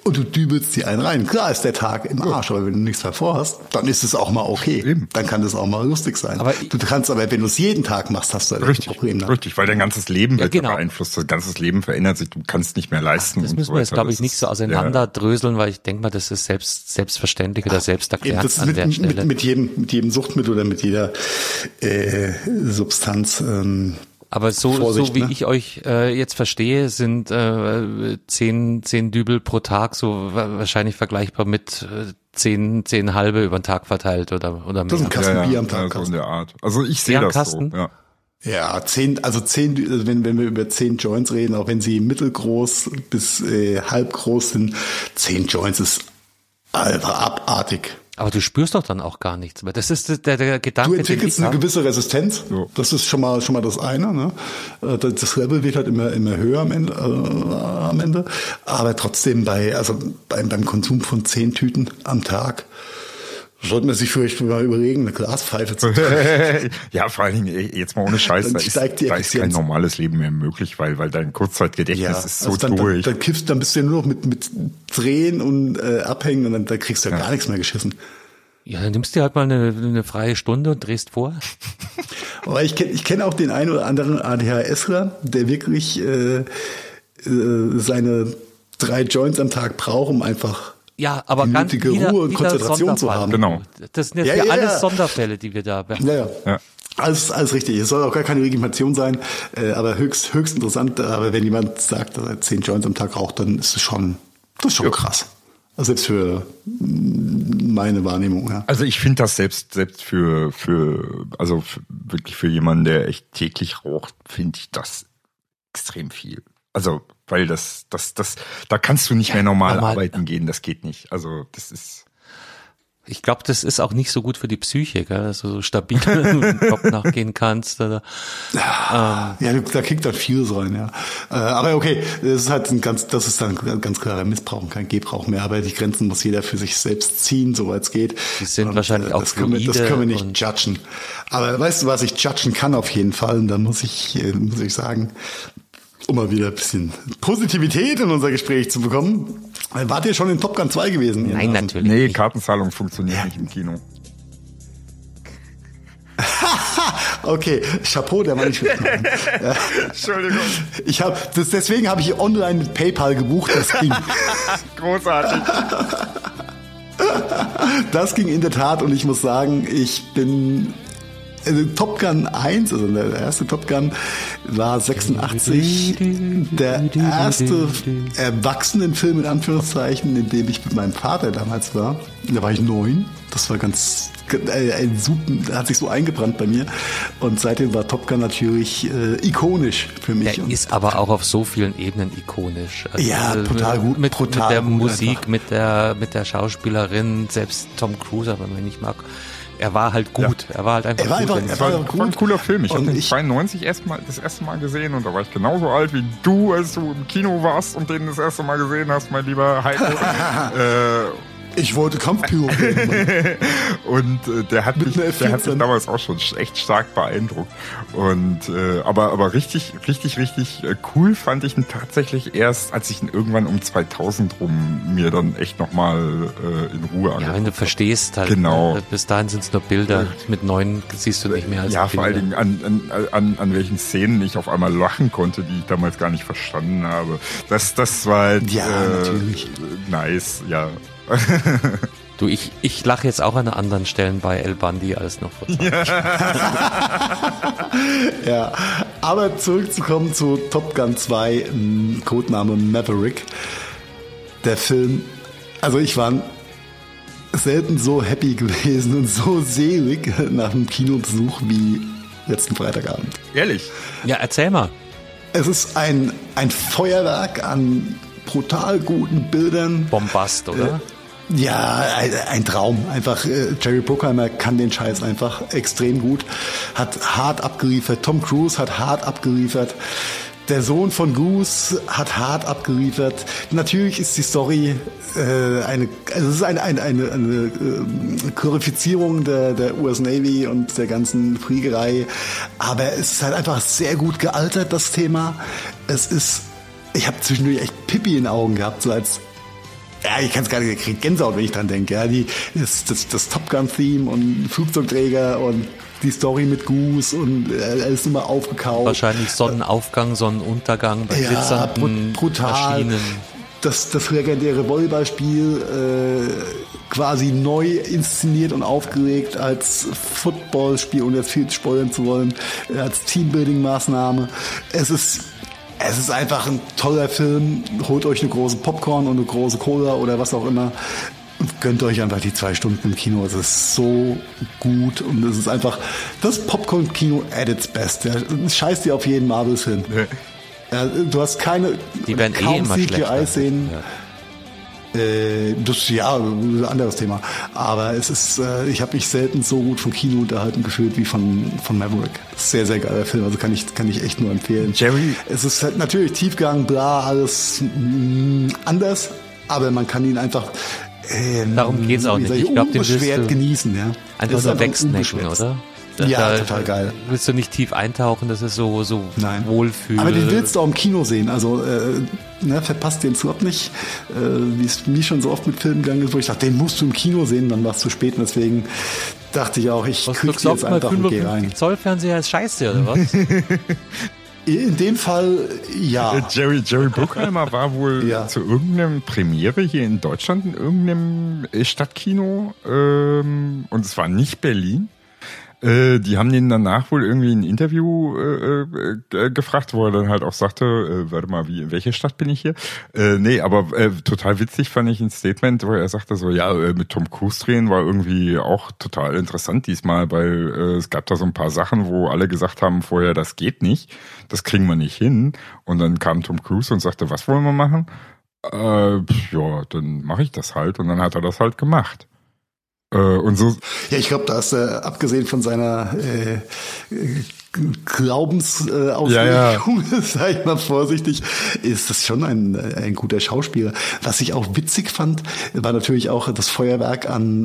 und du dübelst dir einen rein. Klar ist der Tag im Arsch, aber wenn du nichts mehr vorhast, dann ist es auch mal okay. Eben. Dann kann das auch mal lustig sein. Aber du kannst aber, wenn du es jeden Tag machst, hast du halt Richtig, ein Problem. Ne? richtig, weil dein ganzes Leben Ja, wird genau. beeinflusst. Dein ganzes Leben verändert sich. Du kannst nicht mehr leisten. Das und müssen so wir jetzt, weiter. glaube ich, Das nicht ist- so auseinanderdröseln, weil ich denke mal, das ist selbst, selbstverständlich oder Eben, selbsterklärend das ist an mit, der mit, Stelle. mit jedem, mit jedem Suchtmittel oder mit jeder äh, Substanz. Ähm, Aber so, Vorsicht, so wie ne? ich euch äh, jetzt verstehe, sind äh, zehn, zehn Dübel pro Tag so wa- wahrscheinlich vergleichbar mit äh, zehn, zehn halbe über den Tag verteilt oder, oder Das mehr. ist ein Kasten ja, ja, Bier am Tag. ja, so in der Art. Also ich sehe Eher ein das Kasten? so. Ja. Ja, zehn, also zehn, also wenn, wenn wir über zehn Joints reden, auch wenn sie mittelgroß bis äh, halb groß sind, zehn Joints ist einfach abartig. Aber du spürst doch dann auch gar nichts mehr. Das ist der, der Du Gedanke, den entwickelst ich eine habe. gewisse Resistenz. Ja. Das ist schon mal schon mal das eine. Ne? Äh, Das das Level wird halt immer immer höher am Ende. Äh, am Ende. Aber trotzdem bei also beim, beim Konsum von zehn Tüten am Tag sollte man sich vielleicht mal überlegen, eine Glaspfeife zu trinken. Ja, vor allen Dingen, ey, jetzt mal ohne Scheiß, Dann da ist, steigt die da ist kein Effizienz. normales Leben mehr möglich, weil, weil dein Kurzzeitgedächtnis ist so also dann, durch. Dann, dann kiffst, dann bist du ja nur noch mit mit Drehen und äh, Abhängen und dann, dann kriegst du ja, gar nichts mehr geschissen. Ja, dann nimmst du dir halt mal eine, eine freie Stunde und drehst vor. Aber ich kenne ich kenn auch den einen oder anderen ADHSler, der wirklich äh, äh, seine drei Joints am Tag braucht, um einfach Ja, aber die ganz nötige wieder, Ruhe und wieder Konzentration zu Sonderfall. haben. Genau. Das sind jetzt Ja, ja, ja, alles ja. Sonderfälle, die wir da behandeln. Ja, ja. Ja. Alles, alles richtig. Es soll auch gar keine Legitimation sein, äh, aber höchst, höchst interessant. Aber wenn jemand sagt, dass er zehn Joints am Tag raucht, dann ist es schon, das ist schon krass. Also selbst für mm, meine Wahrnehmung, ja. Also ich finde das selbst selbst für für also für, wirklich für jemanden, der echt täglich raucht, finde ich das extrem viel. Also weil das das das da kannst du nicht mehr normal normal. arbeiten gehen, das geht nicht. Also das ist Ich glaube, das ist auch nicht so gut für die Psyche, gell? dass du so stabil im Job nachgehen kannst. Oder, Ja, da kickt dann vieles rein, ja. Äh, aber okay, das ist halt ein ganz, das ist dann ein ganz klarer Missbrauch und kein Gebrauch mehr. Aber die Grenzen muss jeder für sich selbst ziehen, soweit es geht. Die sind Und, wahrscheinlich äh, auch das können, wir, das fluide können wir nicht und- judgen. Aber weißt du, was ich judgen kann auf jeden Fall? Und da muss ich, äh, muss ich sagen, um mal wieder ein bisschen Positivität in unser Gespräch zu bekommen. Wart ihr schon in Top Gun zwei gewesen? ihr Nein, Nasen? natürlich nee, nicht. Kartenzahlung funktioniert nicht im Kino. Okay, Chapeau, der war nicht schlecht. Ja. Entschuldigung. Ich habe das deswegen habe ich online mit PayPal gebucht, das ging. Großartig. Das ging in der Tat und ich muss sagen, ich bin also Top Gun eins, also der erste Top Gun war sechsundachtzig, der erste Erwachsenenfilm in Anführungszeichen, in dem ich mit meinem Vater damals war. Da war ich neun. Das war ganz äh, ein super, hat sich so eingebrannt bei mir. Und seitdem war Top Gun natürlich äh, ikonisch für mich. Der Und ist aber auch auf so vielen Ebenen ikonisch. Also, Ja, äh, total gut, Mit, brutal mit der gut Musik, einfach. mit der, mit der Schauspielerin, selbst Tom Cruise, aber wenn man ihn nicht mag. Er war halt gut. Er war halt einfach Er war gut. einfach- in- er Das war, war das war ein gut. cooler Film. Ich habe Und den ich- zweiundneunzig erst mal, das erste Mal gesehen und da war ich genauso alt wie du, als du im Kino warst und den das erste Mal gesehen hast, mein lieber Heiko. äh, ich wollte Kampfpyro werden. und äh, der hat Mit mich, einer F der hat mich vierzehn. damals auch schon sch- echt stark beeindruckt. Und äh, aber aber richtig richtig richtig äh, cool fand ich ihn tatsächlich erst, als ich ihn irgendwann um zweitausend rum mir dann echt noch mal äh, in Ruhe Ja, angeguckt wenn du habe. verstehst halt. Genau. Ne? Bis dahin sind es nur Bilder. Mit neun siehst du nicht mehr als Ja, Bilder. vor allen Dingen an, an, an, an welchen Szenen ich auf einmal lachen konnte, die ich damals gar nicht verstanden habe. Das, das war halt Ja, äh, natürlich. nice, ja. Du, ich, ich lache jetzt auch an anderen Stellen bei El Bandi als noch vor zwanzig Ja, aber zurückzukommen zu Top Gun zwei, m, Codename Maverick. Der Film, also ich war selten so happy gewesen und so selig nach einem Kinobesuch wie letzten Freitagabend. Ehrlich. Ja, erzähl mal. Es ist ein, ein Feuerwerk an brutal guten Bildern. Bombast, oder? Ja, ein, ein Traum. Einfach, äh, Jerry Bruckheimer kann den Scheiß einfach extrem gut. Hat hart abgeliefert. Tom Cruise hat hart abgeliefert. Der Sohn von Goose hat hart abgeliefert. Natürlich ist die Story äh, eine, also es ist eine, eine, eine, eine äh, Glorifizierung der, der U S Navy und der ganzen Fliegerei. Aber es ist halt einfach sehr gut gealtert, das Thema. Es ist, ich habe zwischendurch echt Pipi in den Augen gehabt, so als Ja, ich kann es gar nicht, ich krieg Gänsehaut, wenn ich dran denke. Ja, die, das, das, das Top Gun-Theme und Flugzeugträger und die Story mit Goose und alles immer aufgekauft. Wahrscheinlich Sonnenaufgang, Sonnenuntergang bei ja, glitzernden brutal. Maschinen. Das, das legendäre Volleyballspiel äh, quasi neu inszeniert und aufgelegt als Footballspiel, ohne jetzt viel spoilern zu wollen, als Teambuilding-Maßnahme. Es ist Es ist einfach ein toller Film. Holt euch eine große Popcorn und eine große Cola oder was auch immer und gönnt euch einfach die zwei Stunden im Kino. Es ist so gut und es ist einfach das Popcorn-Kino at its best. Ja. Scheiß dir auf jeden Marvel-Film. Nee. Ja, du hast keine die werden kaum eh immer C G I-Szenen. Ja. Äh, das ja ein anderes Thema. Aber es ist, äh, ich habe mich selten so gut vom Kino unterhalten gefühlt wie von von Maverick. Sehr sehr geiler Film. Also kann ich kann ich echt nur empfehlen. Jerry, es ist halt natürlich Tiefgang, bla, alles mh, anders, aber man kann ihn einfach ähm, darum geht's auch nicht. Ich glaube, den willst du genießen, ja. Einfach so wegsnacken, oder? Da, ja, da total geil. Willst du nicht tief eintauchen, das ist so, so Nein. Wohlfühl. Aber den willst du auch im Kino sehen. Also äh, ne, verpasst den überhaupt nicht. Äh, wie es mir schon so oft mit Filmen gegangen ist, wo ich dachte, den musst du im Kino sehen, dann war es zu spät. Und deswegen dachte ich auch, ich krieg die jetzt einfach und geh rein. Zoll Fernseher ist scheiße, oder was? In dem Fall, ja. Äh, Jerry, Jerry Bruckheimer war wohl ja. zu irgendeinem Premiere hier in Deutschland in irgendeinem Stadtkino. Ähm, und es war nicht Berlin. Äh, die haben den danach wohl irgendwie ein Interview äh, äh, gefragt, wo er dann halt auch sagte, äh, warte mal, wie, in welche Stadt bin ich hier? Äh, nee, aber äh, total witzig fand ich ein Statement, wo er sagte so, ja, äh, mit Tom Cruise drehen war irgendwie auch total interessant diesmal, weil äh, es gab da so ein paar Sachen, wo alle gesagt haben vorher, das geht nicht, das kriegen wir nicht hin. Und dann kam Tom Cruise und sagte, was wollen wir machen? Äh, ja, dann mache ich das halt. Und dann hat er das halt gemacht. Und so. Ja, ich glaube, da ist äh, abgesehen von seiner äh, Glaubensauslegung, äh, ja, ja. sag ich mal vorsichtig, ist das schon ein, ein guter Schauspieler. Was ich auch witzig fand, war natürlich auch das Feuerwerk an,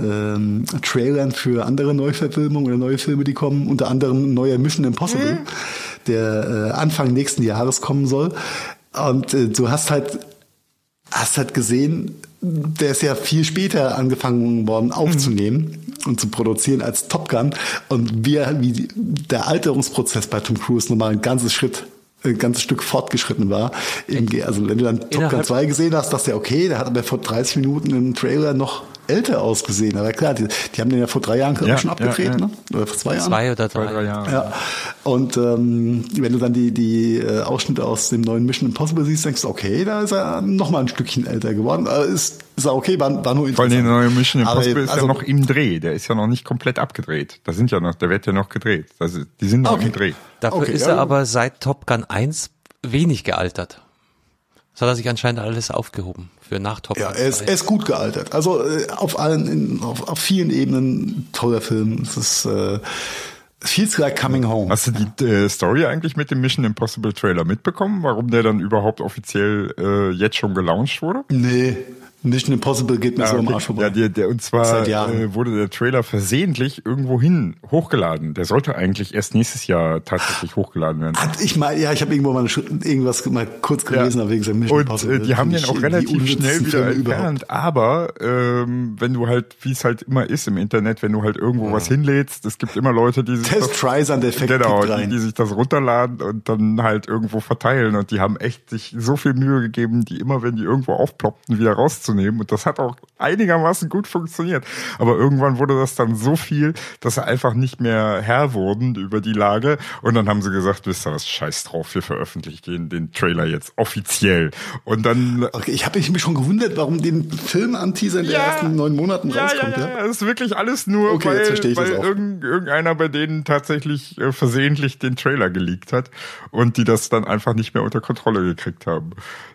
an ähm, Trailern für andere Neuverfilmungen oder neue Filme, die kommen. Unter anderem ein neuer Mission Impossible, mhm. der äh, Anfang nächsten Jahres kommen soll. Und äh, du hast halt hast halt gesehen, der ist ja viel später angefangen worden aufzunehmen mhm. und zu produzieren als Top Gun. Und wie, wie der Alterungsprozess bei Tom Cruise nochmal ein ganzes Schritt, ein ganzes Stück fortgeschritten war. Also wenn du dann Top Gun zwei gesehen hast, dachte du ja, okay, der hat aber vor dreißig Minuten im Trailer noch älter ausgesehen. Aber klar, die, die haben den ja vor drei Jahren ja, schon abgedreht, ja, ja. ne? Oder vor zwei Jahren? Zwei oder drei, drei Jahre. Ja. Und ähm, wenn du dann die die äh, Ausschnitte aus dem neuen Mission Impossible siehst, denkst du, okay, da ist er noch mal ein Stückchen älter geworden. Äh, ist ist auch okay, war, war nur interessant. Vor allem der neue Mission Impossible Aber, ist also, ja noch im Dreh. Der ist ja noch nicht komplett abgedreht. Da sind ja noch, der wird ja noch gedreht. Also, die sind noch okay. im Dreh. Dafür okay, ist ja. er aber seit Top Gun eins wenig gealtert. Das hat er sich anscheinend alles aufgehoben für nach Top Gun. Ja, er ist, er ist gut gealtert. Also äh, auf allen, in, auf, auf vielen Ebenen toller Film. Es ist äh, feels like coming home. Hast du die äh, Story eigentlich mit dem Mission Impossible Trailer mitbekommen? Warum der dann überhaupt offiziell äh, jetzt schon gelauncht wurde? Nee. Mission Impossible geht mir ah, so okay. am Arsch vorbei. Ja, der, der, und zwar äh, wurde der Trailer versehentlich irgendwohin hochgeladen. Der sollte eigentlich erst nächstes Jahr tatsächlich hochgeladen werden. Hat ich mal, ja, ich habe irgendwo mal eine, irgendwas mal kurz gelesen, ja. aber wegen seinem Mission und, Impossible. Und äh, die haben den auch relativ schnell wieder Filme entfernt. überhaupt. Aber ähm, wenn du halt, wie es halt immer ist im Internet, wenn du halt irgendwo ja. was hinlädst, es gibt immer Leute, die sich Test Tries an Defekt genau, die, die sich das runterladen und dann halt irgendwo verteilen. Und die haben echt sich so viel Mühe gegeben, die immer, wenn die irgendwo aufploppten, wieder rauszunehmen. Und das hat auch einigermaßen gut funktioniert. Aber irgendwann wurde das dann so viel, dass sie einfach nicht mehr Herr wurden über die Lage. Und dann haben sie gesagt, wisst ihr was, scheiß drauf, wir veröffentlichen den, den Trailer jetzt offiziell. Und dann... Okay, ich habe mich schon gewundert, warum den Film anteasern in ja, den ersten neun Monaten ja, rauskommt. Ja, ja, ja, das ist wirklich alles nur, okay, weil, weil irgend, irgendeiner bei denen tatsächlich äh, versehentlich den Trailer geleakt hat und die das dann einfach nicht mehr unter Kontrolle gekriegt haben.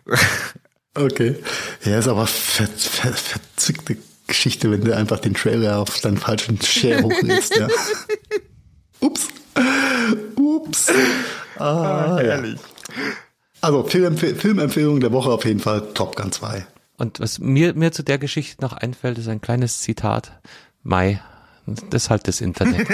Okay. Ja, ist aber ver, ver, verzückte Geschichte, wenn du einfach den Trailer auf deinen falschen Share hochlädst, ja. Ups. Ups. Ah, ah herrlich. Ja. Also, Filmempf- Filmempfehlung der Woche auf jeden Fall Top Gun zwei. Und was mir, mir zu der Geschichte noch einfällt, ist ein kleines Zitat. Mai, Das ist halt das Internet.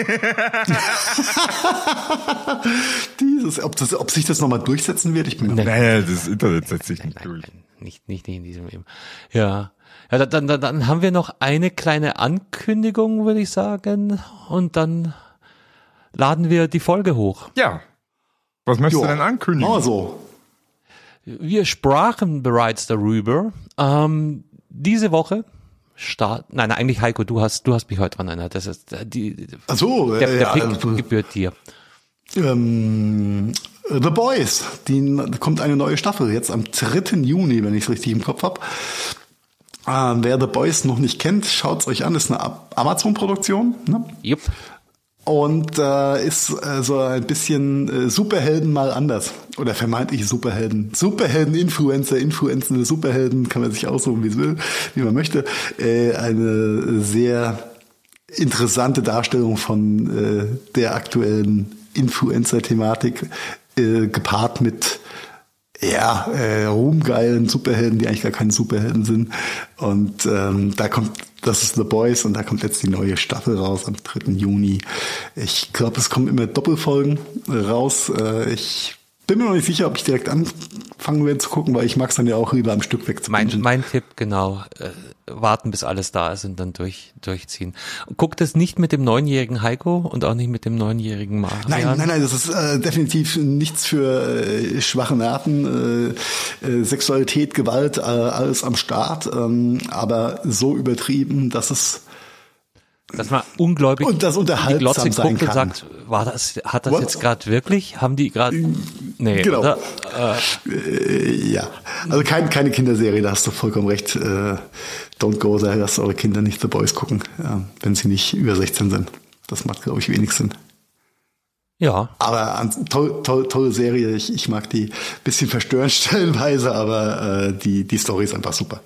Dieses, ob, das, ob sich das nochmal durchsetzen wird, ich bin Nee. Naja, das Internet setzt sich nicht Nein, durch. nein, nicht, nicht in diesem Leben. Ja. Ja, dann, dann, dann haben wir noch eine kleine Ankündigung, würde ich sagen. Und dann laden wir die Folge hoch. Ja. Was möchtest Jo. du denn ankündigen? Oh, so. Wir sprachen bereits darüber. Ähm, diese Woche start, nein, eigentlich Heiko, du hast, du hast mich heute dran erinnert. Das ist äh, die, Ach so, der, äh, der ja, Pick äh, gebührt dir. ähm, The Boys, die, da kommt eine neue Staffel, jetzt am dritten Juni, wenn ich es richtig im Kopf habe. Äh, wer The Boys noch nicht kennt, schaut's euch an, ist eine Amazon-Produktion, ne? Jupp. Und äh, ist äh, so ein bisschen äh, Superhelden mal anders. Oder vermeintliche Superhelden. Superhelden-Influencer, influenzende Superhelden, kann man sich aussuchen, wie es will, wie man möchte. Äh, eine sehr interessante Darstellung von äh, der aktuellen Influencer-Thematik, äh, gepaart mit ja, äh, ruhmgeilen Superhelden, die eigentlich gar keine Superhelden sind. Und ähm, da kommt, das ist The Boys, und da kommt jetzt die neue Staffel raus am dritten Juni. Ich glaube, es kommen immer Doppelfolgen raus. Äh, ich bin mir noch nicht sicher, ob ich direkt anfangen werde zu gucken, weil ich mag es dann ja auch lieber am Stück Mein, wegzubingen. mein Tipp, genau. Äh, warten, bis alles da ist und dann durch, durchziehen. Guckt es nicht mit dem neunjährigen Heiko und auch nicht mit dem neunjährigen Marian. Nein, nein, nein, das ist äh, definitiv nichts für äh, schwache Nerven. Äh, äh, Sexualität, Gewalt, äh, alles am Start, ähm, aber so übertrieben, dass es Dass man ungläubig Und das in die unterhaltsam Glotze sein guckt und kann. sagt, war das, hat das What? jetzt gerade wirklich? Haben die gerade, nee, Genau. oder? Äh, ja, also kein, keine Kinderserie, da hast du vollkommen recht. Äh, don't go there, lasst eure Kinder nicht The Boys gucken, ja, wenn sie nicht über sechzehn sind. Das macht, glaube ich, wenig Sinn. Ja, Aber an, toll, toll, tolle Serie, ich, ich mag die bisschen verstörend stellenweise, aber äh, die, die Story ist einfach super.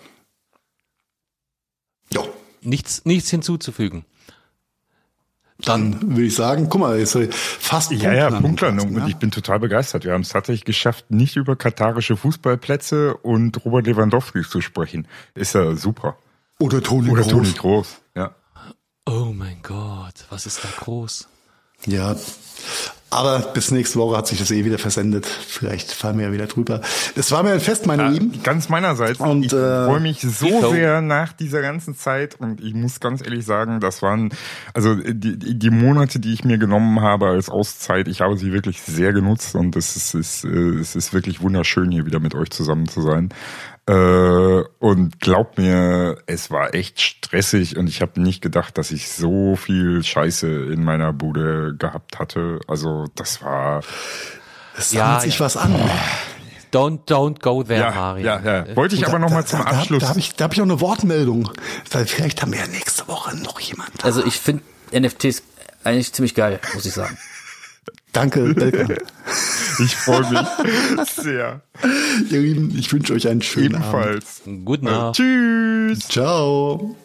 Jo. nichts, nichts hinzuzufügen. Dann würde ich sagen, guck mal, ist fast Ja, ja, Punktlandung. Punktlandung. Und Ja. ich bin total begeistert. Wir haben es tatsächlich geschafft, nicht über katarische Fußballplätze und Robert Lewandowski zu sprechen. Ist ja super. Oder Toni Oder Kroos. Toni Kroos. Ja. Oh mein Gott, was ist da groß? Ja, aber bis nächste Woche hat sich das eh wieder versendet. Vielleicht fallen wir ja wieder drüber. Es war mir ein Fest, meine Lieben. Ganz meinerseits. Und, ich äh, freue mich so Tito. sehr nach dieser ganzen Zeit, und ich muss ganz ehrlich sagen, das waren also die, die Monate, die ich mir genommen habe als Auszeit. Ich habe sie wirklich sehr genutzt, und es ist, es ist, es ist wirklich wunderschön, hier wieder mit euch zusammen zu sein. Äh, und glaubt mir, es war echt stressig, und ich habe nicht gedacht, dass ich so viel Scheiße in meiner Bude gehabt hatte. Also das war Es Ja, sammelt sich ja. was an. Don't, don't go there, ja, Marian. ja, ja. Wollte ich aber nochmal zum da, Abschluss. Da, da habe ich, da hab ich auch eine Wortmeldung. Weil vielleicht haben wir ja nächste Woche noch jemanden. Also ich finde N F Ts eigentlich ziemlich geil, muss ich sagen. Danke, Belkan. Ich freue mich sehr. Ihr Lieben, ich wünsche euch einen schönen Abend. Ebenfalls. Gute Nacht. Tschüss. Ciao.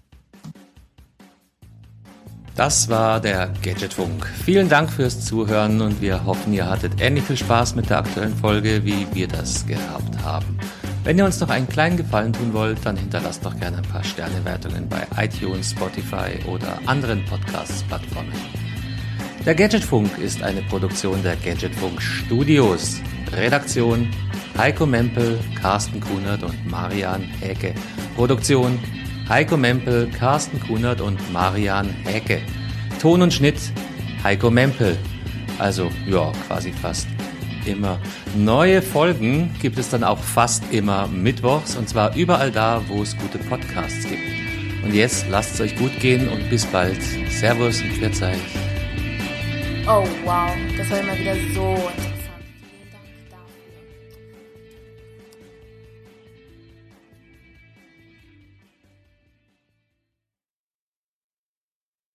Das war der Gadgetfunk. Vielen Dank fürs Zuhören, und wir hoffen, ihr hattet ähnlich viel Spaß mit der aktuellen Folge, wie wir das gehabt haben. Wenn ihr uns noch einen kleinen Gefallen tun wollt, dann hinterlasst doch gerne ein paar Sternewertungen bei iTunes, Spotify oder anderen Podcast-Plattformen. Der Gadgetfunk ist eine Produktion der Gadgetfunk Studios. Redaktion Heiko Mempel, Carsten Kunert und Marian Häke. Produktion Heiko Mempel, Carsten Kunert und Marian Häke. Ton und Schnitt Heiko Mempel. Also, ja, quasi fast immer. Neue Folgen gibt es dann auch fast immer mittwochs, und zwar überall da, wo es gute Podcasts gibt. Und jetzt lasst es euch gut gehen und bis bald. Servus und Pfiat euch. Oh wow, das war immer wieder so interessant.